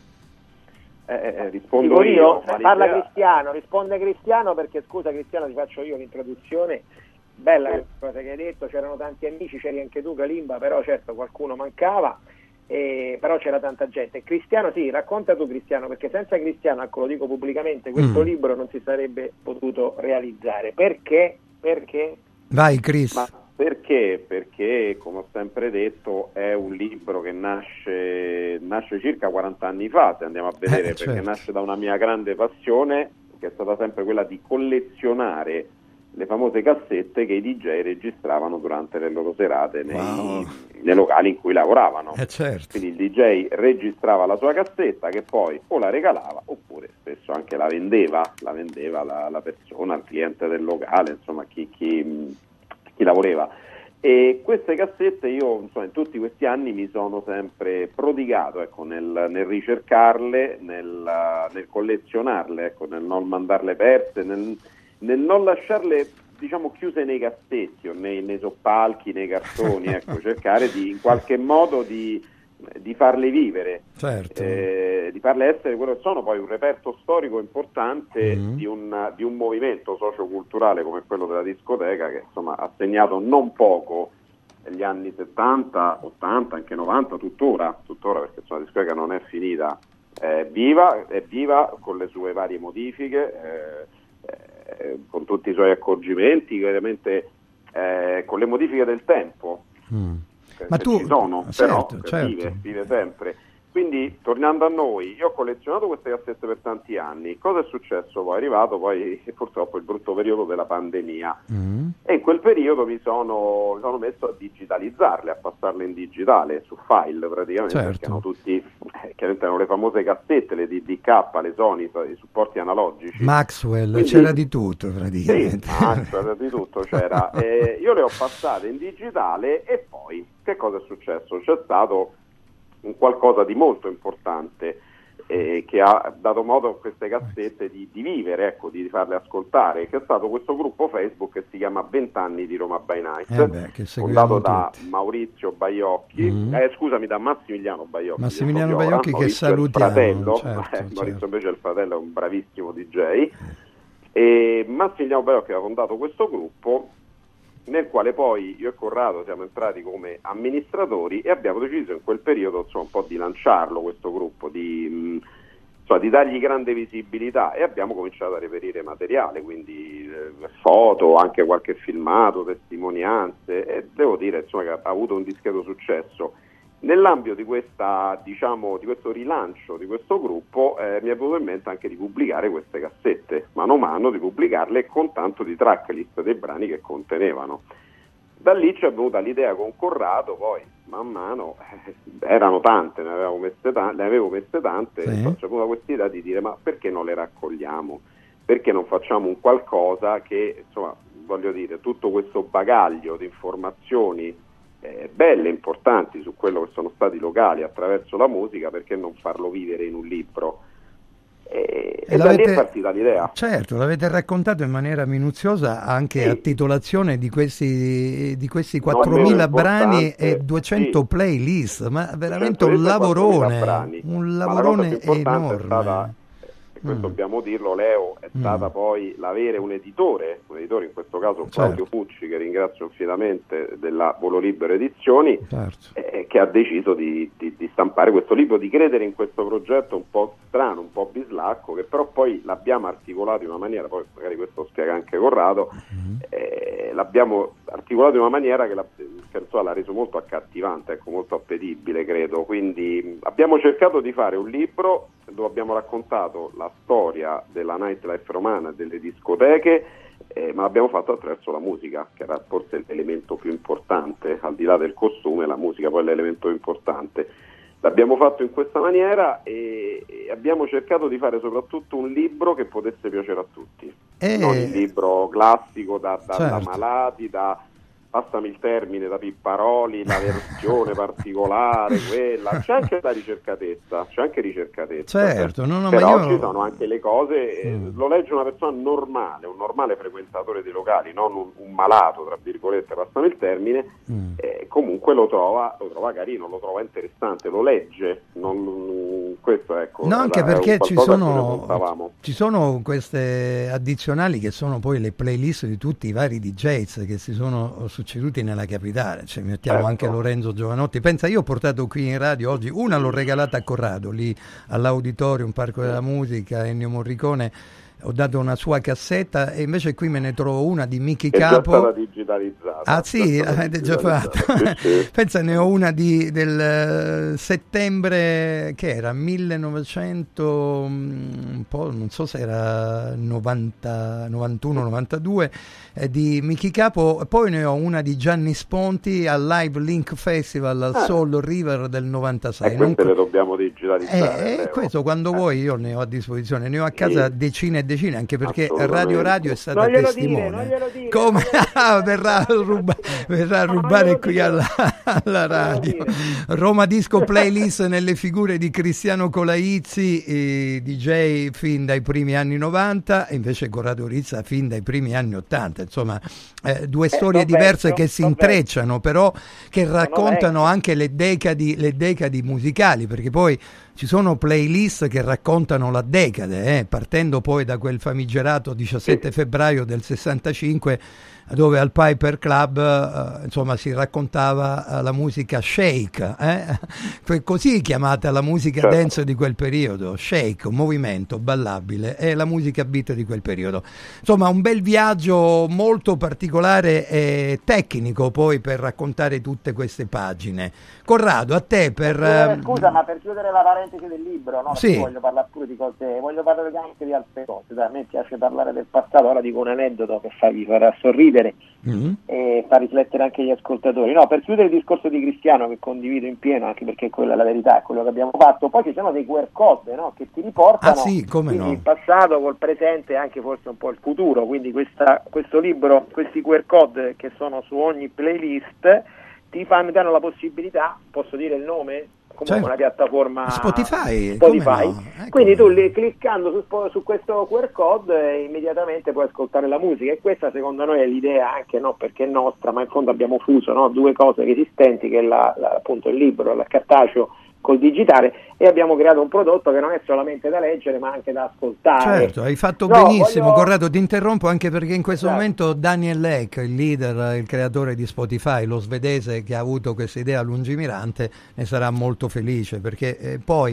Rispondo io. Parla Cristiano, risponde Cristiano, perché scusa Cristiano, ti faccio io l'introduzione. Bella questa cosa che hai detto, c'erano tanti amici, c'eri anche tu Kalimba, però certo qualcuno mancava. Però c'era tanta gente. Cristiano, sì, racconta tu Cristiano, perché senza Cristiano, ecco, lo dico pubblicamente, questo libro non si sarebbe potuto realizzare. Perché? Vai Chris. Ma perché? Perché, come ho sempre detto, è un libro che nasce circa 40 anni fa, se andiamo a vedere, perché nasce da una mia grande passione, che è stata sempre quella di collezionare le famose cassette che i DJ registravano durante le loro serate nei locali in cui lavoravano. Quindi il DJ registrava la sua cassetta, che poi o la regalava oppure spesso anche la vendeva la persona, il cliente del locale, insomma chi la voleva. E queste cassette io, insomma, in tutti questi anni mi sono sempre prodigato, ecco, nel ricercarle, nel collezionarle, ecco, nel non mandarle perse, nel non lasciarle, diciamo, chiuse nei cassetti o nei soppalchi, nei cartoni, ecco, cercare di in qualche modo di farle vivere, di farle essere quello che sono, poi un reperto storico importante di un movimento socioculturale come quello della discoteca, che insomma ha segnato non poco negli anni 70, 80, anche 90, tuttora, perché insomma la discoteca non è finita, è viva con le sue varie modifiche, con tutti i suoi accorgimenti, veramente con le modifiche del tempo. Ma tu ci sono, però vive sempre. Quindi, tornando a noi, io ho collezionato queste cassette per tanti anni. Cosa è successo? Poi è arrivato purtroppo il brutto periodo della pandemia e in quel periodo mi sono messo a digitalizzarle, a passarle in digitale su file praticamente, perché erano tutti, chiaramente erano le famose cassette, le DDK, le Sony, i supporti analogici. Maxwell, quindi, c'era di tutto praticamente. Sì, c'era di tutto, c'era. Io le ho passate in digitale e poi che cosa è successo? C'è stato un qualcosa di molto importante che ha dato modo a queste cassette di vivere, ecco, di farle ascoltare, che è stato questo gruppo Facebook che si chiama 20 anni di Roma by Night, fondato da Maurizio Baiocchi, da Massimiliano Baiocchi. Massimiliano Baiocchi, che salutiamo. Fratello, Maurizio invece è il fratello, è un bravissimo DJ, e Massimiliano Baiocchi ha fondato questo gruppo, nel quale poi io e Corrado siamo entrati come amministratori e abbiamo deciso in quel periodo, insomma, un po' di lanciarlo questo gruppo, di dargli grande visibilità, e abbiamo cominciato a reperire materiale, quindi foto, anche qualche filmato, testimonianze, e devo dire, insomma, che ha avuto un discreto successo. Nell'ambito di questa, diciamo, di questo rilancio di questo gruppo mi è venuto in mente anche di pubblicare queste cassette, mano a mano di pubblicarle con tanto di tracklist dei brani che contenevano. Da lì ci è venuta l'idea con Corrado, poi man mano erano tante, ne avevo messe tante, ci è venuta questa idea di dire: ma perché non le raccogliamo? Perché non facciamo un qualcosa che, insomma, voglio dire, tutto questo bagaglio di informazioni belle, importanti su quello che sono stati locali attraverso la musica, perché non farlo vivere in un libro? E da lì è partita l'idea. Certo, l'avete raccontato in maniera minuziosa anche a titolazione di questi 4.000 brani e 200 playlist, ma veramente un lavorone enorme. Questo dobbiamo dirlo, Leo è stata poi l'avere un editore in questo caso Claudio Pucci, che ringrazio infinitamente, della Volo Libero Edizioni, che ha deciso di stampare questo libro, di credere in questo progetto un po' strano, un po' bislacco, che però poi l'abbiamo articolato in una maniera, poi magari questo spiega anche Corrado, l'abbiamo articolato in una maniera che l'ha reso molto accattivante, ecco, molto appetibile, credo. Quindi abbiamo cercato di fare un libro dove abbiamo raccontato la storia della nightlife romana, delle discoteche, ma l'abbiamo fatto attraverso la musica, che era forse l'elemento più importante, al di là del costume, la musica poi è l'elemento più importante. L'abbiamo fatto in questa maniera e abbiamo cercato di fare soprattutto un libro che potesse piacere a tutti, non il libro classico da malati, passami il termine, da pipparoli, la versione particolare, quella, c'è anche la ricercatezza, certo, però ci sono anche le cose, lo legge una persona normale, un normale frequentatore dei locali, non un malato, tra virgolette, passami il termine, comunque lo trova carino, lo trova interessante, lo legge, questo, ecco, anche perché ci sono queste addizionali che sono poi le playlist di tutti i vari DJs che si sono succeduti nella capitale, mettiamo anche Lorenzo Giovanotti. Pensa, io ho portato qui in radio oggi, una l'ho regalata a Corrado lì all'Auditorium Parco della Musica, Ennio Morricone, ho dato una sua cassetta, e invece qui me ne trovo una di Mickey Capo. È stata digitalizzata. Ah sì, l'avete già fatto. Pensa, ne ho una del settembre, che era 1900, un po', non so se era 90, 91, 92, di Mickey Capo. Poi ne ho una di Gianni Sponti al Live Link Festival al Soul River del 96. Queste le dobbiamo digitalizzare. Questo quando vuoi io ne ho a disposizione, ne ho a casa decine e decine, anche perché Radio è stata testimone. Come verrà a rubare qui alla radio. Roma Disco Playlist nelle figure di Cristiano Colaizzi, DJ fin dai primi anni 90, e invece Corrado Rizza fin dai primi anni 80. Insomma, due storie diverse che si intrecciano, però che raccontano anche le decadi musicali, perché poi ci sono playlist che raccontano la decade, partendo poi da quel famigerato 17 febbraio del 65, dove al Piper Club insomma si raccontava la musica shake, così chiamata la musica dance di quel periodo, shake, un movimento ballabile, è la musica beat di quel periodo. Insomma, un bel viaggio molto particolare e tecnico poi per raccontare tutte queste pagine. Corrado, a te scusa, ma per chiudere la parentesi del libro, no? Sì. Voglio parlare pure di cose, voglio parlare anche di altre cose. A me piace parlare del passato, ora dico un aneddoto che vi farà sorridere e fa riflettere anche gli ascoltatori. No, per chiudere il discorso di Cristiano, che condivido in pieno, anche perché quella è la verità, è quello che abbiamo fatto. Poi ci sono dei QR code, no, che ti riportano il passato col presente e anche forse un po' il futuro. Quindi questo libro, questi QR code che sono su ogni playlist danno la possibilità, posso dire il nome? Comunque una piattaforma Spotify. No? Quindi tu cliccando su questo QR code immediatamente puoi ascoltare la musica, e questa secondo noi è l'idea, anche perché è nostra, ma in fondo abbiamo fuso due cose esistenti, che è appunto il libro, il cartaceo col digitale, e abbiamo creato un prodotto che non è solamente da leggere ma anche da ascoltare. Certo, hai fatto benissimo. Corrado, ti interrompo anche perché in questo momento Daniel Ek, il leader, il creatore di Spotify, lo svedese che ha avuto questa idea lungimirante, ne sarà molto felice, perché poi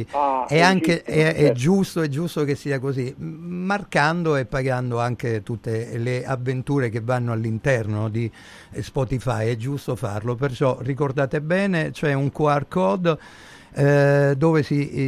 è giusto che sia così, marcando e pagando anche tutte le avventure che vanno all'interno di Spotify, è giusto farlo, perciò ricordate bene, c'è un QR code dove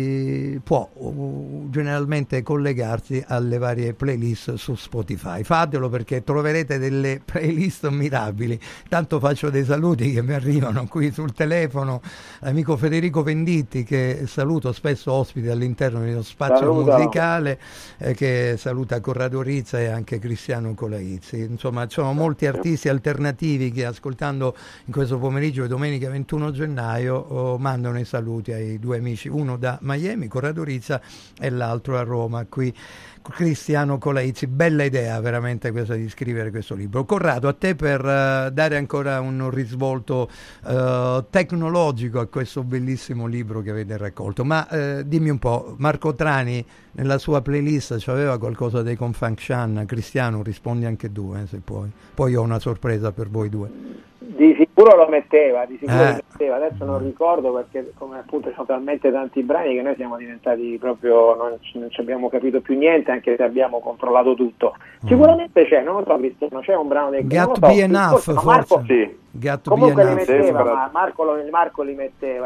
si può generalmente collegarsi alle varie playlist su Spotify. Fatelo perché troverete delle playlist mirabili. Tanto faccio dei saluti che mi arrivano qui sul telefono, l'amico Federico Venditti, che saluto, spesso ospite all'interno dello spazio musicale, che saluta Corrado Rizza e anche Cristiano Colaizzi. Insomma, ci sono molti artisti alternativi che, ascoltando in questo pomeriggio di domenica 21 gennaio, mandano i saluti ai due amici, uno da Miami, Corrado Rizza, e l'altro a Roma, qui Cristiano Colaizzi. Bella idea veramente questa di scrivere questo libro. Corrado, a te per dare ancora un risvolto tecnologico a questo bellissimo libro che avete raccolto, ma dimmi un po', Marco Trani nella sua playlist c'aveva qualcosa dei Confunction? Cristiano, rispondi anche tu, se puoi. Poi ho una sorpresa per voi due. Di sicuro lo metteva, adesso non ricordo perché come appunto ci sono talmente tanti brani che noi siamo diventati proprio, non ci abbiamo capito più niente, anche se abbiamo controllato tutto. Sicuramente c'è, non lo so Cristiano, c'è un brano del Got Be Enough, forse. Marco, sì. Comunque li metteva, ma Marco li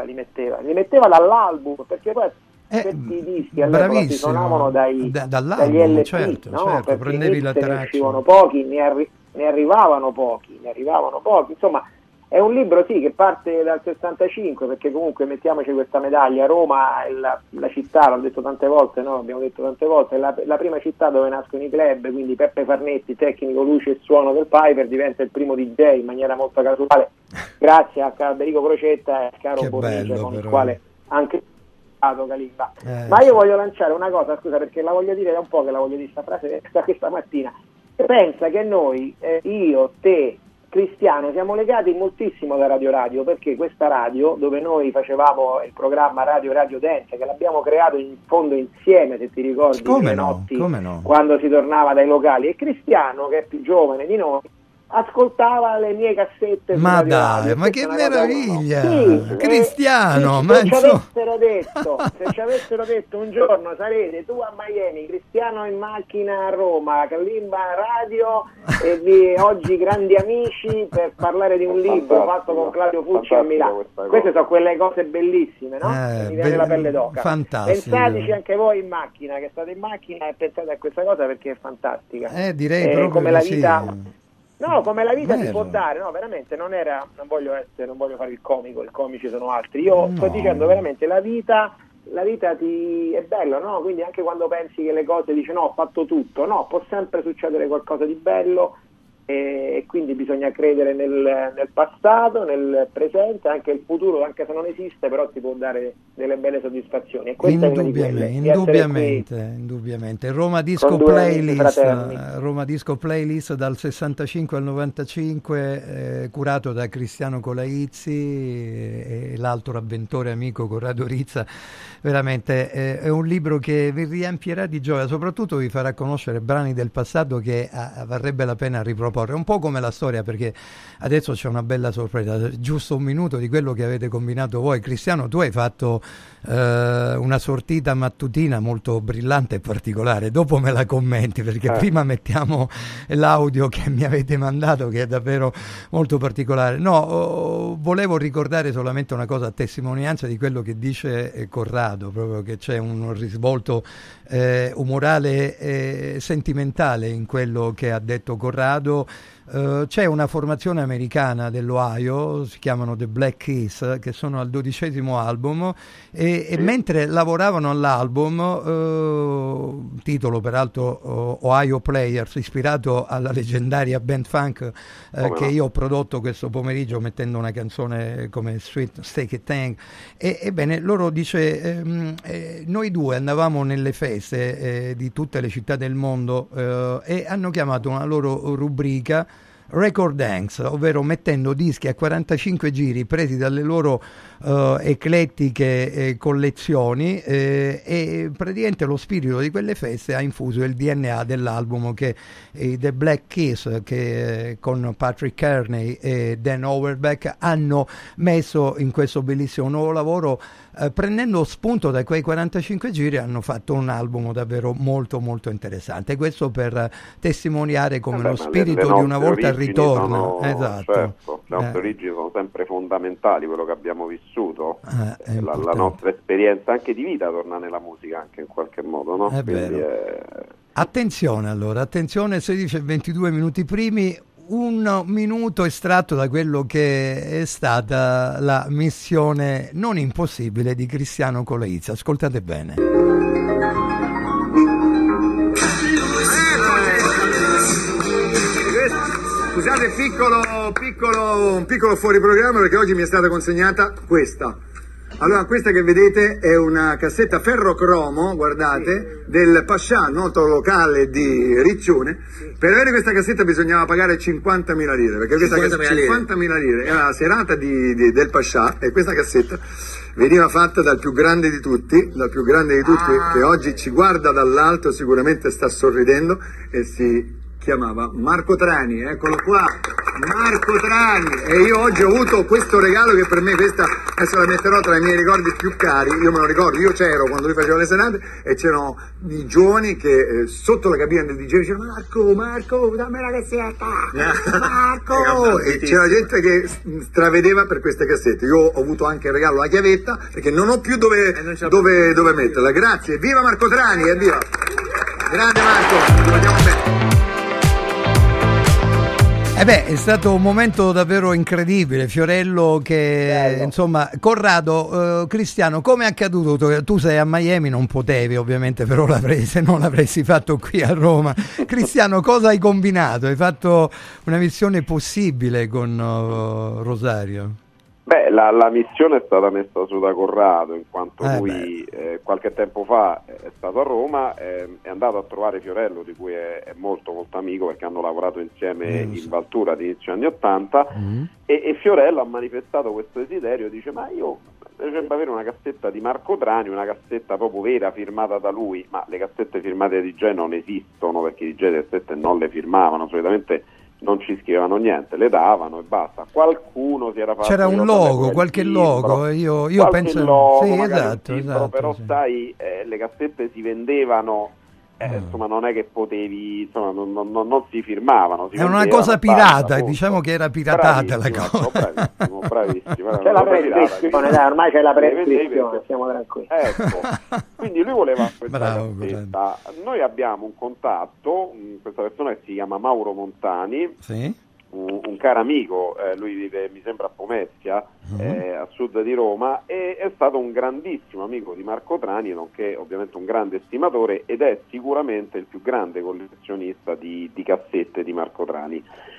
metteva dall'album, perché poi questi dischi all'epoca si suonavano dagli LP, certo, no? certo, prendevi la traccia. Ne uscivano pochi, ne arrivavano pochi, insomma è un libro sì che parte dal 65, perché comunque mettiamoci questa medaglia, Roma è la città, l'ho detto tante volte, no? Abbiamo detto tante volte, la prima città dove nascono i club, quindi Peppe Farnetti, tecnico luce e suono del Piper, diventa il primo DJ in maniera molto casuale, grazie a Federico Crocetta e a Caro Bornice, con il quale anche Kalimba. Ma io voglio lanciare una cosa, scusa, perché la voglio dire da un po' che la voglio dire questa frase questa mattina. Pensa che noi, io, te, Cristiano, siamo legati moltissimo da Radio, perché questa radio, dove noi facevamo il programma Radio Dance, che l'abbiamo creato in fondo insieme, se ti ricordi, notti, quando si tornava dai locali, e Cristiano, che è più giovane di noi, ascoltava le mie cassette. Ma dai, ma che meraviglia! Sì, Cristiano, se ci avessero detto un giorno sarete tu a Miami, Cristiano in macchina a Roma, Kalimba a radio e oggi grandi amici per parlare di un libro fatto con Claudio Fucci a Milano. Queste sono quelle cose bellissime, no? Mi viene la pelle d'oca. Fantastico. Pensateci anche voi in macchina, che state in macchina, e pensate a questa cosa perché è fantastica. Direi proprio come la vita. Sì. No, come la vita si può dare, no, veramente non voglio fare il comico, i comici sono altri. Io sto dicendo veramente la vita è bella, no? Quindi anche quando pensi che le cose dici no, ho fatto tutto, no, può sempre succedere qualcosa di bello, e quindi bisogna credere nel passato, nel presente, anche il futuro, anche se non esiste, però ti può dare delle belle soddisfazioni. E questa indubbiamente. Roma Disco Playlist dal 65 al 95, curato da Cristiano Colaizzi e l'altro avventore amico Corrado Rizza. Veramente è un libro che vi riempirà di gioia, soprattutto vi farà conoscere brani del passato che varrebbe la pena riproporre. Un po' come la storia, perché adesso c'è una bella sorpresa, giusto un minuto di quello che avete combinato voi. Cristiano, tu hai fatto una sortita mattutina molto brillante e particolare, dopo me la commenti, perché prima mettiamo l'audio che mi avete mandato, che è davvero molto particolare. Volevo ricordare solamente una cosa a testimonianza di quello che dice Corrado, proprio che c'è un risvolto umorale e sentimentale in quello che ha detto Corrado. C'è una formazione americana dell'Ohio, si chiamano The Black Keys, che sono al 12° album, e mentre lavoravano all'album, titolo peraltro Ohio Players, ispirato alla leggendaria band funk che io ho prodotto questo pomeriggio mettendo una canzone come Sweet Steak Tang, ebbene loro dice noi due andavamo nelle feste di tutte le città del mondo e hanno chiamato una loro rubrica Record Dance, ovvero mettendo dischi a 45 giri presi dalle loro eclettiche collezioni, e praticamente lo spirito di quelle feste ha infuso il DNA dell'album che The Black Keys, che con Patrick Kearney e Dan Auerbach hanno messo in questo bellissimo nuovo lavoro, prendendo spunto da quei 45 giri hanno fatto un album davvero molto molto interessante. Questo per testimoniare come lo spirito di una volta ritorno. Esatto. Certo, le nostre origini sono sempre fondamentali, quello che abbiamo vissuto, la nostra esperienza anche di vita torna nella musica anche in qualche modo, no? Attenzione allora, attenzione, 16:22 minuti primi, un minuto estratto da quello che è stata la missione non impossibile di Cristiano Coleizza. Ascoltate bene. Scusate, un piccolo fuori programma, perché oggi mi è stata consegnata questa. Allora, questa che vedete è una cassetta ferrocromo, guardate, del Pascià, noto locale di Riccione. Per avere questa cassetta bisognava pagare 50.000 lire, perché questa 50.000 lire era la serata del Pascià, e questa cassetta veniva fatta dal più grande di tutti, che oggi ci guarda dall'alto, sicuramente sta sorridendo, e si chiamava Marco Trani. Eccolo qua, Marco Trani. E io oggi ho avuto questo regalo che per me, questa adesso la metterò tra i miei ricordi più cari. Io me lo ricordo, io c'ero quando lui faceva le serate e c'erano i giovani che sotto la cabina del DJ dicevano Marco, dammi la cassetta, Marco, e c'era gente che stravedeva per queste cassette. Io ho avuto anche il regalo la chiavetta, perché non ho più dove metterla. Grazie, viva Marco Trani, evviva. Grande Marco, ti vogliamo bene. È stato un momento davvero incredibile, Fiorello, che insomma, Corrado, Cristiano, come è accaduto? Tu sei a Miami, non potevi ovviamente, però se non l'avresti fatto qui a Roma. Cristiano, cosa hai combinato? Hai fatto una missione possibile con Rosario? Beh, la missione è stata messa su da Corrado, in quanto lui qualche tempo fa è stato a Roma, è andato a trovare Fiorello, di cui è molto molto amico, perché hanno lavorato insieme in Valtura ad inizio anni 80, e Fiorello ha manifestato questo desiderio, dice: ma io mi piacerebbe avere una cassetta di Marco Trani, una cassetta proprio vera, firmata da lui. Ma le cassette firmate dai DJ non esistono, perché i DJ delle cassette non le firmavano, solitamente non ci scrivevano niente, le davano e basta. Qualcuno si era fatto, c'era un logo, qualche logo, io penso logo, sì, esatto, però sì. Sai, le cassette si vendevano, insomma, non è che potevi, insomma, non si firmavano, è una cosa pirata, diciamo che era piratata la cosa. Bravissimo. C'è la prescrizione, ormai c'è la prescrizione, siamo tranquilli. Ecco, quindi lui voleva questa cassetta. Noi abbiamo un contatto, questa persona che si chiama Mauro Montani, un caro amico, lui vive, mi sembra, a Pomezia, a sud di Roma, e è stato un grandissimo amico di Marco Trani, nonché ovviamente un grande estimatore, ed è sicuramente il più grande collezionista di cassette di Marco Trani.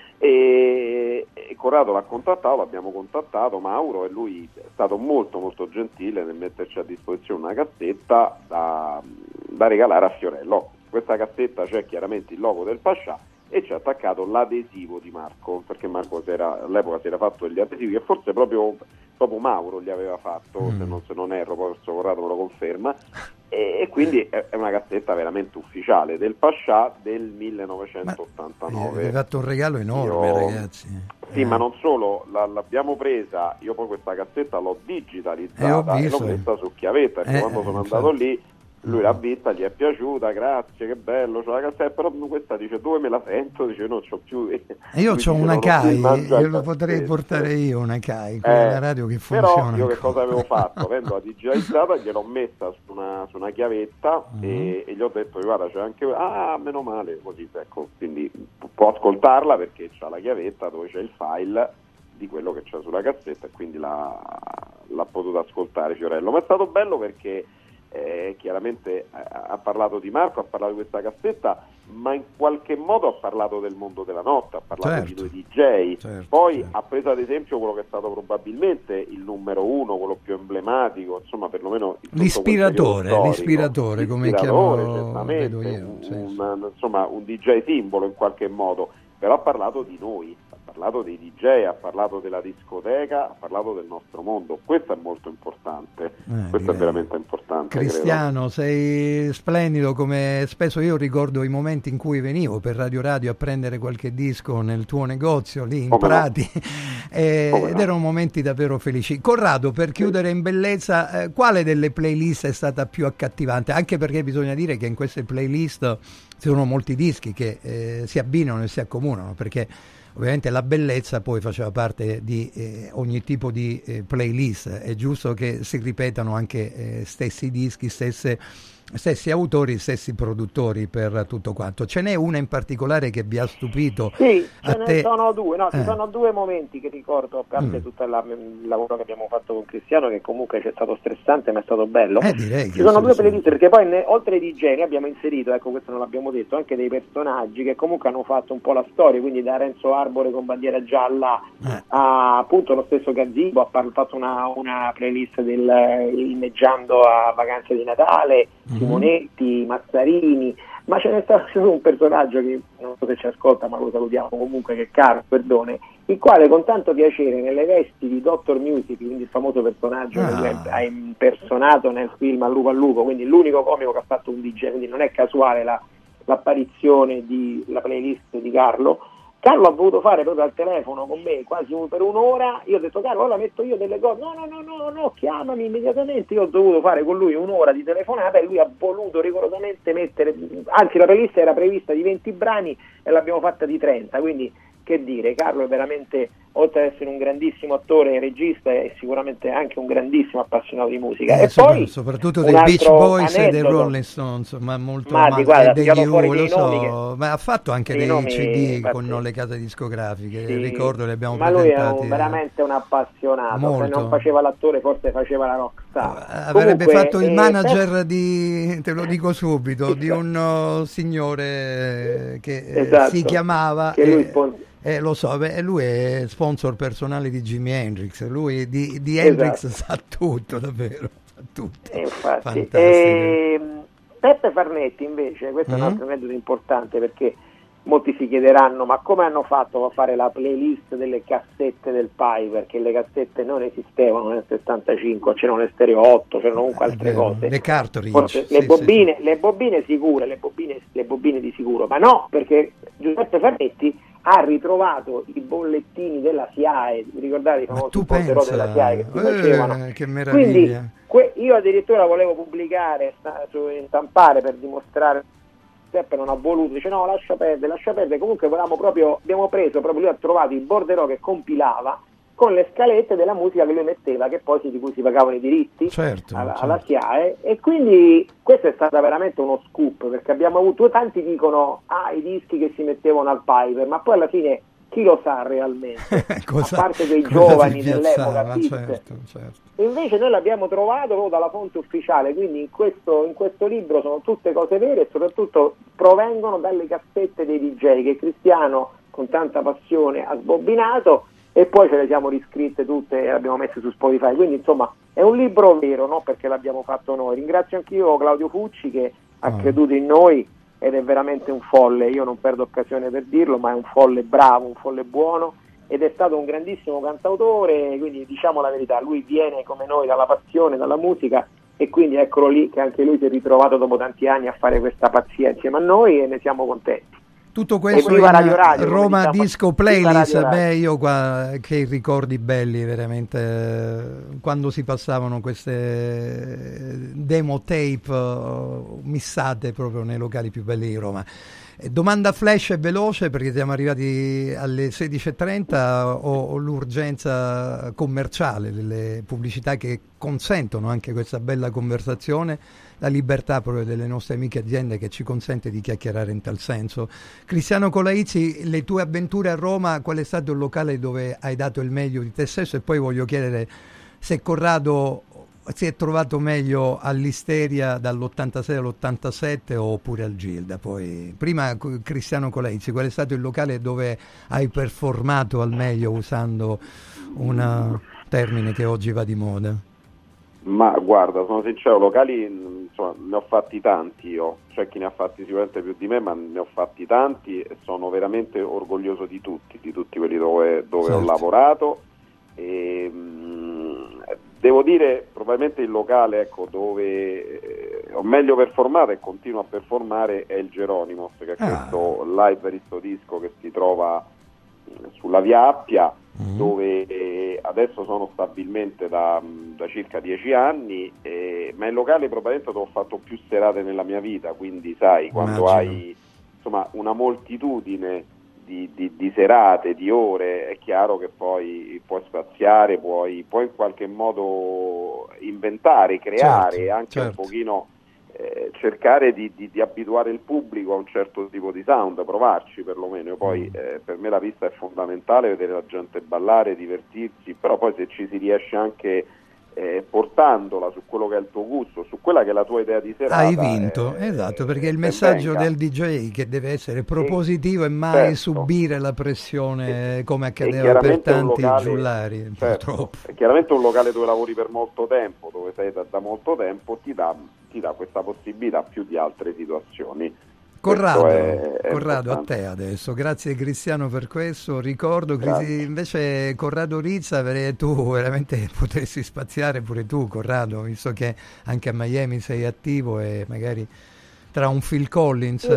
E Corrado l'ha contattato, l'abbiamo contattato Mauro, e lui è stato molto molto gentile nel metterci a disposizione una cassetta da regalare a Fiorello. Questa cassetta c'è chiaramente il logo del Pascià e ci ha attaccato l'adesivo di Marco, perché Marco all'epoca si era fatto degli adesivi che forse proprio Mauro gli aveva fatto, se non erro, poi Corrado me lo conferma, e quindi è una cassetta veramente ufficiale del Pascià del 1989. Hai fatto un regalo enorme, ragazzi. Sì, ma non solo, l'abbiamo presa, io poi questa cassetta l'ho digitalizzata e l'ho messa su chiavetta, perché quando sono andato lì lui l'ha vista, gli è piaciuta, grazie, che bello, c'ho la cassetta, però questa dice: dove me la sento? Dice: non c'ho più. Io c'ho una CAI, glielo potrei portare io, una CAI, quella radio che funziona. Però io che cosa avevo fatto? Avendo digitalizzata, gliel'ho messa su una chiavetta e gli ho detto: guarda, c'è anche, meno male, così, ecco, quindi può ascoltarla perché c'ha la chiavetta dove c'è il file di quello che c'è sulla cassetta, e quindi l'ha potuto ascoltare Fiorello. Ma è stato bello perché chiaramente ha parlato di Marco, ha parlato di questa cassetta, ma in qualche modo ha parlato del mondo della notte, ha parlato di noi DJ, poi ha preso ad esempio quello che è stato probabilmente il numero uno, quello più emblematico, insomma, perlomeno l'ispiratore, come chiamo, vedo io, insomma, un DJ simbolo in qualche modo, però ha parlato di noi, ha parlato dei DJ, ha parlato della discoteca, ha parlato del nostro mondo. Questo è molto importante, questo è veramente importante. Cristiano, sei splendido, come spesso io ricordo i momenti in cui venivo per Radio a prendere qualche disco nel tuo negozio lì in Prati, ed erano momenti davvero felici. Corrado, per chiudere in bellezza, quale delle playlist è stata più accattivante? Anche perché bisogna dire che in queste playlist ci sono molti dischi che si abbinano e si accomunano, perché ovviamente la bellezza poi faceva parte di ogni tipo di playlist. È giusto che si ripetano anche stessi dischi, stessi autori, stessi produttori per tutto quanto. Ce n'è una in particolare che vi ha stupito? Sì, ce ne sono due, ci sono due momenti che ricordo, a parte tutto il lavoro che abbiamo fatto con Cristiano, che comunque c'è stato stressante ma è stato bello. Direi ci sono due playlist, perché poi oltre ai DJ abbiamo inserito, ecco, questo non l'abbiamo detto, anche dei personaggi che comunque hanno fatto un po' la storia, quindi da Renzo Arbore con bandiera gialla a appunto lo stesso Gazzibo, ha fatto una playlist del inneggiando a Vacanze di Natale, Simonetti, Mazzarini, ma ce n'è stato un personaggio che non so se ci ascolta, ma lo salutiamo comunque, che è Carlo Perdone, il quale con tanto piacere nelle vesti di Dr. Music, quindi il famoso personaggio che ha impersonato nel film Al lupo al lupo, quindi l'unico comico che ha fatto un DJ, quindi non è casuale l'apparizione la playlist di Carlo ha voluto fare proprio al telefono con me quasi per un'ora. Io ho detto: Carlo, ora metto io delle cose. No, chiamami immediatamente. Io ho dovuto fare con lui un'ora di telefonata e lui ha voluto rigorosamente mettere, anzi la playlist era prevista di 20 brani e l'abbiamo fatta di 30, quindi che dire, Carlo è veramente, oltre ad essere un grandissimo attore e regista, è sicuramente anche un grandissimo appassionato di musica. E poi soprattutto dei Beach Boys e dei Rolling Stones, ma molto degli ma ha fatto anche dei CD con le case discografiche, ricordo, le abbiamo presentati. Ma lui è veramente un appassionato, se non faceva l'attore forse faceva la rockstar. Avrebbe fatto il manager te lo dico subito, di un signore che si chiamava... Che lui lo so, lui è sponsor personale di Jimi Hendrix, lui di Hendrix sa tutto, davvero, sa tutto. Infatti. Peppe Farnetti invece, questo è un altro metodo importante, perché molti si chiederanno: ma come hanno fatto a fare la playlist delle cassette del Pi? Perché le cassette non esistevano nel 75, c'erano le stereo 8, c'erano comunque altre cose, le cartridge, le bobine sicure, le bobine di sicuro, ma no, perché Giuseppe Farnetti ha ritrovato i bollettini della SIAE, vi ricordate i famosi borderò della SIAE che si facevano? Che meraviglia. Quindi io addirittura volevo pubblicare, stampare per dimostrare, Giuseppe non ha voluto, dice no, lascia perdere, comunque abbiamo preso, proprio lui ha trovato il borderò che compilava con le scalette della musica che lui metteva, che poi di cui si pagavano i diritti alla SIAE, e quindi questo è stato veramente uno scoop, perché abbiamo avuto, tanti dicono i dischi che si mettevano al Piper, ma poi alla fine chi lo sa realmente, a parte dei giovani dell'epoca, certo. E invece noi l'abbiamo trovato proprio dalla fonte ufficiale, quindi in questo libro sono tutte cose vere e soprattutto provengono dalle cassette dei DJ che Cristiano con tanta passione ha sbobbinato, e poi ce le siamo riscritte tutte e le abbiamo messe su Spotify, quindi insomma è un libro vero, no? Perché l'abbiamo fatto noi. Ringrazio anch'io Claudio Fucci che ha creduto in noi ed è veramente un folle, io non perdo occasione per dirlo, ma è un folle bravo, un folle buono, ed è stato un grandissimo cantautore, quindi diciamo la verità, lui viene come noi dalla passione, dalla musica, e quindi eccolo lì che anche lui si è ritrovato dopo tanti anni a fare questa pazzia insieme a noi e ne siamo contenti. Tutto questo in Radio, Roma Disco Playlist, io qua che ricordi belli veramente, quando si passavano queste demo tape missate proprio nei locali più belli di Roma. Domanda flash e veloce, perché siamo arrivati alle 16:30, o l'urgenza commerciale, le pubblicità che consentono anche questa bella conversazione, la libertà proprio delle nostre amiche aziende che ci consente di chiacchierare in tal senso. Cristiano Colaizzi, le tue avventure a Roma, qual è stato il locale dove hai dato il meglio di te stesso? E poi voglio chiedere se Corrado si è trovato meglio all'Isteria dall'86 all'87 oppure al Gilda. Poi prima Cristiano Colaizzi, qual è stato il locale dove hai performato al meglio, usando un termine che oggi va di moda? Ma guarda, sono sincero, locali insomma, ne ho fatti tanti io, c'è chi ne ha fatti sicuramente più di me, ma ne ho fatti tanti e sono veramente orgoglioso di tutti quelli dove ho lavorato. E devo dire, probabilmente il locale dove ho meglio performato e continuo a performare è il Geronimos, che è questo live Aristodisco che si trova sulla Via Appia, dove adesso sono stabilmente da circa 10 anni, ma è il locale probabilmente dove ho fatto più serate nella mia vita, quindi sai, quando hai insomma una moltitudine di serate, di ore. È chiaro che poi puoi spaziare, puoi in qualche modo inventare, creare, anche un pochino cercare di abituare il pubblico a un certo tipo di sound, provarci perlomeno. Io poi per me la pista è fondamentale, vedere la gente ballare, divertirsi, però poi se ci si riesce anche portandola su quello che è il tuo gusto, su quella che è la tua idea di serata, hai vinto, esatto, perché il messaggio del DJ che deve essere propositivo e mai subire la pressione come accadeva per tanti giullari, purtroppo. È chiaramente un locale dove lavori per molto tempo, dove sei da molto tempo, ti dà questa possibilità più di altre situazioni. Corrado, a te adesso, grazie Cristiano per questo, ricordo invece Corrado Rizza, tu veramente potresti spaziare pure tu, Corrado, visto che anche a Miami sei attivo e magari tra un Phil Collins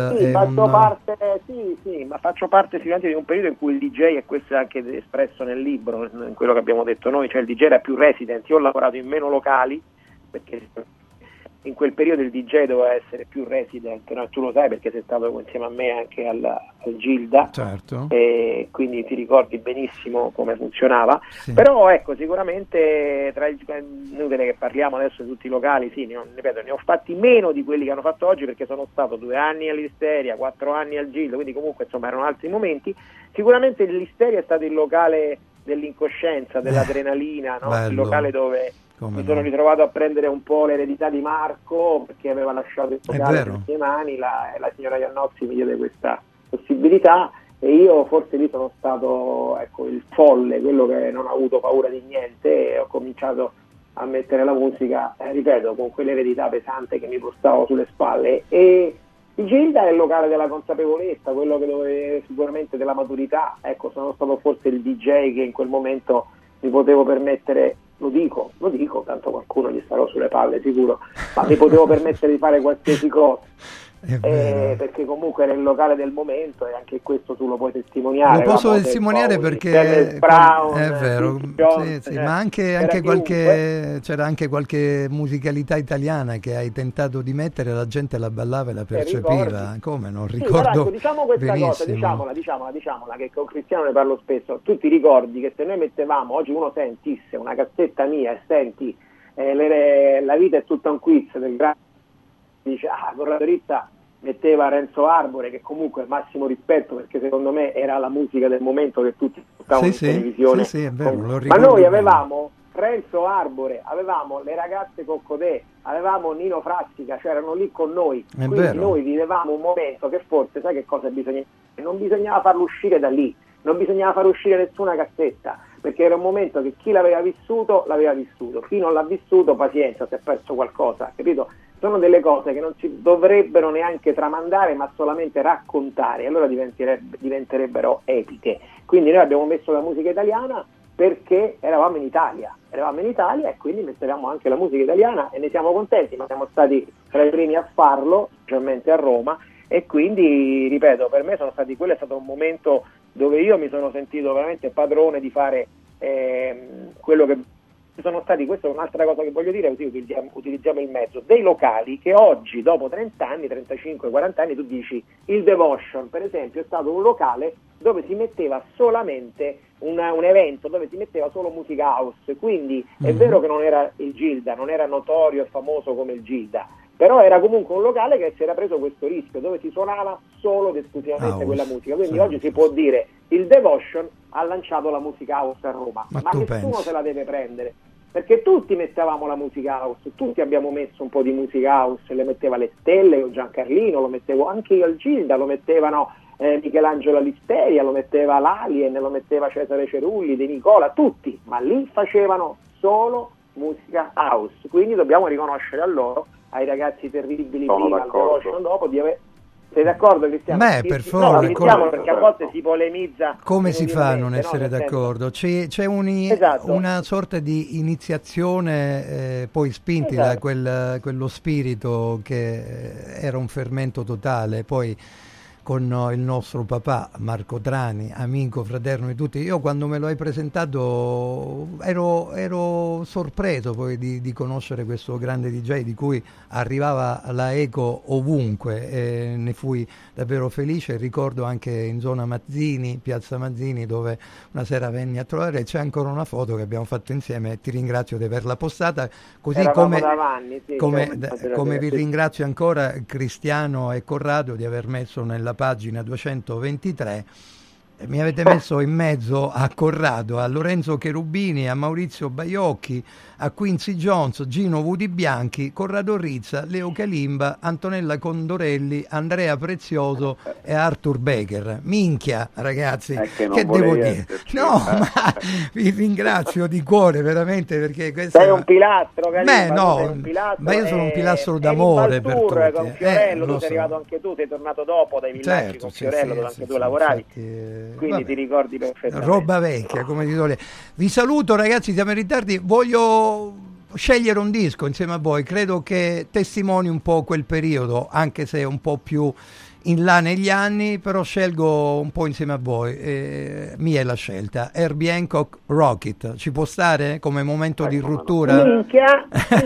ma faccio parte sicuramente di un periodo in cui il DJ, e questo è anche espresso nel libro, in quello che abbiamo detto noi, cioè il DJ era più resident. Io ho lavorato in meno locali perché in quel periodo il DJ doveva essere più resident, no? Tu lo sai perché sei stato insieme a me anche al Gilda, certo. E quindi ti ricordi benissimo come funzionava, sì. Però ecco, sicuramente inutile che parliamo adesso di tutti i locali, sì, ne ho fatti meno di quelli che hanno fatto oggi, perché sono stato 2 anni all'Isteria, 4 anni al Gilda, quindi comunque insomma erano altri momenti. Sicuramente l'Isteria è stato il locale dell'incoscienza, dell'adrenalina, no? Il locale dove mi sono ritrovato a prendere un po' l'eredità di Marco, perché aveva lasciato il locale nelle mie mani, la signora Iannozzi mi diede questa possibilità e io forse lì sono stato il folle, quello che non ha avuto paura di niente, e ho cominciato a mettere la musica, ripeto, con quell'eredità pesante che mi portavo sulle spalle. E il Gilda è il locale della consapevolezza, quello che dove sicuramente della maturità. Ecco, sono stato forse il DJ che in quel momento mi potevo permettere, lo dico, tanto qualcuno gli starò sulle palle sicuro, ma mi potevo permettere di fare qualsiasi cosa. Perché comunque era il locale del momento, e anche questo tu lo puoi testimoniare. Lo posso testimoniare perché Brown, è vero, sì, ma anche c'era anche qualche musicalità italiana che hai tentato di mettere, la gente la ballava e la percepiva. Come non ricordo? Ecco, diciamo questa benissimo. cosa, diciamola, che con Cristiano ne parlo spesso. Tu ti ricordi che se noi mettevamo, oggi uno sentisse una cassetta mia e senti La vita è tutta un quiz del grande, dice Corrado Rizza metteva Renzo Arbore, che comunque massimo rispetto, perché secondo me era la musica del momento che tutti portavano in televisione. Sì, è vero, ma noi avevamo Renzo Arbore, avevamo le ragazze Coccodè, avevamo Nino Frassica, cioè erano lì con noi, quindi noi vivevamo un momento che forse, sai che cosa bisognava? Non bisognava farlo uscire da lì, non bisognava far uscire nessuna cassetta, perché era un momento che chi l'aveva vissuto, chi non l'ha vissuto, pazienza, si è perso qualcosa, capito? Sono delle cose che non si dovrebbero neanche tramandare, ma solamente raccontare, allora diventerebbero epiche. Quindi noi abbiamo messo la musica italiana perché eravamo in Italia e quindi mettevamo anche la musica italiana e ne siamo contenti, ma siamo stati tra i primi a farlo, specialmente a Roma, e quindi, ripeto, per me quello è stato un momento dove io mi sono sentito veramente padrone di fare quello che sono stati. Questa è un'altra cosa che voglio dire, così utilizziamo il mezzo, dei locali che oggi, dopo 30 anni, 35, 40 anni, tu dici, il Devotion per esempio è stato un locale dove si metteva solamente un evento, dove si metteva solo musica house, quindi è vero che non era il Gilda, non era notorio e famoso come il Gilda, però era comunque un locale che si era preso questo rischio, dove si suonava solo ed esclusivamente quella musica, quindi oggi si può dire il Devotion ha lanciato la musica house a Roma, ma nessuno se la deve prendere, perché tutti mettevamo la musica house, tutti abbiamo messo un po' di musica house, le metteva le Stelle, io Giancarlino, lo mettevo anche io al Gilda, lo mettevano Michelangelo all'Isteria, lo metteva l'Alien, lo metteva Cesare Cerulli, De Nicola, tutti, ma lì facevano solo musica house, quindi dobbiamo riconoscere a loro, ai ragazzi terribili prima, al Devotion dopo, di aver... Sei d'accordo, Cristiano? Beh, per favore. No, perché a volte si polemizza. Come si fa a non essere d'accordo? C'è una sorta di iniziazione, poi spinti da quello spirito che era un fermento totale, poi con il nostro papà Marco Trani, amico, fraterno di tutti. Io quando me lo hai presentato ero sorpreso poi di conoscere questo grande DJ di cui arrivava la eco ovunque, e ne fui davvero felice. Ricordo anche in zona Mazzini, piazza Mazzini, dove una sera venni a trovare, c'è ancora una foto che abbiamo fatto insieme e ti ringrazio di averla postata, così come vi ringrazio ancora Cristiano e Corrado di aver messo nella pagina 223, mi avete messo in mezzo a Corrado, a Lorenzo Cherubini, a Maurizio Baiocchi, a Quincy Jones, Gino Vudi Bianchi, Corrado Rizza, Leo Calimba, Antonella Condorelli, Andrea Prezioso e Arthur Becker. Minchia, ragazzi, che devo dire? No, ma vi ringrazio di cuore veramente, perché questo sei un pilastro, Calimba. Ma io sono un pilastro d'amore per tutti. Con Fiorello, tu sei arrivato anche tu, sei tornato dopo dai villaggi con Fiorello, dove anche tu lavoravi. Quindi ti ricordi perfettamente. Roba vecchia, come dico lei. Vi saluto, ragazzi, siamo in ritardo. Voglio scegliere un disco insieme a voi, credo che testimoni un po' quel periodo, anche se un po' più in là negli anni, però scelgo un po' insieme a voi. Mia è la scelta. Herbie Hancock, Rocket, ci può stare come momento di ruttura? Minchia.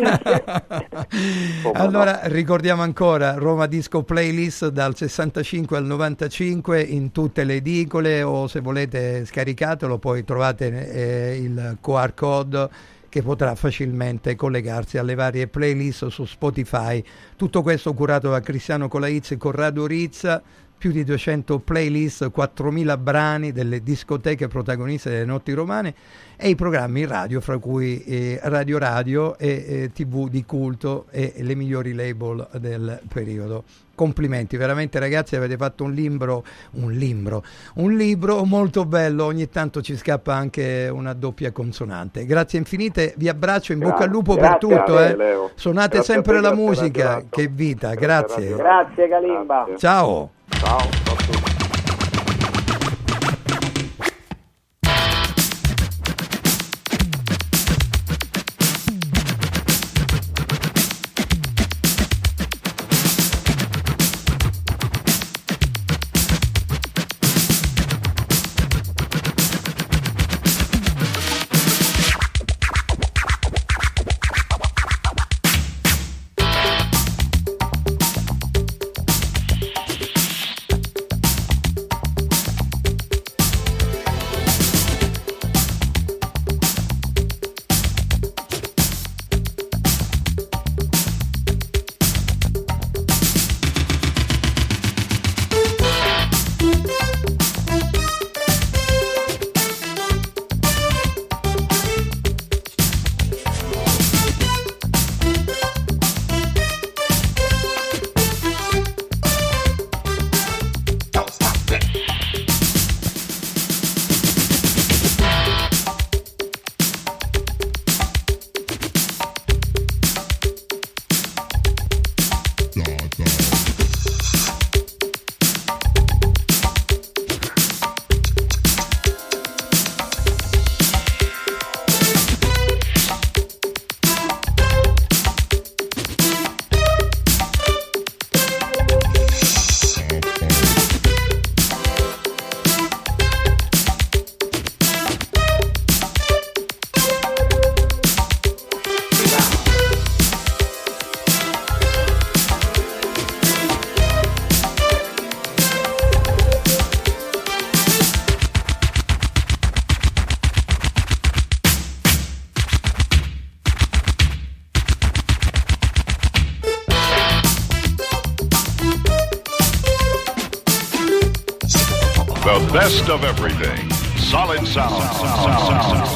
Allora ricordiamo ancora Roma Disco Playlist dal 65 al 95 in tutte le edicole, o se volete scaricatelo, poi trovate il QR code che potrà facilmente collegarsi alle varie playlist su Spotify. Tutto questo curato da Cristiano Colaizzi e Corrado Rizza, più di 200 playlist, 4.000 brani delle discoteche protagoniste delle notti romane e i programmi radio, fra cui Radio e TV di culto e le migliori label del periodo. Complimenti, veramente ragazzi, avete fatto un libro molto bello, ogni tanto ci scappa anche una doppia consonante. Grazie infinite, vi abbraccio, in bocca al lupo per tutto, suonate sempre la musica, che vita, grazie. Grazie Calimba. Ciao. Ciao a tutti. The best of everything. Solid sound.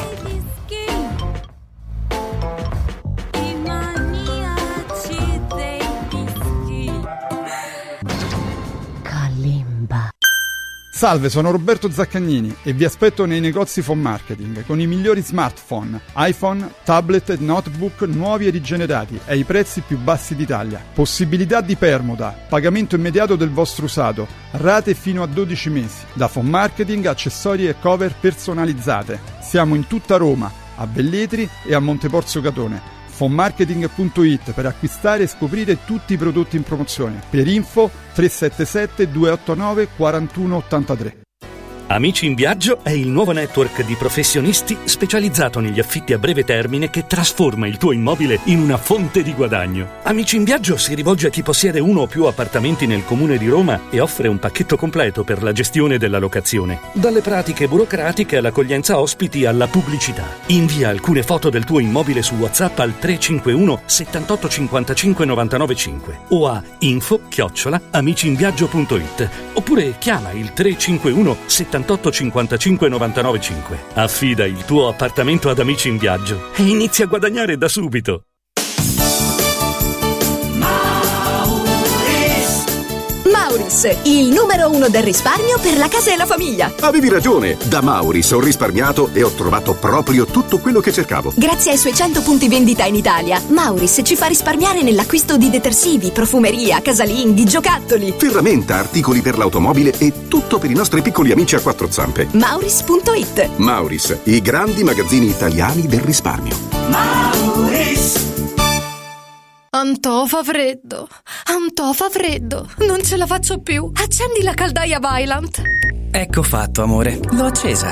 Salve, sono Roberto Zaccagnini e vi aspetto nei negozi Phone Marketing con i migliori smartphone, iPhone, tablet e notebook nuovi e rigenerati ai prezzi più bassi d'Italia. Possibilità di permuta, pagamento immediato del vostro usato, rate fino a 12 mesi. Da Phone Marketing, accessori e cover personalizzate. Siamo in tutta Roma, a Velletri e a Monteporzio Catone. fonmarketing.it per acquistare e scoprire tutti i prodotti in promozione. Per info 377 289 4183. Amici in Viaggio è il nuovo network di professionisti specializzato negli affitti a breve termine che trasforma il tuo immobile in una fonte di guadagno. Amici in Viaggio si rivolge a chi possiede uno o più appartamenti nel comune di Roma e offre un pacchetto completo per la gestione della locazione. Dalle pratiche burocratiche all'accoglienza ospiti alla pubblicità. Invia alcune foto del tuo immobile su WhatsApp al 351 78 55 99 5 o a info@amiciinviaggio.it oppure chiama il 351 78 55 99 5. Affida il tuo appartamento ad Amici in Viaggio e inizia a guadagnare da subito. Mauris, il numero 1 del risparmio per la casa e la famiglia. Avevi ragione, da Mauris ho risparmiato e ho trovato proprio tutto quello che cercavo. Grazie ai suoi 100 punti vendita in Italia, Mauris ci fa risparmiare nell'acquisto di detersivi, profumeria, casalinghi, giocattoli, ferramenta, articoli per l'automobile e tutto per i nostri piccoli amici a quattro zampe. Mauris.it. Mauris, i grandi magazzini italiani del risparmio. Mauris. Antò fa freddo, non ce la faccio più. Accendi la caldaia Vaillant. Ecco fatto, amore, l'ho accesa.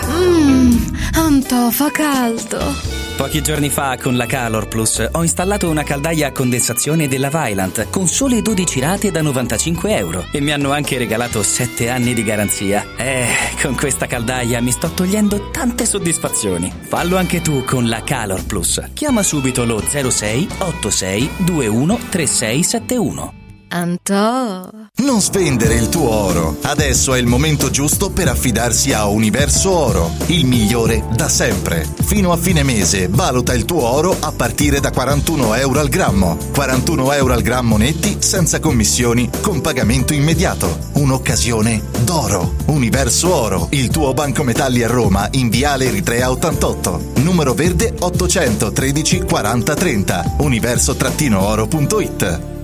Antò fa caldo. Pochi giorni fa con la Calor Plus ho installato una caldaia a condensazione della Vaillant con sole 12 rate da €95 e mi hanno anche regalato 7 anni di garanzia. Con questa caldaia mi sto togliendo tante soddisfazioni. Fallo anche tu con la Calor Plus. Chiama subito lo 06 86 21 3671. Antò. Non spendere il tuo oro. Adesso è il momento giusto per affidarsi a Universo Oro, il migliore da sempre. Fino a fine mese valuta il tuo oro a partire da €41 al grammo. €41 al grammo netti, senza commissioni, con pagamento immediato. Un'occasione d'oro. Universo Oro, il tuo banco metalli a Roma in Viale Eritrea 88. Numero verde 813 40 30. universo-oro.it.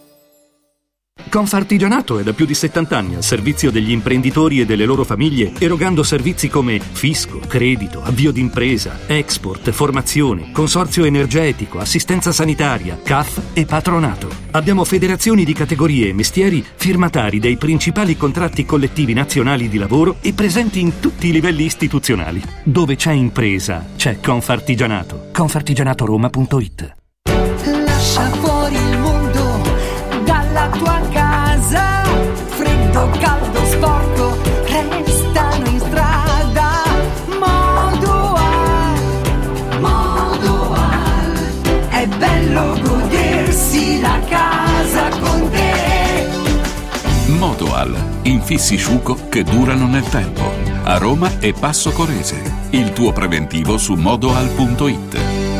Confartigianato è da più di 70 anni al servizio degli imprenditori e delle loro famiglie, erogando servizi come fisco, credito, avvio d'impresa, export, formazione, consorzio energetico, assistenza sanitaria, CAF e patronato. Abbiamo federazioni di categorie e mestieri firmatari dei principali contratti collettivi nazionali di lavoro e presenti in tutti i livelli istituzionali. Dove c'è impresa, c'è Confartigianato. Confartigianatoroma.it. Lascia fuori il mondo dalla tua casa, freddo, caldo, sporco, restano in strada. Modoal, è bello godersi la casa con te. Modoal, infissi Sciuco che durano nel tempo. A Roma e Passo Corese. Il tuo preventivo su modoal.it.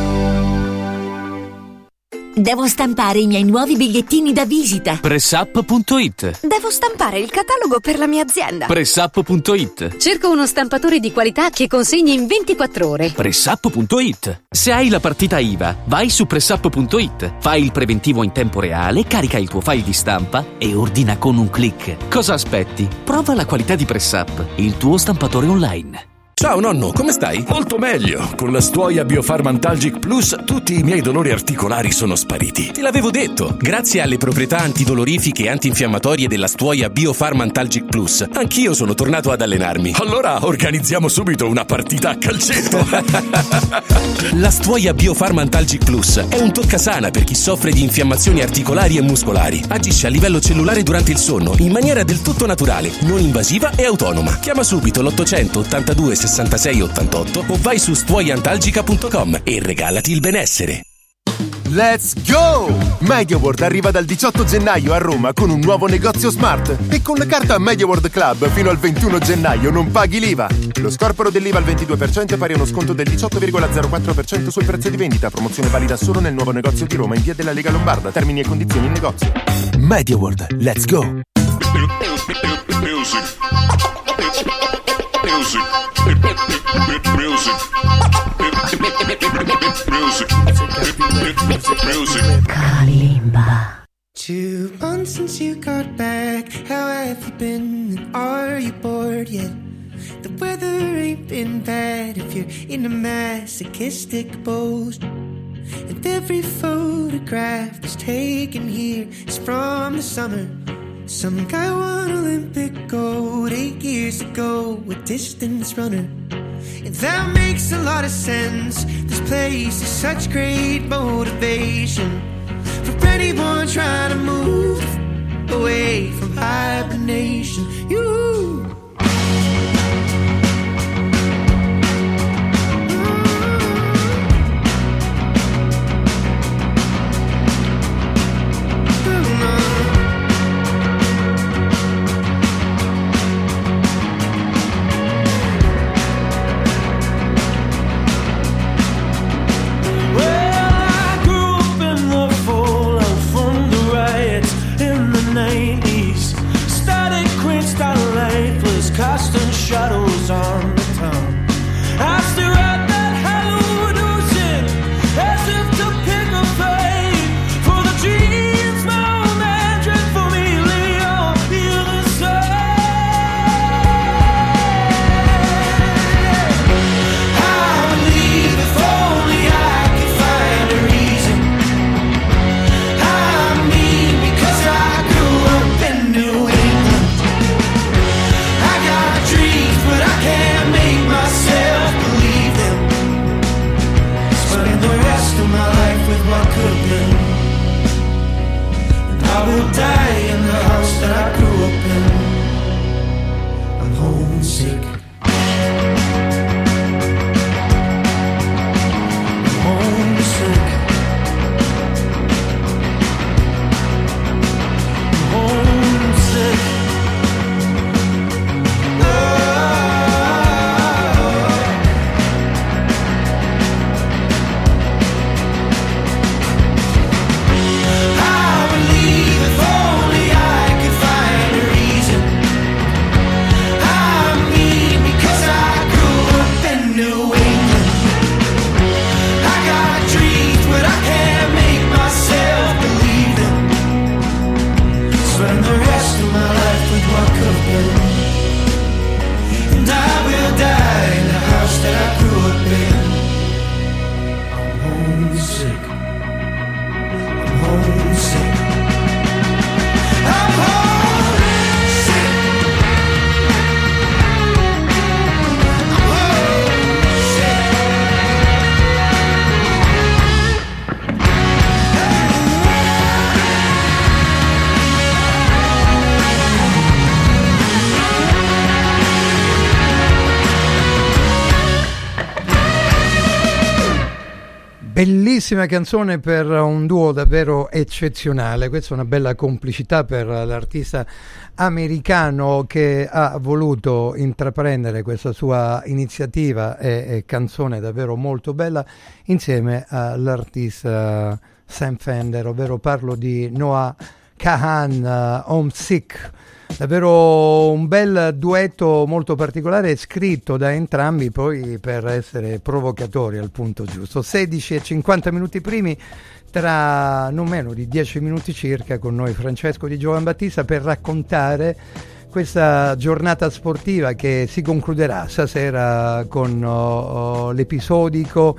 Devo stampare i miei nuovi bigliettini da visita. Pressup.it. Devo stampare il catalogo per la mia azienda. Pressup.it. Cerco uno stampatore di qualità che consegni in 24 ore. Pressup.it. Se hai la partita IVA, vai su Pressup.it, fai il preventivo in tempo reale, carica il tuo file di stampa e ordina con un click. Cosa aspetti? Prova la qualità di Pressup, il tuo stampatore online. Ciao nonno, come stai? Molto meglio. Con la Stuoia Biofarm-Antalgic Plus tutti i miei dolori articolari sono spariti. Te l'avevo detto. Grazie alle proprietà antidolorifiche e antinfiammatorie della Stuoia Biofarm-Antalgic Plus, anch'io sono tornato ad allenarmi. Allora organizziamo subito una partita a calcetto. La Stuoia Biofarm-Antalgic Plus è un toccasana per chi soffre di infiammazioni articolari e muscolari. Agisce a livello cellulare durante il sonno in maniera del tutto naturale, non invasiva e autonoma. Chiama subito l'800 82 66 88 o vai su stuoiantalgica.com e regalati il benessere. Let's go! MediaWorld arriva dal 18 gennaio a Roma con un nuovo negozio smart e con la carta MediaWorld Club fino al 21 gennaio non paghi l'IVA. Lo scorporo dell'IVA al 22% è pari a uno sconto del 18,04% sul prezzo di vendita. Promozione valida solo nel nuovo negozio di Roma in via della Lega Lombarda. Termini e condizioni in negozio. MediaWorld, let's go! Kalimba. 2 months since you got back. How have you been? And are you bored yet? The weather ain't been bad if you're in a masochistic pose. and every photograph that's taken here is from the summer. Some guy won Olympic gold 8 years ago, a distance runner. And that makes a lot of sense. This place is such great motivation for anyone trying to move away from hibernation. You. Shadows on the town. I stare at that hallucination as if to pick a fate for the dreams my old man dread for me. Leo, you're the same. I would leave if only I could find a reason. I mean, because I grew up in New England. I got dreams, but I can't make myself believe them. Spending the rest of my life with what could have been. And I will die in the house that I grew up in. I'm homesick. I'm homesick. I'm homesick. Bellissima canzone per un duo davvero eccezionale. Questa è una bella complicità per l'artista americano che ha voluto intraprendere questa sua iniziativa e canzone davvero molto bella insieme all'artista Sam Fender, ovvero parlo di Noah Kahan, Homesick. Davvero un bel duetto molto particolare, scritto da entrambi poi per essere provocatori al punto giusto. 16 e 50 minuti primi, tra non meno di 10 minuti circa, con noi Francesco Di Giovanbattista per raccontare questa giornata sportiva che si concluderà stasera con l'episodico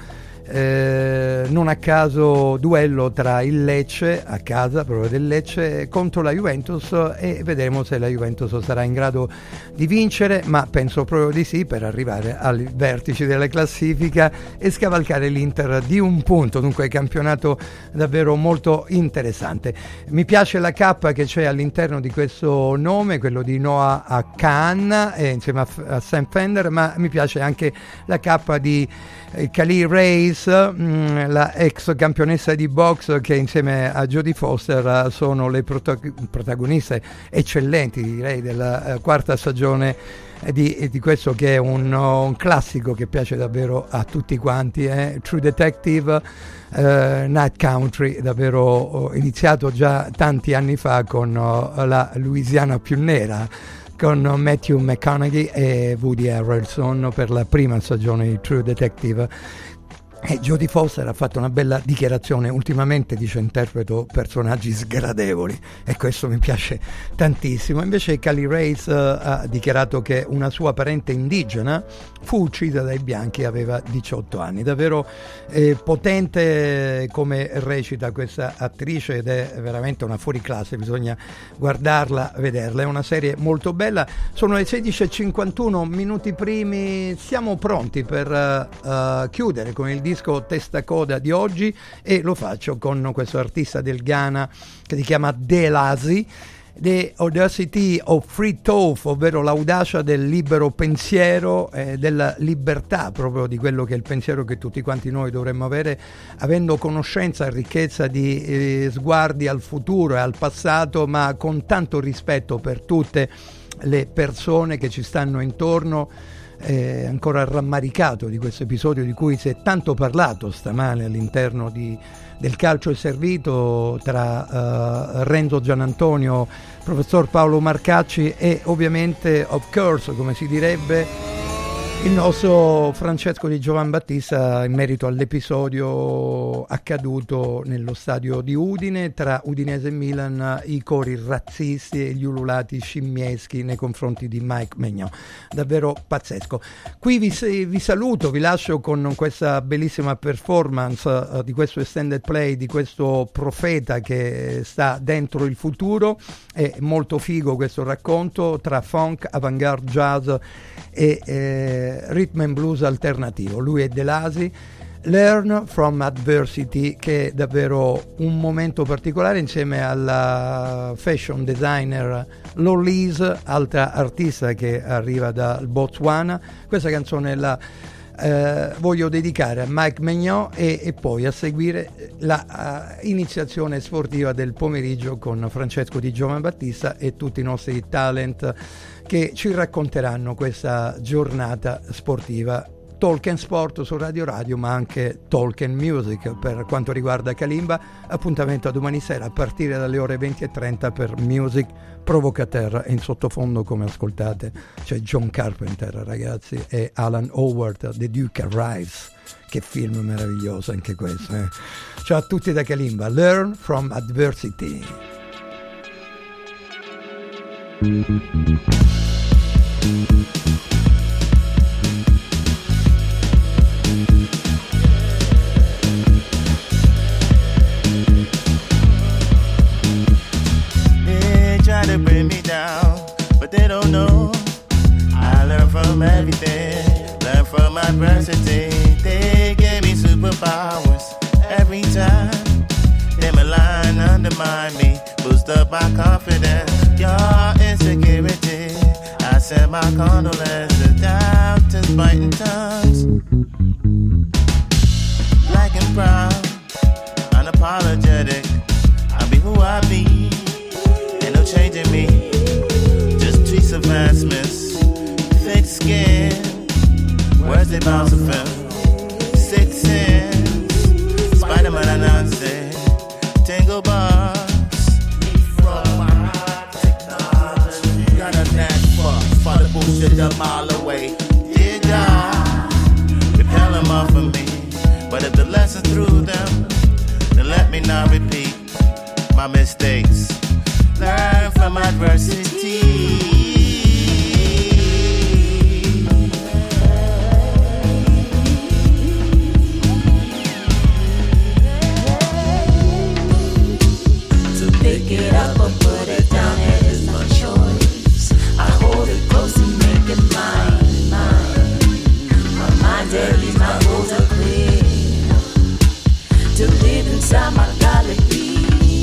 non a caso duello tra il Lecce, a casa proprio del Lecce, contro la Juventus, e vedremo se la Juventus sarà in grado di vincere, ma penso proprio di sì, per arrivare ai vertici della classifica e scavalcare l'Inter di un punto. Dunque campionato davvero molto interessante. Mi piace la K che c'è all'interno di questo nome, quello di Noah Kahan, insieme a Sam Fender, ma mi piace anche la K di Kali Reis, la ex campionessa di box, che insieme a Jodie Foster sono le protagoniste eccellenti, direi, della quarta stagione di questo che è un classico che piace davvero a tutti quanti, True Detective, Night Country, davvero iniziato già tanti anni fa con la Louisiana più nera, con Matthew McConaughey e Woody Harrelson per la prima stagione di True Detective. E Jodie Foster ha fatto una bella dichiarazione: ultimamente, dice, interpreto personaggi sgradevoli, e questo mi piace tantissimo. Invece Cali Race ha dichiarato che una sua parente indigena fu uccisa dai bianchi, aveva 18 anni. Davvero potente come recita questa attrice, ed è veramente una fuoriclasse, bisogna guardarla, vederla. È una serie molto bella. Sono le 16:51 minuti primi, siamo pronti per chiudere con il disco testa coda di oggi, e lo faccio con questo artista del Ghana che si chiama Delasi, The Audacity of Free Thought, ovvero l'audacia del libero pensiero, della libertà, proprio di quello che è il pensiero che tutti quanti noi dovremmo avere, avendo conoscenza e ricchezza di sguardi al futuro e al passato, ma con tanto rispetto per tutte le persone che ci stanno intorno. Ancora rammaricato di questo episodio di cui si è tanto parlato stamane all'interno del Calcio e Servito tra Renzo Gianantonio, professor Paolo Marcacci e ovviamente, of course, come si direbbe, il nostro Francesco Di Giovan Battista, in merito all'episodio accaduto nello stadio di Udine tra Udinese e Milan, i cori razzisti e gli ululati scimmieschi nei confronti di Mike Maignan. Davvero pazzesco. Qui vi saluto, vi lascio con questa bellissima performance di questo extended play di questo profeta che sta dentro il futuro. È molto figo questo racconto tra funk, avant-garde, jazz e rhythm and blues alternativo. Lui è Delasi. Learn from Adversity, che è davvero un momento particolare, insieme alla fashion designer Lolise, altra artista che arriva dal Botswana. Questa canzone la voglio dedicare a Mike Maignan e poi a seguire la iniziazione sportiva del pomeriggio con Francesco Di Giovan Battista e tutti i nostri talent che ci racconteranno questa giornata sportiva. Talk Sport su Radio Radio, ma anche Talk Music per quanto riguarda Kalimba. Appuntamento a domani sera a partire dalle ore 20:30 per Music Provocateur, e in sottofondo, come ascoltate, c'è John Carpenter, ragazzi, e Alan Howard, The Duke Arrives. Che film meraviglioso anche questo. Ciao a tutti da Kalimba. Learn from Adversity. Try to bring me down, but they don't know. I learn from everything, learn from adversity. They gave me superpowers every time. They malign, undermine me, boost up my confidence. Your insecurity, I send my condolences. Doubters biting tongues. Black and brown, unapologetic. I be who I be. Ain't no changing me, just tweets, advancements, thick skin, words they bounce from, 6 cents, Spider-Man announcing, tingle bars, from my technology, got a knack for the bullshit a mile away, dear God, repel them off of me, but if the lesson through them, then let me not repeat my mistakes. Learn from adversity. To pick it up or put it down, it is my choice. I hold it close and make it mine, mine. My mind is my goals are clear. To live inside my godly being.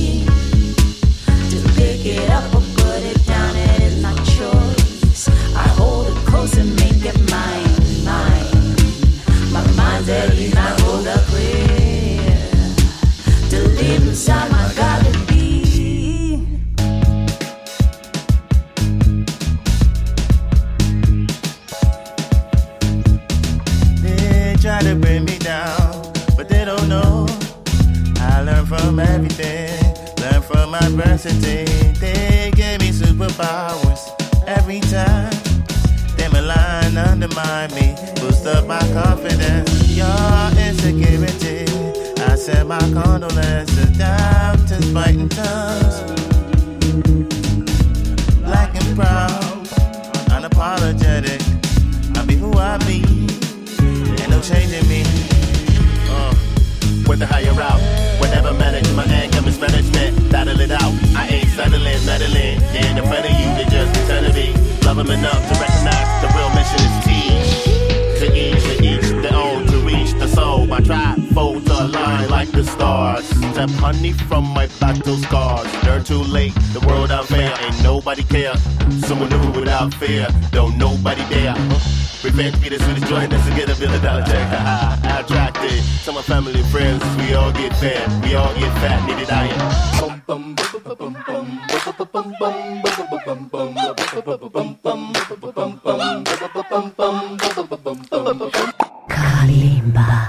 Pick it up or put it down, it is my choice. I hold it close and make it mine, mine. My mind's at ease, I hold up clear. To live inside my godly being. They try to bring me down, but they don't know. I learn from everything. Learn from adversity. They gave me superpowers every time. They malign, undermine me, boost up my confidence. Your insecurity. our condolences down to fighting tongues. Black and proud, unapologetic. I be who I be, ain't no changing me. With the higher route, whatever manage my income is management. Battle it out, I ain't settling, meddling. Yeah, in front of you, they just pretend to be. Love them enough to recognize the real mission is teach. To each their own, to reach the soul. My tribe, fold to align like the stars. Step honey from my battle scars. They're too late, the world unfair, ain't nobody care. Someone new without fear, don't nobody dare. Prepare to be the sweetest joy, let's get $1 billion check. Attracted, some of my family and friends, we all get fat, we all get fat, need a diet. Kalimba.